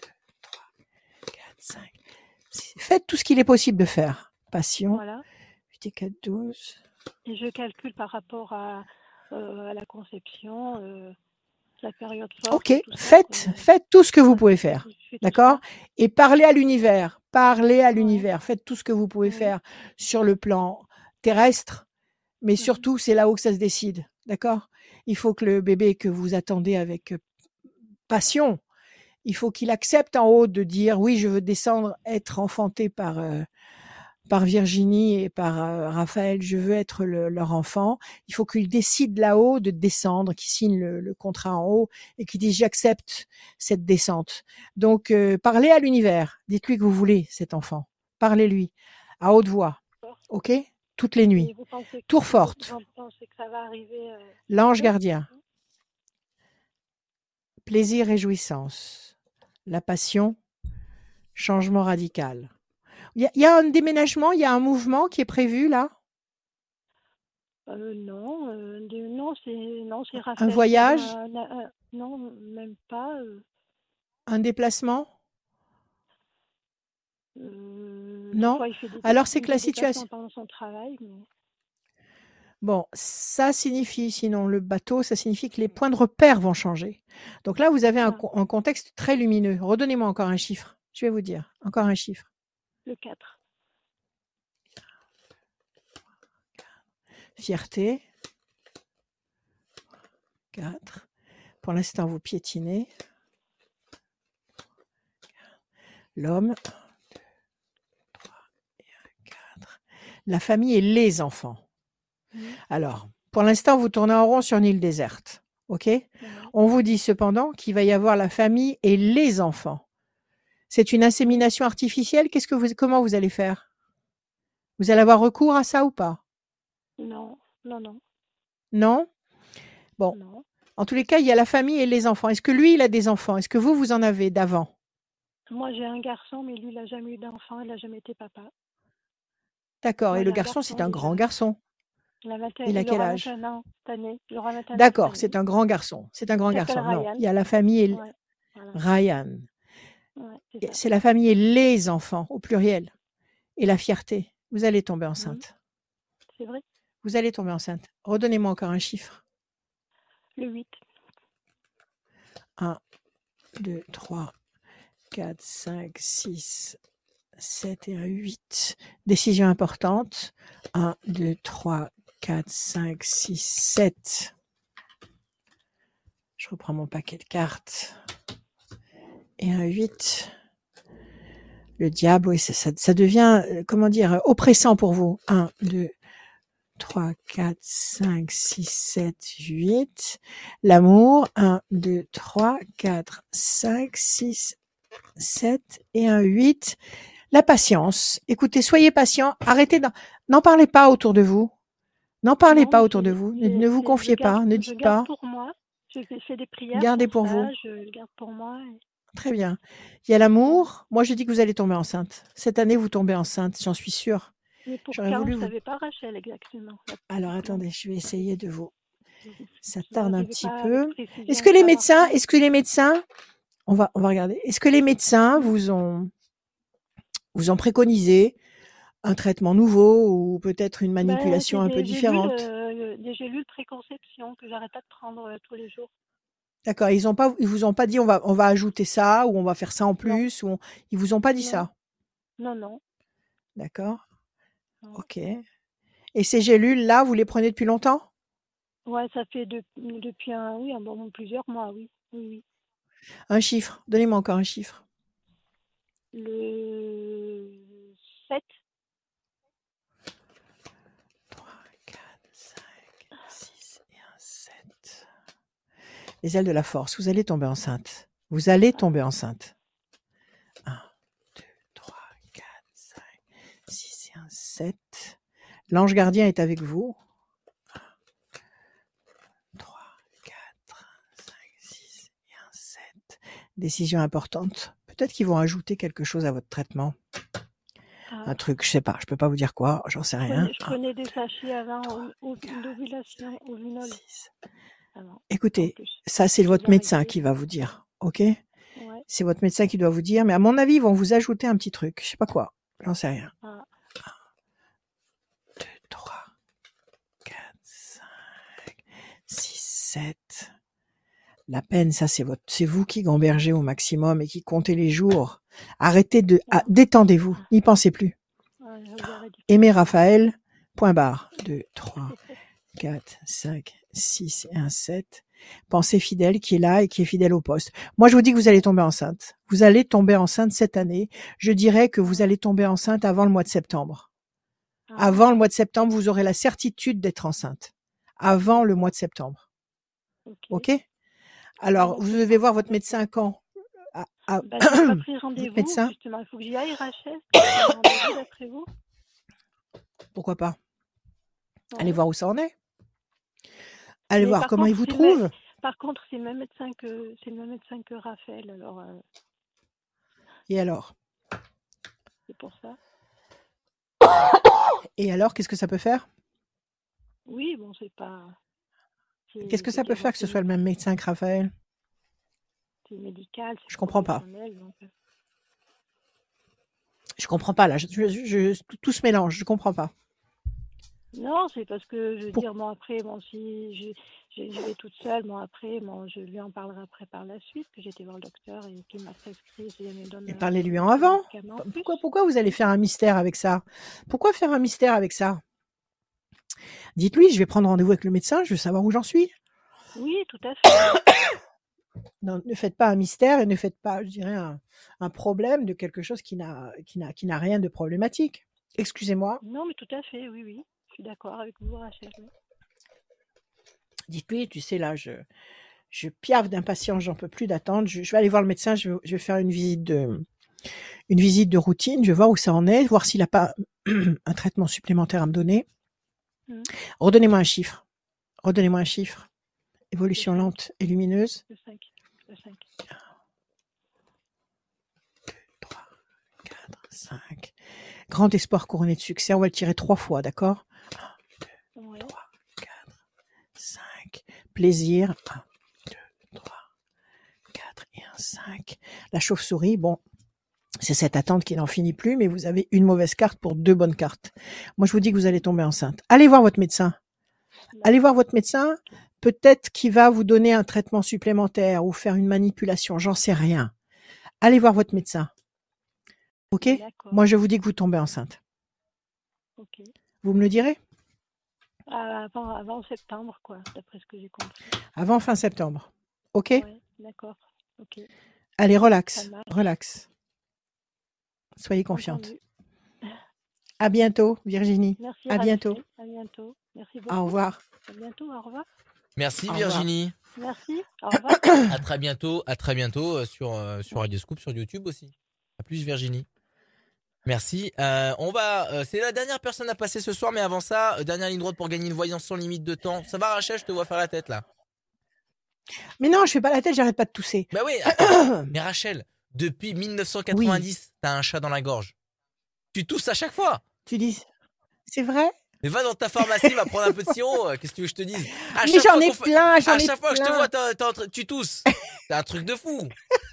quatre, cinq, six. Faites tout ce qu'il est possible de faire. Passion. Voilà. huit et quatre, douze. Et je calcule par rapport à, euh, à la conception. Euh, la période forte, Ok, tout ça, faites, quoi. faites tout ce que vous Ouais, pouvez faire, je fais tout d'accord? ça. Et parlez à l'univers, parlez à Ouais, l'univers, faites tout ce que vous pouvez ouais. faire sur le plan terrestre, mais Mhm. surtout, c'est là-haut que ça se décide, d'accord? Il faut que le bébé que vous attendez avec euh, passion, il faut qu'il accepte en haut de dire oui, je veux descendre, être enfanté par euh, par Virginie et par euh, Raphaël, je veux être le- leur enfant. Il faut qu'il décide là-haut de descendre, qu'il signe le, le contrat en haut et qu'il dise j'accepte cette descente. Donc euh, parlez à l'univers, dites-lui que vous voulez cet enfant, parlez-lui à haute voix, D'accord. ok? Toutes les Et nuits. vous pensez, Tour vous, forte, vous pensez que ça va arriver euh, l'ange bientôt? gardien, plaisir et jouissance, la passion, changement radical. Il y, a- il y a un déménagement, il y a un mouvement qui est prévu là, Euh, non, euh, des- non, c'est non, c'est un Raphaël qui avait voyage, un, un- un- non, même pas. Euh, un déplacement. euh, des Non? fois, il fait des, dé- Alors c'est que la des déplacements situation. pendant son travail, mais Bon, ça signifie, sinon le bateau, ça signifie que les points de repère vont changer. Donc là, vous avez un, ah, co- un contexte très lumineux. Redonnez-moi encore un chiffre. Je vais vous dire. Encore un chiffre. le quatre. Fierté. quatre. Pour l'instant, vous piétinez. L'homme. quatre. La famille et les enfants. Mhm. Alors, pour l'instant, vous tournez en rond sur une île déserte. OK? Ouais. On vous dit cependant qu'il va y avoir la famille et les enfants. C'est une insémination artificielle. Qu'est-ce que vous, comment vous allez faire? Vous allez avoir recours à ça ou pas? Non, non, non, Non? Bon, non. en tous les cas, il y a la famille et les enfants. Est-ce que lui, il a des enfants? Est-ce que vous, vous en avez d'avant? Moi, j'ai un garçon, mais lui, il n'a jamais eu d'enfant, il n'a jamais été papa. D'accord. Moi, Et le j'ai un garçon, c'est garçon un déjà. grand garçon. Il, a vingt et un Il a il quel aura âge? vingt et un ans cette année. Il aura vingt et un ans cette D'accord, c'est année. un grand garçon. C'est un grand Il s'appelle garçon. Non, Ryan. il y a la famille et l- Ouais, voilà. Ryan. Ouais, c'est Et ça. c'est la famille et les enfants au pluriel. Et la fierté. Vous allez tomber Mhm. enceinte. C'est vrai. Vous allez tomber enceinte. Redonnez-moi encore un chiffre. Le huit. un, deux, trois, quatre, cinq, six, sept et un huit. Décision importante. un, deux, trois, quatre, cinq, six, sept. Je reprends mon paquet de cartes. Et un huit. Le diable, oui, ça, ça, ça devient, euh, comment dire, euh, oppressant pour vous. un, deux, trois, quatre, cinq, six, sept, huit. L'amour. un, deux, trois, quatre, cinq, six, sept et un huit. La patience. Écoutez, soyez patient. Arrêtez d'en, n'en parlez pas autour de vous. N'en parlez Non, pas mais autour de c'est, vous. Ne, c'est, ne vous c'est- je confiez garde, pas. Ne je dites garde pas. pour moi. Je fais fais des prières Gardez pour pour ça. vous. Je le garde pour moi. et- Très bien. Il y a l'amour. Moi, je dis que vous allez tomber enceinte. Cette année, vous tombez enceinte, j'en suis sûre. Mais pour J'aurais quand, voulu je vous. savais pas Rachel exactement. la- Alors, Non, attendez, je vais essayer de vous. Ça je tarde un n'arrivais petit pas avec peu. Est-ce précision que les savoir médecins, quand. est-ce que les médecins, on va, on va regarder. Est-ce que les médecins Hmm. vous ont, vous ont préconisé un traitement nouveau ou peut-être une Ben, manipulation c'est un peu des gélules, différente? euh, des gélules préconception que j'arrête pas de prendre euh, tous les jours. D'accord. Ils ont pas, ils vous ont pas dit on va, on va ajouter ça ou on va faire ça en Non, plus ou on- ils vous ont pas dit non, ça. non, non. D'accord. non. Ok. Et ces gélules là, vous les prenez depuis longtemps? Ouais, ça fait de- depuis un, oui, un bon, plusieurs mois, oui. Oui, oui. Un chiffre. Donnez-moi encore un chiffre. Le sept. trois, quatre, cinq, six et un sept. Les ailes de la force. Vous allez tomber enceinte. Vous allez tomber enceinte. un, deux, trois, quatre, cinq, six et un sept. L'ange gardien est avec vous. un, trois, quatre, cinq, six et un sept. Décision importante. Peut-être qu'ils vont ajouter quelque chose à votre traitement. Ah, Un truc, je sais pas, je peux pas vous dire quoi, j'en sais je rien. prenais, je prenais des sachets avant trois, au- au- quatre, d'ovulation, cinq, ovinol. six. Avant, en Écoutez, plus. ça c'est Je votre les médecin arrêtais. qui va vous dire, ok? Ouais. C'est votre médecin qui doit vous dire, mais à mon avis, ils vont vous ajouter un petit truc, je sais pas quoi, j'en sais rien. Ah, deux, trois, quatre, cinq, six, sept. La peine, ça, c'est votre, c'est vous qui gambergez au maximum et qui comptez les jours. Arrêtez de, ah, détendez-vous. N'y pensez plus. Ouais, je vous arrête du Aimez Raphaël, point barre. deux, trois, quatre, cinq, six et un sept. Pensée fidèle qui est là et qui est fidèle au poste. Moi, je vous dis que vous allez tomber enceinte. Vous allez tomber enceinte cette année. Je dirais que vous allez tomber enceinte avant le mois de septembre. Ah, Avant le mois de septembre, vous aurez la certitude d'être enceinte. Avant le mois de septembre. ok. OK? Alors, Ok. vous devez voir votre médecin quand? À- à- Bah, j'ai pas pris Votre rendez-vous, médecin? justement. Il faut que j'y aille, Rachel. J'ai un rendez-vous d'après vous. Pourquoi pas? Ouais. Allez voir où ça en est. Allez Mais voir par comment il contre, vous c'est le trouve. même, par contre, c'est le même médecin que, c'est le même médecin que Raphaël. Alors, euh, Et alors? c'est pour ça. Et alors, qu'est-ce que ça peut faire? Oui, bon, c'est pas. c'est- Qu'est-ce que je ça veux peut dire, faire que ce c'est soit le même médecin que Raphaël? c'est médical, c'est Je comprends pas. professionnel. Donc, euh, Je comprends pas là. Je, je- je- tout, tout se mélange. Je comprends pas. non, c'est parce que je veux Pour- dire, bon, après, bon, si je, je, je vais toute seule, bon, après, bon, je lui en parlerai après par la suite, que j'ai été voir le docteur et qu'il m'a prescrit, si elle me donne Mais un- parlez-lui un en avant. médicament en plus. Pourquoi, pourquoi vous allez faire un mystère avec ça? Pourquoi faire un mystère avec ça? Dites-lui, je vais prendre rendez-vous avec le médecin. Je veux savoir où j'en suis. Oui, tout à fait. Non, ne faites pas un mystère et ne faites pas, je dirais, un, un problème de quelque chose qui n'a, qui n'a, qui n'a rien de problématique. Excusez-moi. Non, mais tout à fait, oui, oui. Je suis d'accord avec vous, Rachel. oui. Dites-lui, tu sais, là, je, je piaffe d'impatience, j'en peux plus d'attendre. Je, je vais aller voir le médecin, je vais, je vais faire une visite de, une visite de routine. Je vais voir où ça en est, voir s'il n'a pas un traitement supplémentaire à me donner. Mhm. Redonnez-moi un chiffre. Redonnez-moi un chiffre. Évolution Le cinq. lente et lumineuse. Le cinq. Le cinq. trois, quatre, cinq. Grand espoir couronné de succès. On va le tirer trois fois, d'accord? Ouais. trois, quatre, cinq. Plaisir. un, deux, trois, quatre et un cinq. La chauve-souris, bon, c'est cette attente qui n'en finit plus, mais vous avez une mauvaise carte pour deux bonnes cartes. Moi, je vous dis que vous allez tomber enceinte. Allez voir votre médecin. Allez voir votre médecin. Peut-être qu'il va vous donner un traitement supplémentaire ou faire une manipulation. J'en sais rien. Allez voir votre médecin. OK? D'accord. Moi, je vous dis que vous tombez enceinte. Ok. Vous me le direz? Ah, Avant, avant septembre, quoi, d'après ce que j'ai compris. Avant fin septembre. OK? Ouais, d'accord. Ok. Allez, relax. Ça marche. Relax. Soyez confiante. Entendu. À bientôt, Virginie. Merci. À Rachel. bientôt. À bientôt. Merci beaucoup. Au revoir. À bientôt. Au revoir. Merci Au revoir. Virginie. Merci. Au revoir. À très bientôt, à très bientôt euh, sur euh, sur Radio Scoop, sur YouTube aussi. À plus Virginie. Merci. Euh, on va, euh, c'est la dernière personne à passer ce soir, mais avant ça, euh, dernière ligne droite pour gagner une voyance sans limite de temps. Ça va Rachel, je te vois faire la tête là. Mais non, je fais pas la tête, j'arrête pas de tousser. Bah oui. Attends. Mais Rachel, depuis mille neuf cent quatre-vingt-dix, t'as un chat dans la gorge. Tu tousses à chaque fois. Tu dis, c'est vrai? Mais va dans ta pharmacie, va prendre un peu de sirop. euh, Qu'est-ce que tu veux que je te dise? À Mais chaque j'en fois ai qu'on fait- plein, j'en À ai chaque fois que je te plein. vois, t'as- t'as en train- tu tousses. C'est un truc de fou.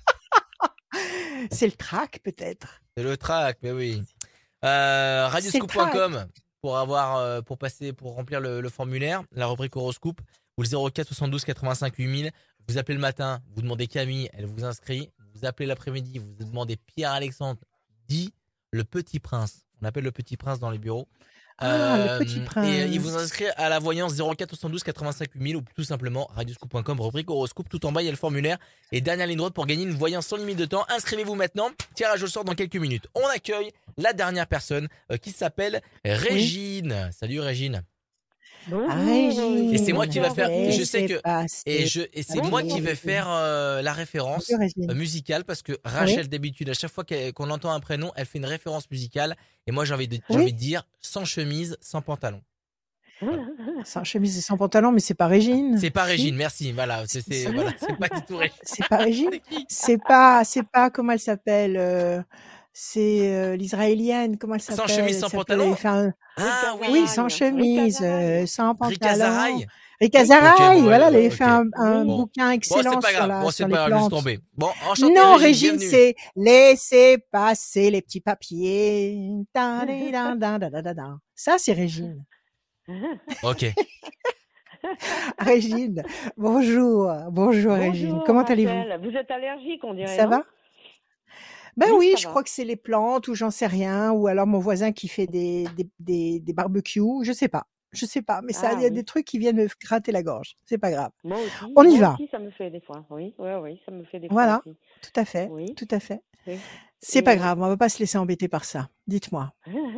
C'est le trac, peut-être. C'est le track, mais oui. Euh, radioscoop point com pour avoir, euh, pour passer, pour remplir le, le formulaire, la rubrique horoscope, ou le zéro quatre soixante-douze quatre-vingt-cinq huit mille. Vous appelez le matin, vous demandez Camille, elle vous inscrit. Vous appelez l'après-midi, vous demandez Pierre-Alexandre, dit le Petit Prince. On appelle le Petit Prince dans les bureaux. Ah, le Petit Et il vous Prince. inscrit à la voyance zéro quatre soixante-douze quatre-vingt-cinq huit mille ou tout simplement radioscoop point com, rubrique horoscope. Tout en bas, il y a le formulaire. Et dernière ligne droite pour gagner une voyance sans limite de temps. Inscrivez-vous maintenant. Tirage au sort dans quelques minutes. On accueille la dernière personne euh, qui s'appelle Régine. Salut Régine. Ah, Régine. Et c'est moi qui va faire- je sais que- Passer. Et, je, et c'est Bonjour, moi qui vais Régine. faire euh, la référence Bonjour, Régine. euh, musicale parce que Rachel, d'habitude, à chaque fois qu'elle- qu'on entend un prénom, elle fait une référence musicale. Et moi, j'ai envie de, j'ai Oui. envie de dire sans chemise, sans pantalon. Sans chemise et sans pantalon, mais c'est pas Régine. C'est pas Si. Régine, merci. Voilà, c'est c'est- Si. voilà, c'est pas du tout Régine. C'est pas Régine. C'est qui? C'est pas, c'est pas, comment elle s'appelle, euh, c'est euh, l'israélienne, comment elle Sans s'appelle? chemise, Elle sans s'appelle- pantalon elle fait un- Ah oui, Oui, sans chemise, euh, sans pantalon. Rika Zaraï. Rika Ok, Zaraï, bon, voilà, elle ouais, avait ok. fait un, un Bon. bouquin Bon, excellent c'est pas sur, grave. la, Bon, sur c'est les pas grave, laisse plantes. tomber. Bon, enchanté Non, Régine, Régine, bienvenue. c'est laissez passer les petits papiers. Ta-di-da-da-da-da-da. Ça, c'est Régine. Ok. Régine, bonjour. Bonjour Régine. Bonjour Comment allez-vous? Rachel, vous êtes allergique, on dirait, Ça non? va? Ben Oui, oui, ça je va. crois que c'est les plantes ou j'en sais rien, ou alors mon voisin qui fait des, des, des, des barbecues, je sais pas. Je sais pas, mais ça, il Ah y a des oui, trucs qui viennent me gratter la gorge. C'est pas grave. moi aussi, On y moi va. aussi, ça me fait des fois. Oui, oui, oui, ça me fait des fois Voilà, aussi. tout à fait, Oui, tout à fait. oui. C'est pas Et, grave, on va pas se laisser embêter par ça. Dites-moi.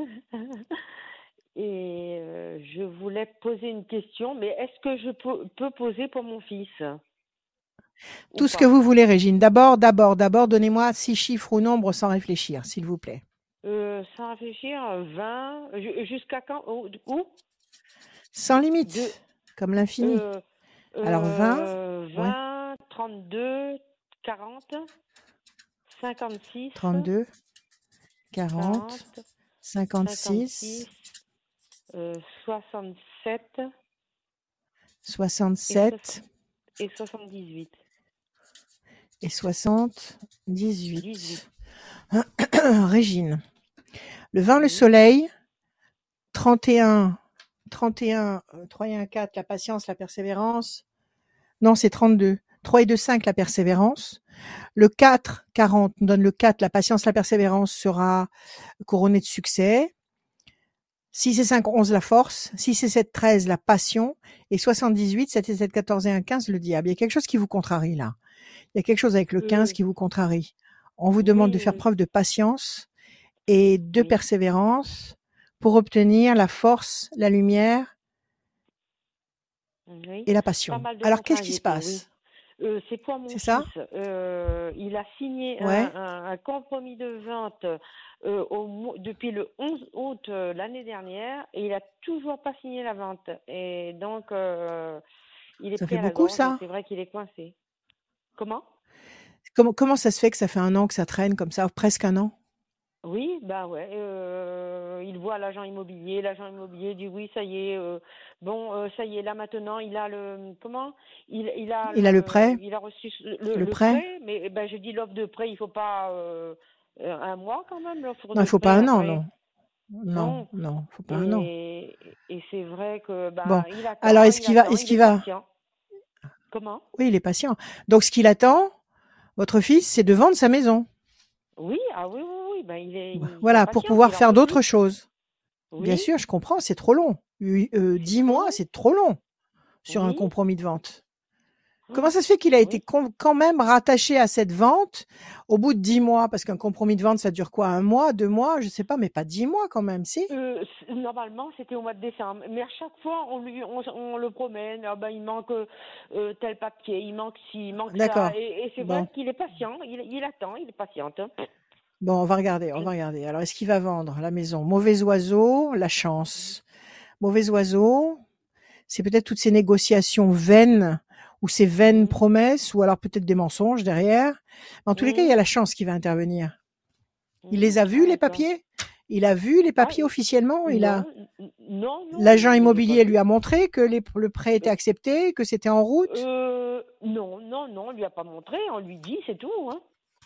et euh, je voulais poser une question, mais est-ce que je peux, peux poser pour mon fils ou Tout ce que pas? vous voulez, Régine. D'abord, d'abord, d'abord, donnez-moi six chiffres ou nombres sans réfléchir, s'il vous plaît. Euh, sans réfléchir, vingt, ju- jusqu'à quand? Où? où Sans De, limite, comme l'infini. euh, Alors vingt, euh, ouais, vingt, trente-deux, quarante, cinquante-six, trente-deux, quarante, quarante, cinquante-six, cinquante-six, euh, soixante-sept et, soix- soixante-sept et soixante-dix-huit. et soixante-dix-huit. dix-huit. Régine. Le vingt, le Oui. soleil. trente et un, trente et un, euh, trois et un, quatre, la patience, la persévérance. Non, c'est trente-deux. trois et deux, cinq, la persévérance. Le quatre, quarante, nous donne le quatre, la patience, la persévérance sera couronnée de succès. six et cinq, onze, la force. six et sept, treize, la passion. Et soixante-dix-huit, sept et sept, quatorze et un, quinze, le diable. Il y a quelque chose qui vous contrarie là. Il y a quelque chose avec le quinze Euh, qui vous contrarie. On vous demande de faire oui, preuve de patience et de oui, persévérance pour obtenir la force, la lumière oui. et la Pas passion. mal de Alors, qu'est-ce qui se contrariétés, oui. passe? Euh, c'est pour mon C'est ça? fils. Euh, il a signé un, Ouais. un- un compromis de vente euh, au mois- depuis le onze août euh, l'année dernière et il a toujours pas signé la vente. Et donc, euh, il est Ça pris fait à la beaucoup, gorge et ça? c'est vrai qu'il est coincé. Comment? Comment, comment ça se fait que ça fait un an que ça traîne comme ça, presque un an? Oui, bah ouais. Euh, il voit l'agent immobilier, l'agent immobilier dit oui, ça y est. euh, bon, euh, ça y est, là maintenant, il a le comment? Il, il a Il a le le, prêt? il a reçu le, Le le prêt? prêt, mais ben je dis l'offre de prêt, il faut pas euh, euh, un mois quand même l'offre Non, il de faut pas prêt un an, après. non. Non, Non. non, faut pas un an. Et et c'est vrai que Bon. ben il Alors, attend, est-ce il qu'il va, attend, est-ce il qu'il est va? patient. Comment? Oui, il est patient. Donc, ce qu'il attend, votre fils, c'est de vendre sa maison. Oui, ah oui, oui, oui, ben il est, il se Voilà, pour patiente, pouvoir il en faire peut d'autres plus. choses. Bien Oui, sûr, je comprends, c'est trop long. Oui, euh, c'est dix trop mois, long. c'est trop long sur un Oui, compromis de vente. Comment oh, ça se fait qu'il a été oui. con- quand même rattaché à cette vente au bout de dix mois? Parce qu'un compromis de vente, ça dure quoi? Un mois, deux mois? Je sais pas, mais pas dix mois quand même, si? Euh, c- normalement, c'était au mois de décembre. Mais à chaque fois, on, lui, on, on le promène. Ah ben, il manque euh, tel papier, il manque ci, il manque ça. D'accord. Et, et c'est Bon. vrai qu'il est patient. Il, il attend, il est patiente. Bon, on va regarder, on va regarder. Alors, est-ce qu'il va vendre la maison? Mauvais oiseau, la chance. Mauvais oiseau, c'est peut-être toutes ces négociations vaines ou ces vaines Mhm. promesses ou alors peut-être des mensonges derrière. Mais en tous les cas, il y a Mhm. la chance qui va intervenir. Il Mhm. les a vus, Ah, les d'accord. papiers? Il a vu les Ah, papiers il- officiellement? Il a, non, n- non, non, l'agent il, il les a pas immobilier lui vus. a montré que les- le prêt était Euh, accepté, que c'était en route? euh, non, non, non, on lui a pas montré. On lui dit, c'est tout. Hein.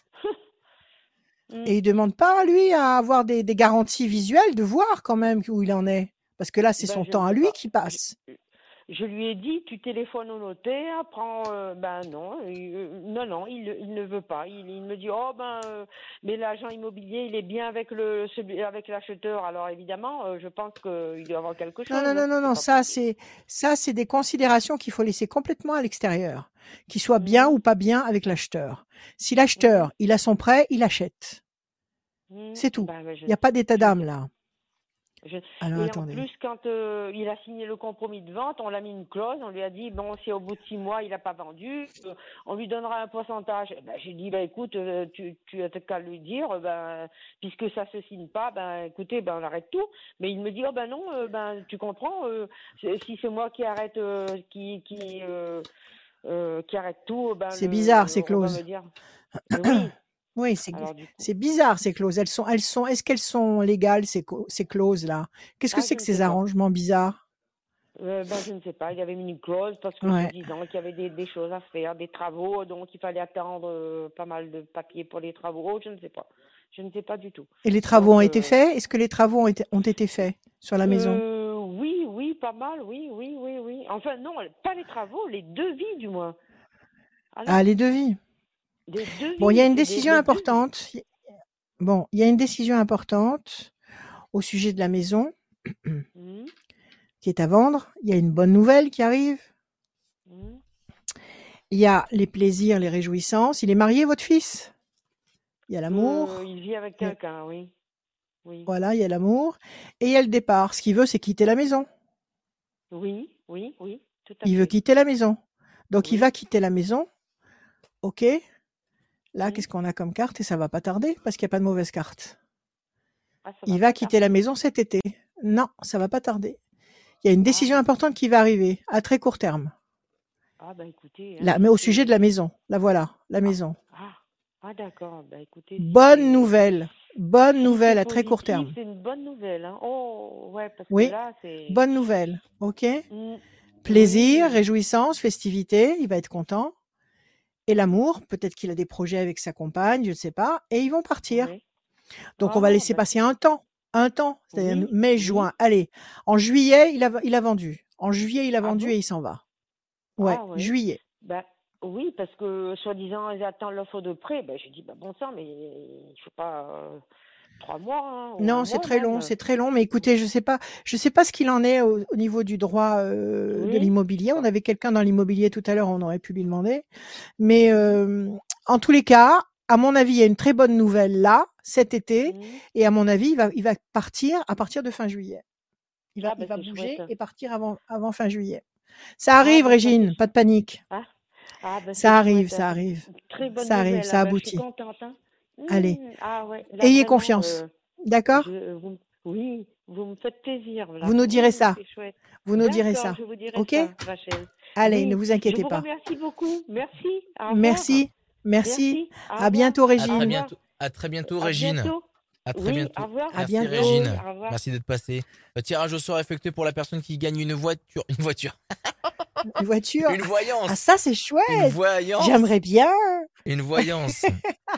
Mm. Et il demande pas, lui, à avoir des, des garanties visuelles, de voir quand même où il en est. Parce que là, c'est Ben, son je temps ne à sais lui pas. qui Je, passe. je lui ai dit, tu téléphones au notaire, prends. euh, ben non, euh, non, non, il, il ne veut pas. Il, il me dit, oh ben, euh, mais l'agent immobilier, il est bien avec le, celui, avec l'acheteur. Alors évidemment, euh, je pense qu'il doit avoir quelque Non, chose. non, non, Hein. non, C'est non, pas ça, possible. c'est, ça, c'est des considérations qu'il faut laisser complètement à l'extérieur. Qu'il soit bien Mhm, ou pas bien avec l'acheteur. Si mhm, l'acheteur, il a son prêt, il achète. mhm. C'est tout. Ben, ben, je Il n'y ne a pas d'état je ne d'âme, sais. là. Je- Alors, Et en attendez. plus, quand euh, il a signé le compromis de vente, on l'a mis une clause, on lui a dit, bon, si au bout de six mois, il n'a pas vendu, euh, on lui donnera un pourcentage. Eh ben, j'ai dit, ben, écoute, euh, tu, tu as qu'à lui dire, euh, ben, puisque ça se signe pas, ben, écoutez, ben, on arrête tout. Mais il me dit, oh, ben non, euh, ben, tu comprends, euh, c'est- si c'est moi qui arrête, euh, qui, qui, euh, euh, qui arrête tout, ben, C'est bizarre, le, ces on va clauses. me dire, mais oui. Oui, c'est, Alors, du coup, c'est bizarre, ces clauses. Elles sont, elles sont, est-ce qu'elles sont légales, ces, co- ces clauses-là? Qu'est-ce que ah, c'est je que ne ces sais pas. arrangements bizarres? Euh, ben, je ne sais pas, il y avait mis une clause parce que Ouais. soi-disant qu'il y avait des, des choses à faire, des travaux, donc il fallait attendre euh, pas mal de papiers pour les travaux, je ne sais pas. Je ne sais pas du tout. Et les travaux ont Donc, été euh, faits? Est-ce que les travaux ont été, ont été faits sur la maison? euh, oui, oui, pas mal, oui, oui, oui, oui. Enfin, non, pas les travaux, les devis, du moins. Alors, Ah, les devis. des Bon, il y a devis, une c'est des, décision les devis. importante. Bon, il y a une décision importante au sujet de la maison Mhm, qui est à vendre. Il y a une bonne nouvelle qui arrive. mhm. Il y a les plaisirs, les réjouissances. Il est marié, votre fils? Il y a l'amour. Euh, il vit avec Il y a- quelqu'un, oui. Oui, Voilà, il y a l'amour. Et il y a le départ. Ce qu'il veut, c'est quitter la maison. oui, oui, oui, tout à Il veut fait. quitter la maison. Donc, il Oui. va quitter la maison. OK. Là, Mhm. qu'est-ce qu'on a comme carte? Et ça va pas tarder parce qu'il n'y a pas de mauvaise carte. Ah, ça Il va va pas quitter la tarder. maison cet été. Non, ça va pas tarder. Il y a une décision Ah, importante qui va arriver à très court terme. ah, bah écoutez, hein, Là, mais si au sujet de la c'est... maison. Là, voilà, la Ah, maison. ah, ah, d'accord. Bah écoutez, si Bonne c'est... nouvelle. Bonne Si nouvelle c'est à très court positif, terme. c'est une bonne nouvelle, hein. Oh, ouais, parce que Oui, là, c'est... bonne nouvelle. OK? Mm, Plaisir, oui, réjouissance, festivité. Il va être content. Et l'amour. Peut-être qu'il a des projets avec sa compagne, je ne sais pas. Et ils vont partir. oui. Donc, on va Ah, laisser bah, passer un temps. Un temps. C'est-à-dire oui, mai, oui. juin. Allez. En juillet, il a, il a vendu. En juillet, il a Ah vendu bon? et il s'en va. Ouais, Ah, oui. juillet. Bah, oui, parce que, soi-disant, ils attendent l'offre de prêt. Ben, j'ai dit, bah, bon sang, mais il faut pas euh, trois mois, hein, ou un Non, c'est mois très long, même. c'est très long. Mais écoutez, je sais pas, je sais pas ce qu'il en est au, au niveau du droit euh, de Oui. l'immobilier. On Ah, avait quelqu'un dans l'immobilier tout à l'heure, on aurait pu lui demander. Mais euh, en tous les cas, à mon avis, il y a une très bonne nouvelle là cet été. mhm. Et à mon avis, il va, il va partir à partir de fin juillet. Il va, Ah, il bah, va c'est bouger chouette. et partir avant, avant fin juillet. Ça Ah, arrive, bah, ça, c'est Régine, chou- pas de panique. ah, ah, bah, c'est Ça arrive, chouette, hein. ça C'est arrive, une très bonne ça arrive, nouvelle, ça hein. Bah, je suis aboutit. contente, hein. Allez, Hmm, ah, ouais, là, ayez vraiment, confiance, euh, d'accord? je, vous, oui, vous me faites plaisir, là. Vous nous direz Hmm, ça, c'est chouette. vous nous direz D'accord, ça, je vous dirai ok? ça, Rachel. Allez, ne Oui, vous je inquiétez vous pas. remercie beaucoup. Merci, au revoir. Merci, merci. Merci, au À revoir. bientôt, Au À très Régine. revoir. bientôt. À très bientôt, À Régine. bientôt. À très Oui, au bientôt. revoir. À Merci, bientôt. Régine. Au revoir. Merci d'être passée. Le tirage au sort effectué pour la personne qui gagne une voiture. Une voiture. Une voiture. Une Ah, voyance. ça, c'est Une chouette. voyance. J'aimerais bien. Une voyance.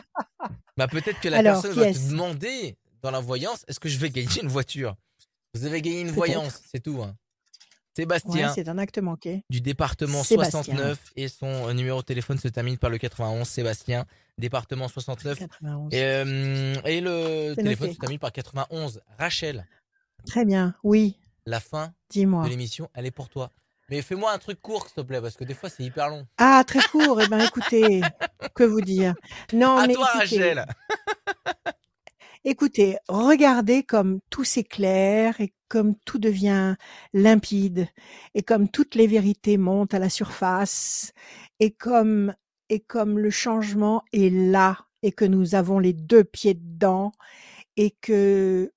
Bah, peut-être que la Alors, personne qui va te est-ce? demander dans la voyance, est-ce que je vais gagner une voiture? Vous avez gagné une voyance, Peut-être. c'est tout, hein. Ouais, Sébastien, c'est un acte manqué. du département Sébastien. soixante-neuf, et son euh, numéro de téléphone se termine par le quatre-vingt-onze. Sébastien, département soixante-neuf. quatre-vingt-onze. Et, euh, et le C'est téléphone noté. se termine par quatre-vingt-onze. Rachel, Très bien. Oui, la fin de dis-moi. l'émission, elle est pour toi. Mais fais-moi un truc court, s'il te plaît, parce que des fois, c'est hyper long. Ah, très court. Eh ben, écoutez, que vous dire? Non, À mais toi, écoutez, Rachel. écoutez, regardez comme tout s'éclaire et comme tout devient limpide et comme toutes les vérités montent à la surface et comme et comme le changement est là et que nous avons les deux pieds dedans et que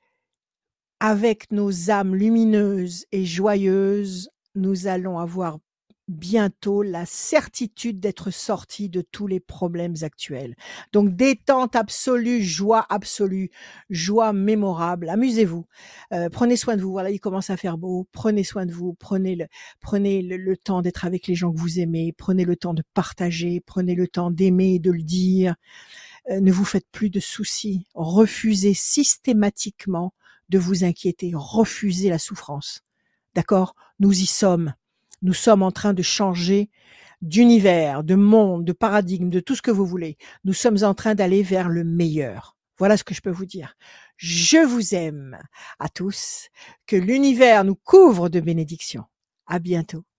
avec nos âmes lumineuses et joyeuses, nous allons avoir bientôt la certitude d'être sortis de tous les problèmes actuels. Donc détente absolue, joie absolue, joie mémorable. Amusez-vous, euh, prenez soin de vous. Voilà, il commence à faire beau. Prenez soin de vous. Prenez le, prenez le, le temps d'être avec les gens que vous aimez. Prenez le temps de partager. Prenez le temps d'aimer et de le dire. Euh, ne vous faites plus de soucis. Refusez systématiquement de vous inquiéter. Refusez la souffrance. D'accord? Nous y sommes. Nous sommes en train de changer d'univers, de monde, de paradigme, de tout ce que vous voulez. Nous sommes en train d'aller vers le meilleur. Voilà ce que je peux vous dire. Je vous aime à tous. Que l'univers nous couvre de bénédictions. À bientôt.